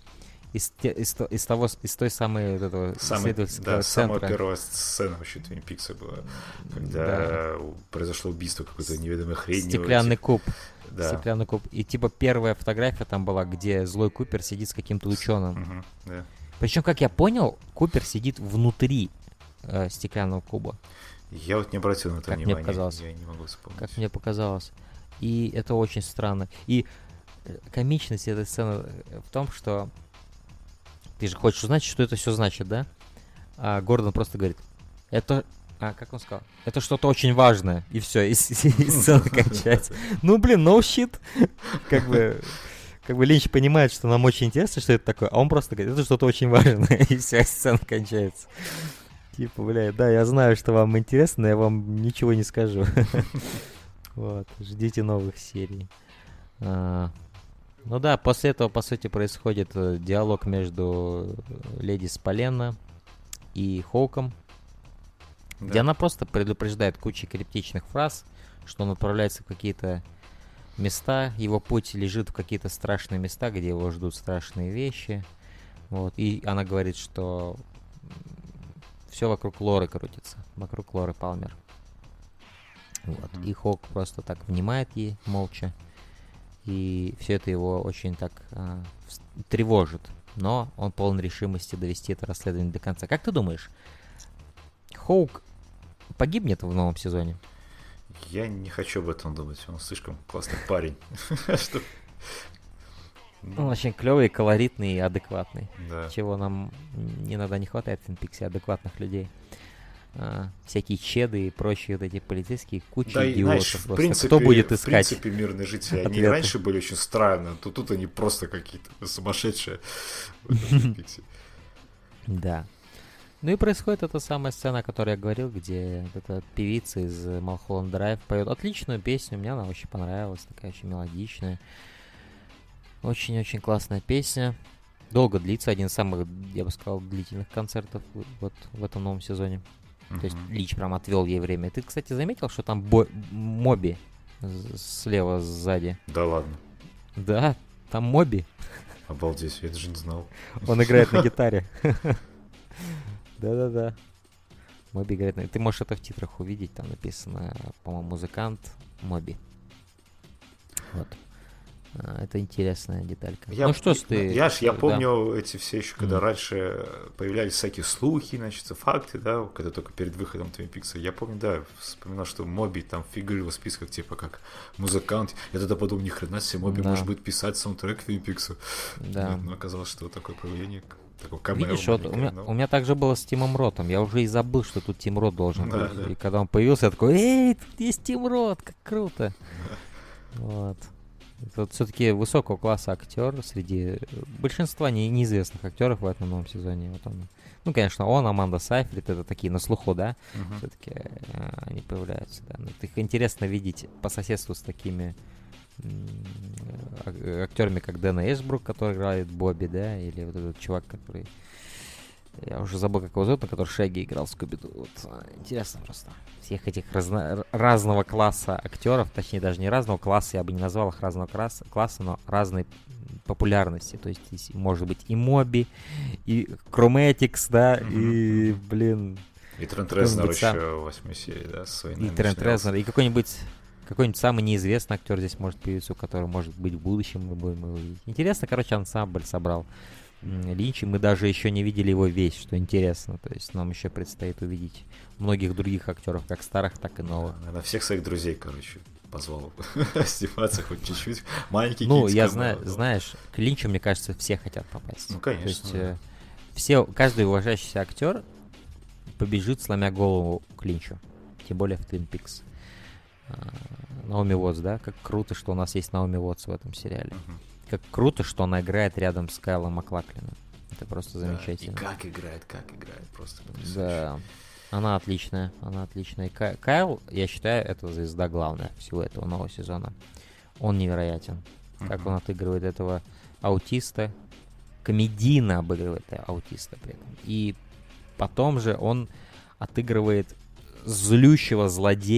Speaker 1: из, те, из, то- из того, из той самой вот этого
Speaker 2: Самый,
Speaker 1: исследовательского
Speaker 2: да,
Speaker 1: центра.
Speaker 2: самая первая сцена вообще Твин Пикса была, когда
Speaker 1: Да.
Speaker 2: произошло убийство какой-то неведомой хренью.
Speaker 1: Стеклянный
Speaker 2: типа,
Speaker 1: куб.
Speaker 2: Да.
Speaker 1: Стеклянный куб. И типа первая фотография там была, где злой Купер сидит с каким-то ученым.
Speaker 2: Мгм, да.
Speaker 1: Причем, как я понял, Купер сидит внутри э, стеклянного куба,
Speaker 2: Я вот не обратил на это
Speaker 1: Как мне
Speaker 2: внимания,
Speaker 1: показалось.
Speaker 2: я не могу вспомнить.
Speaker 1: как мне показалось. И это очень странно. И э, комичность этой сцены э, в том, что ты же хочешь узнать, что это все значит, да? А Гордон просто говорит, это... А, как он сказал? Это что-то очень важное. И все, и, с- и сцена кончается. Ну, блин, no shit. Как бы... Как бы Линч понимает, что нам очень интересно, что это такое, а он просто говорит, это что-то очень важное, и вся сцена кончается. Типа, блядь, да, я знаю, что вам интересно, но я вам ничего не скажу. Вот, ждите новых серий. А, Ну да, после этого, по сути, происходит э, диалог между э, леди Спалена и Хоуком, где
Speaker 2: Да.
Speaker 1: она просто предупреждает кучей криптичных фраз, что он отправляется в какие-то места, его путь лежит в какие-то страшные места, где его ждут страшные вещи. Вот. И она говорит, что все вокруг Лоры крутится, вокруг Лоры Палмер. Вот.
Speaker 2: Мгм.
Speaker 1: И Хоук просто так внимает ей молча. И все это его очень так а, вс- тревожит. Но он полон решимости довести это расследование до конца. Как ты думаешь, Хоук погибнет в новом сезоне?
Speaker 2: Я не хочу об этом думать, он слишком классный парень. Что-
Speaker 1: Он очень клевый, колоритный и адекватный.
Speaker 2: Да.
Speaker 1: Чего нам н- иногда не хватает в Твин-Пиксе, адекватных людей. А, всякие чеды и прочие вот эти полицейские, куча
Speaker 2: Да, и
Speaker 1: идиотов
Speaker 2: знаешь, в
Speaker 1: просто.
Speaker 2: принципе,
Speaker 1: Кто будет
Speaker 2: в
Speaker 1: искать?
Speaker 2: принципе, мирные жители, они
Speaker 1: ответы?
Speaker 2: раньше были очень странные, то тут они просто какие-то сумасшедшие. в этом Твин Пиксе.
Speaker 1: Да. Ну и происходит эта самая сцена, о которой я говорил, где вот эта певица из Малхолланд Драйв поет отличную песню, мне она очень понравилась, такая очень мелодичная. Очень-очень классная песня. Долго длится, один из самых, я бы сказал, длительных концертов в- вот в этом новом сезоне. То есть
Speaker 2: Мгм.
Speaker 1: Лич прям отвел ей время. Ты, кстати, заметил, что там бо- Моби з- слева сзади?
Speaker 2: Да ладно,
Speaker 1: Да, там Моби.
Speaker 2: обалдеть, я даже не знал.
Speaker 1: Он играет на гитаре. Да-да-да. Моби играет на... Ты можешь это в титрах увидеть, там написано, по-моему, музыкант Моби. Вот. А, Это интересная деталька.
Speaker 2: Я,
Speaker 1: Ну что ж ты...
Speaker 2: Я, ж- я
Speaker 1: да.
Speaker 2: помню эти все еще, когда
Speaker 1: Мгм.
Speaker 2: раньше появлялись всякие слухи, значит, факты, да, когда только перед выходом Твин Пикса. Я помню, да, вспоминал, что Моби там фигурировал в списках, типа, как музыкант. Я тогда подумал, ни хрена себе, Моби
Speaker 1: Да.
Speaker 2: может быть писать саундтрек Твин Пиксу.
Speaker 1: Да.
Speaker 2: Нет, но оказалось, что такое появление, такое камео
Speaker 1: Видишь, вот у
Speaker 2: маленькое,
Speaker 1: меня,
Speaker 2: но-
Speaker 1: у меня так же было с Тимом Ротом. Я уже и забыл, что тут Тим Рот должен
Speaker 2: Да,
Speaker 1: быть.
Speaker 2: да.
Speaker 1: И когда он появился, я такой, эй, тут есть Тим Рот, как круто. Вот. Это вот все-таки высокого класса актер среди э, большинства не, неизвестных актеров в этом новом сезоне. Вот он. Ну, конечно, он, Аманда Сайфрид, это такие на слуху, да,
Speaker 2: Мгм.
Speaker 1: все-таки они появляются, да. Но их интересно видеть по соседству с такими м, а- актерами, как Дэна Эшбрук, который играет Бобби, да, или вот этот чувак, который... Я уже забыл, как его зовут, но который Шегги играл в Скуби-Ду. Вот, а, интересно просто. Всех этих разно- р- разного класса актеров, точнее, даже не разного класса, я бы не назвал их разного класса, класса, но разной м, популярности. То есть, есть, может быть, и Моби, и Chromatics, да, и, блин,
Speaker 2: И Трент
Speaker 1: Какой-нибудь
Speaker 2: Резнор
Speaker 1: сам-
Speaker 2: еще в восьмой серии, да, со своей
Speaker 1: и
Speaker 2: наверное,
Speaker 1: Трент
Speaker 2: снялся.
Speaker 1: Резнор, и какой-нибудь какой-нибудь самый неизвестный актер здесь может появиться, у которого, может быть, в будущем мы будем его видеть. Интересно, короче, ансамбль собрал м, Линч, и мы даже еще не видели его весь, что интересно. То есть нам еще предстоит увидеть многих других актеров, как старых, так и новых.
Speaker 2: Наверное, всех своих друзей, короче, позвал сниматься хоть чуть-чуть. Маленький
Speaker 1: Ну,
Speaker 2: какие-нибудь
Speaker 1: я
Speaker 2: камео,
Speaker 1: знаю,
Speaker 2: да.
Speaker 1: знаешь, к Линчу, мне кажется, все хотят попасть.
Speaker 2: Ну, конечно,
Speaker 1: То есть
Speaker 2: да.
Speaker 1: э, все, каждый уважающийся актер побежит, сломя голову к Линчу. Тем более в Twin Peaks. А, Наоми Уотс, да? Как круто, что у нас есть Наоми Уотс в этом сериале.
Speaker 2: Мгм.
Speaker 1: Как круто, что она играет рядом с Кайлом Маклаклином. Это просто
Speaker 2: Да,
Speaker 1: замечательно.
Speaker 2: И как играет, как играет, просто потрясающе.
Speaker 1: Да. Она отличная, она отличная. И Кай- Кайл, я считаю, это звезда главная всего этого нового сезона. Он невероятен. Как
Speaker 2: Мгм.
Speaker 1: он отыгрывает этого аутиста, комедийно обыгрывает аутиста при этом. И потом же он отыгрывает злющего злодея,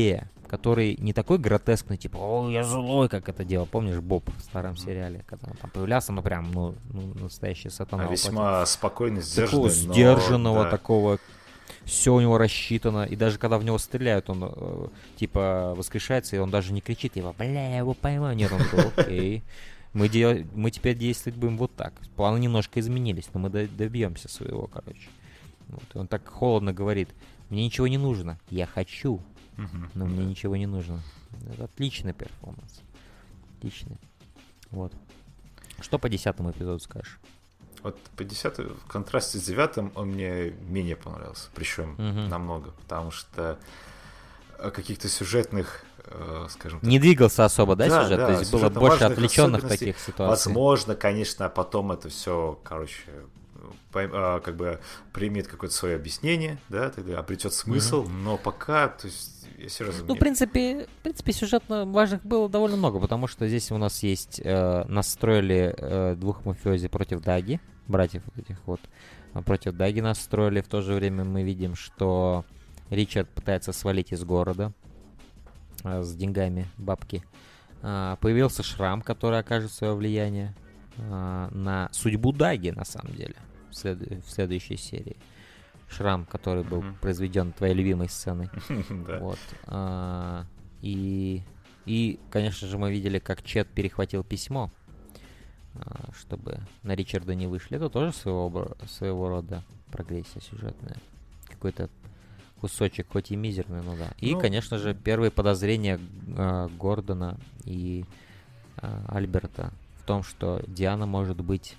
Speaker 1: который не такой гротескный, типа, о, я злой, как это делал. Помнишь Боб в старом сериале, когда он там появлялся, ну прям, ну, ну настоящий сатана.
Speaker 2: А весьма спокойно, сдержанный,
Speaker 1: такого сдержанного,
Speaker 2: но, да.
Speaker 1: такого, все у него рассчитано, и даже когда в него стреляют, он э, типа воскрешается, и он даже не кричит, типа, бля, я его поймаю. Нет, он такой, окей. Мы, дел... мы теперь действовать будем вот так. Планы немножко изменились, но мы добьемся своего, короче. Вот. И он так холодно говорит, мне ничего не нужно, я хочу, uh-huh. но мне ничего не нужно. Это отличный перформанс. Отличный. Вот. Что по десятому эпизоду скажешь?
Speaker 2: Вот по десятому, в контрасте с девятым, он мне менее понравился. Причем uh-huh. намного. Потому что каких-то сюжетных, э, скажем так...
Speaker 1: Не двигался особо, да,
Speaker 2: да
Speaker 1: сюжет?
Speaker 2: Да,
Speaker 1: То есть было больше отвлеченных таких ситуаций.
Speaker 2: Возможно, конечно, потом это все, короче, как бы примет какое-то свое объяснение, да, тогда обретет смысл, mm-hmm. но пока, то есть, я серьезно...
Speaker 1: Ну, в принципе, в принципе, сюжетно важных было довольно много, потому что здесь у нас есть, э, настроили э, двух мафиози против Даги, братьев вот этих вот, против Даги настроили, в то же время мы видим, что Ричард пытается свалить из города э, с деньгами бабки. Э, появился Шрам, который окажет свое влияние э, на судьбу Даги, на самом деле, в, след... в следующей серии. Шрам, который был mm-hmm. произведен твоей любимой сценой. Вот. А, и, и, конечно же, мы видели, как Чет перехватил письмо, а, чтобы на Ричарда не вышли. Это тоже своего, своего рода прогрессия сюжетная. Какой-то кусочек, хоть и мизерный, но да. И, ну, конечно же, первые подозрения а, Гордона и а, Альберта в том, что Диана может быть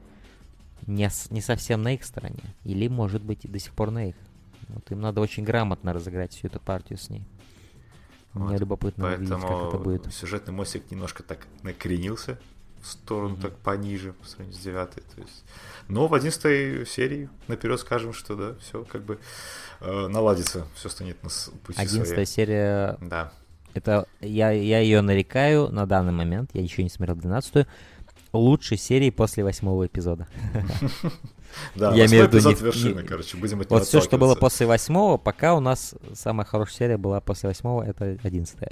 Speaker 1: Не, не совсем на их стороне. Или, может быть, и до сих пор на их. Вот им надо очень грамотно разыграть всю эту партию с ней. Вот. Мне любопытно увидеть, как это будет.
Speaker 2: Поэтому сюжетный мостик немножко так накренился в сторону, mm-hmm. так пониже, по сравнению с девятой. То есть... Но в одиннадцатой серии наперед скажем, что да, все как бы э, наладится, все станет на пути
Speaker 1: одиннадцатая серия...
Speaker 2: Да.
Speaker 1: Это я, я ее нарекаю на данный момент, я еще не смотрел двенадцатую, лучшей серии после восьмого эпизода.
Speaker 2: Да, я имею в виду вершина, короче, будем от него
Speaker 1: вот все, что было после восьмого, пока у нас самая хорошая серия была после восьмого, это одиннадцатая.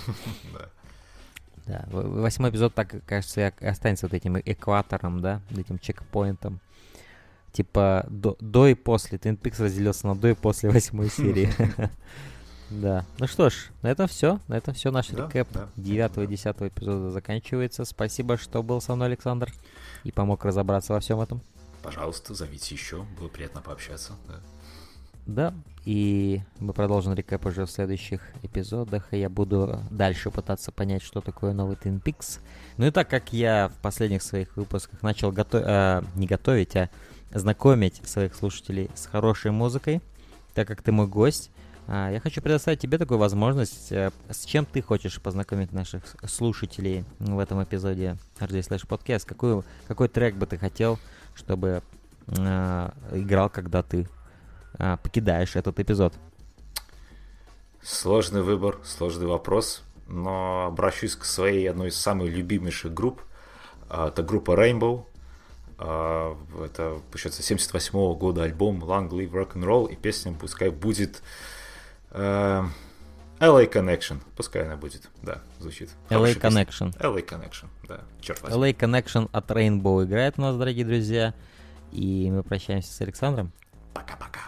Speaker 1: Да, восьмой эпизод, так, кажется, останется вот этим экватором, да, этим чекпоинтом. Типа до, до и после. Twin Peaks разделился на до и после восьмой серии. Да. Ну что ж, на этом все. На этом все. Наш да, рекэп да, девятого и десятого эпизода заканчивается. Спасибо, что был со мной, Александр, и помог разобраться во всем этом.
Speaker 2: Пожалуйста, зовите еще. Было приятно пообщаться. Да.
Speaker 1: Да. И мы продолжим рекэп уже в следующих эпизодах. И я буду дальше пытаться понять, что такое новый Twin Peaks. Ну и так как я в последних своих выпусках начал готовить, э, не готовить, а знакомить своих слушателей с хорошей музыкой, так как ты мой гость, я хочу предоставить тебе такую возможность, с чем ты хочешь познакомить наших слушателей в этом эпизоде ар джей Slash Podcast. Какой, какой трек бы ты хотел, чтобы э, играл, когда ты э, покидаешь этот эпизод?
Speaker 2: Сложный выбор, сложный вопрос, но обращусь к своей одной из самых любимейших групп. Это группа Rainbow. Это, получается, семьдесят восьмого года альбом Long Live Rock'n'Roll, и песня пускай будет... Uh, эл эй Connection, пускай она будет, да, звучит.
Speaker 1: эл эй Connection.
Speaker 2: эл эй Connection, да, черт возьми.
Speaker 1: эл эй Connection от Rainbow играет у нас, дорогие друзья, и мы прощаемся с Александром.
Speaker 2: Пока-пока.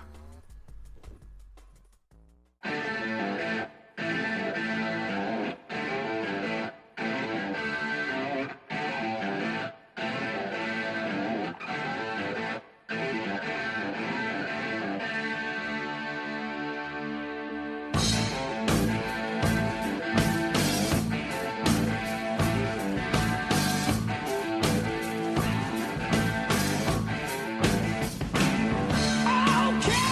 Speaker 2: Okay.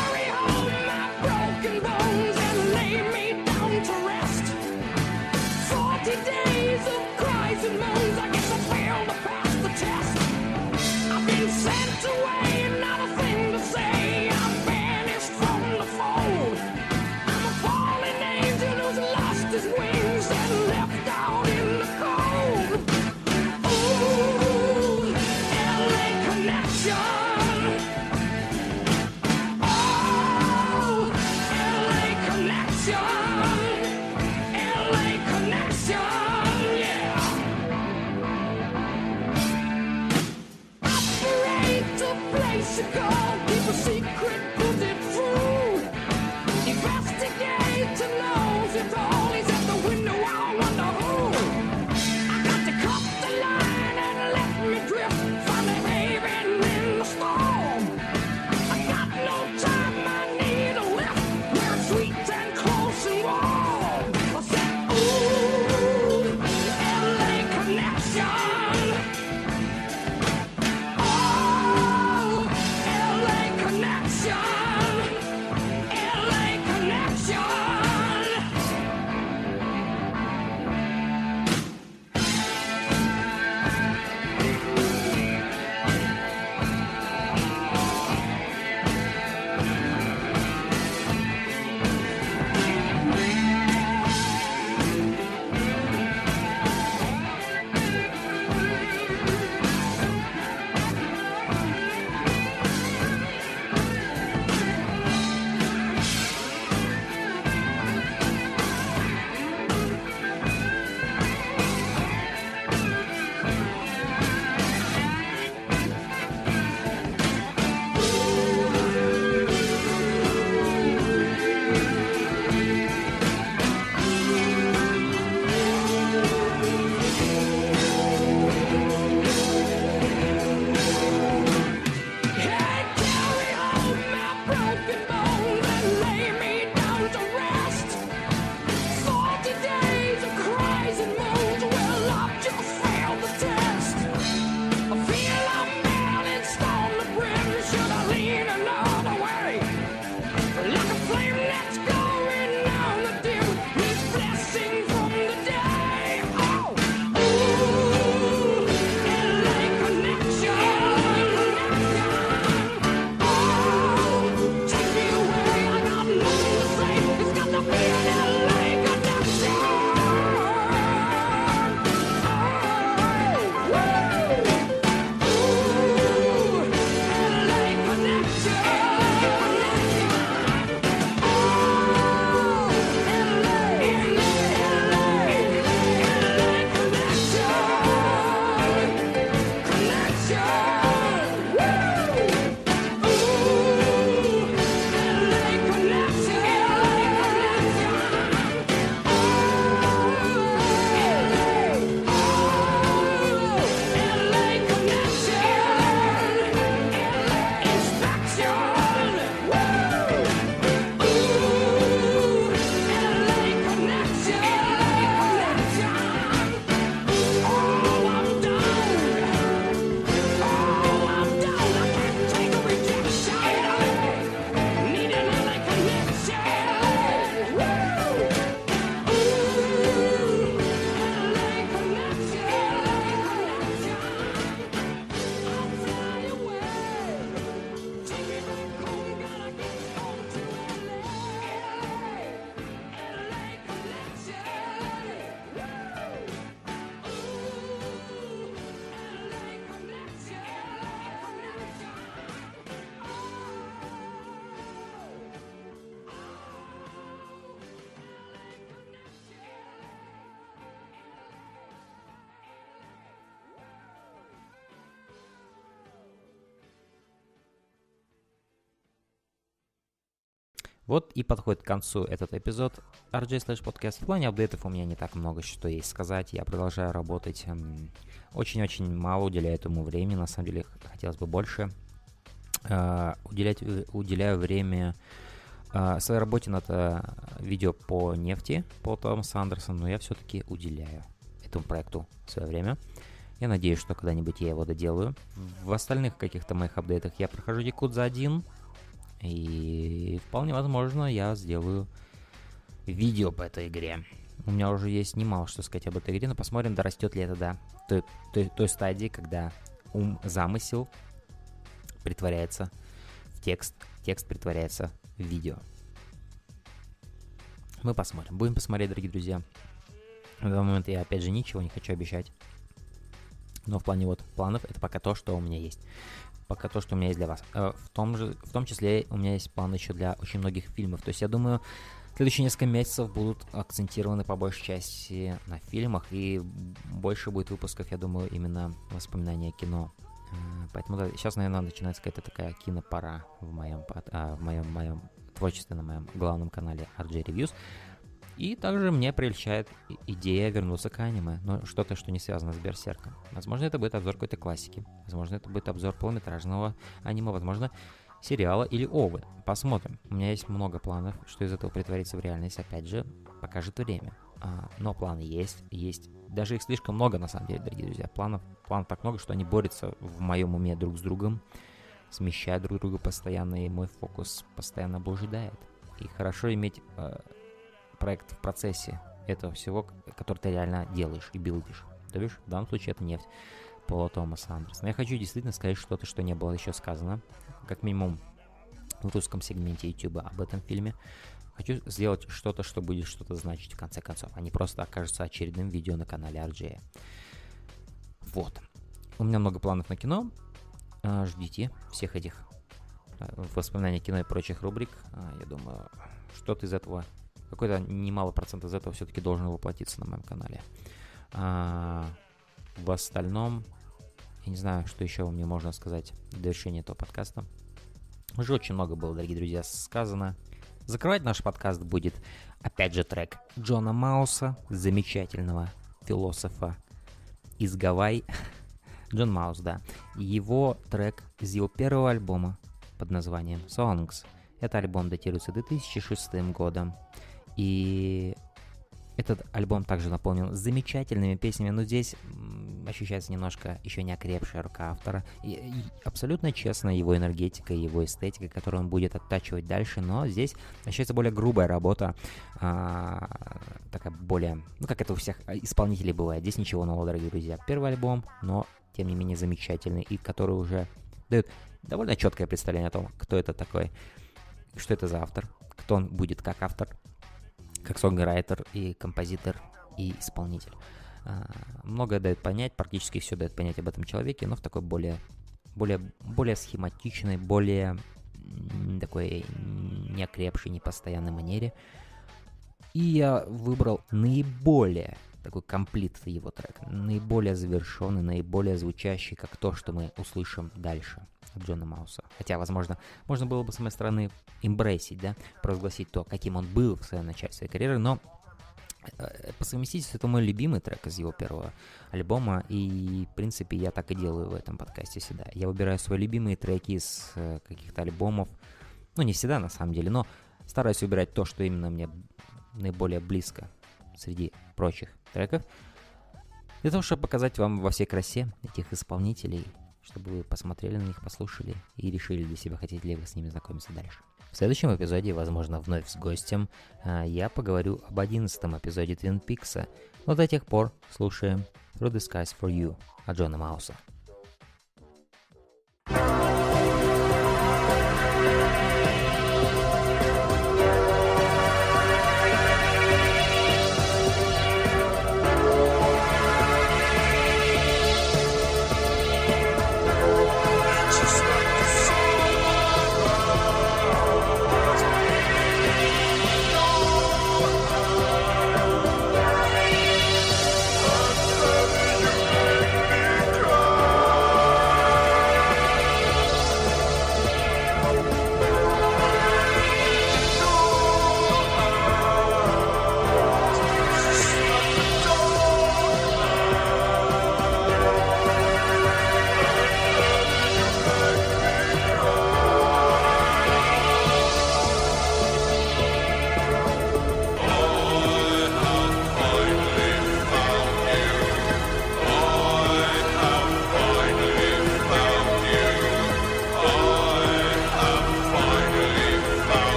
Speaker 1: Вот и подходит к концу этот эпизод ар джей слэш подкаст. В плане апдейтов у меня не так много что есть сказать. Я продолжаю работать. Очень-очень мало уделяю этому времени. На самом деле хотелось бы больше. Uh, уделять, уделяю время uh, своей работе над uh, видео по нефти, по Томасу Андерсону, но я все-таки уделяю этому проекту свое время. Я надеюсь, что когда-нибудь я его доделаю. В остальных каких-то моих апдейтах я прохожу Якудза один, и вполне возможно я сделаю видео по этой игре. У меня уже есть немало что сказать об этой игре, но посмотрим, дорастет ли это до той, той, той стадии, когда ум, замысел притворяется в текст, текст притворяется в видео. Мы посмотрим. Будем посмотреть, дорогие друзья. В данный момент я, опять же, ничего не хочу обещать. Но в плане вот планов это пока то, что у меня есть. Пока то, что у меня есть для вас. В том же, в том числе у меня есть планы еще для очень многих фильмов. То есть я думаю, следующие несколько месяцев будут акцентированы по большей части на фильмах. И больше будет выпусков, я думаю, именно воспоминания кино. Поэтому да, сейчас, наверное, начинается какая-то такая кинопора в моем, а, в моем, моем творчестве, на моем главном канале ар джей Reviews. И также мне прельщает идея вернуться к аниме, но что-то, что не связано с Берсерком. Возможно, это будет обзор какой-то классики, возможно, это будет обзор полнометражного аниме, возможно, сериала или овы. Посмотрим. У меня есть много планов, что из этого притворится в реальность, опять же, покажет время. А, но планы есть, есть. Даже их слишком много, на самом деле, дорогие друзья. Планов, планов так много, что они борются в моем уме друг с другом, смещают друг друга постоянно, и мой фокус постоянно блуждает. И хорошо иметь э, проект в процессе этого всего, который ты реально делаешь и билдишь. То бишь, в данном случае это нефть Пола Томаса Андерсона. Я хочу действительно сказать что-то, что не было еще сказано, как минимум в русском сегменте YouTube об этом фильме. Хочу сделать что-то, что будет что-то значить в конце концов, а не просто окажется очередным видео на канале ар джей. Вот. У меня много планов на кино. А, ждите всех этих воспоминаний кино и прочих рубрик. А, я думаю, что-то из этого, какой-то немалый процент из этого все-таки должен воплотиться на моем канале. А, в остальном, я не знаю, что еще мне можно сказать в довершении этого подкаста. Уже очень много было, дорогие друзья, сказано. Закрывать наш подкаст будет, опять же, трек Джона Мауса, замечательного философа из Гавайи. Джон Маус, да. Его трек из его первого альбома под названием Songs. Этот альбом датируется две тысячи шестым годом. И этот альбом также наполнен замечательными песнями, но здесь м, ощущается немножко еще не окрепшая рука автора. И, и абсолютно честно его энергетика, его эстетика, которую он будет оттачивать дальше, но здесь ощущается более грубая работа, а, такая более, ну как это у всех исполнителей бывает. Здесь ничего нового, дорогие друзья. Первый альбом, но тем не менее замечательный, и который уже дает довольно четкое представление о том, кто это такой, что это за автор, кто он будет как автор, как сонграйтер и композитор и исполнитель. А, многое дает понять, практически все дает понять об этом человеке, но в такой более, более, более схематичной, более такой неокрепшей, непостоянной манере. И я выбрал наиболее такой комплит его трек, наиболее завершенный, наиболее звучащий, как то, что мы услышим дальше от Джона Мауса. Хотя, возможно, можно было бы с моей стороны эмбрейсить, да, провозгласить то, каким он был в своем начале своей карьеры, но э, по совместительству это мой любимый трек из его первого альбома, и, в принципе, я так и делаю в этом подкасте всегда. Я выбираю свои любимые треки из э, каких-то альбомов, ну, не всегда, на самом деле, но стараюсь выбирать то, что именно мне наиболее близко среди прочих треков, для того, чтобы показать вам во всей красе этих исполнителей, чтобы вы посмотрели на них, послушали и решили для себя, хотите ли вы с ними знакомиться дальше. В следующем эпизоде, возможно, вновь с гостем, я поговорю об одиннадцатом эпизоде Твин Пикса, но до тех пор слушаем Through the Skies for You от Джона Мауса.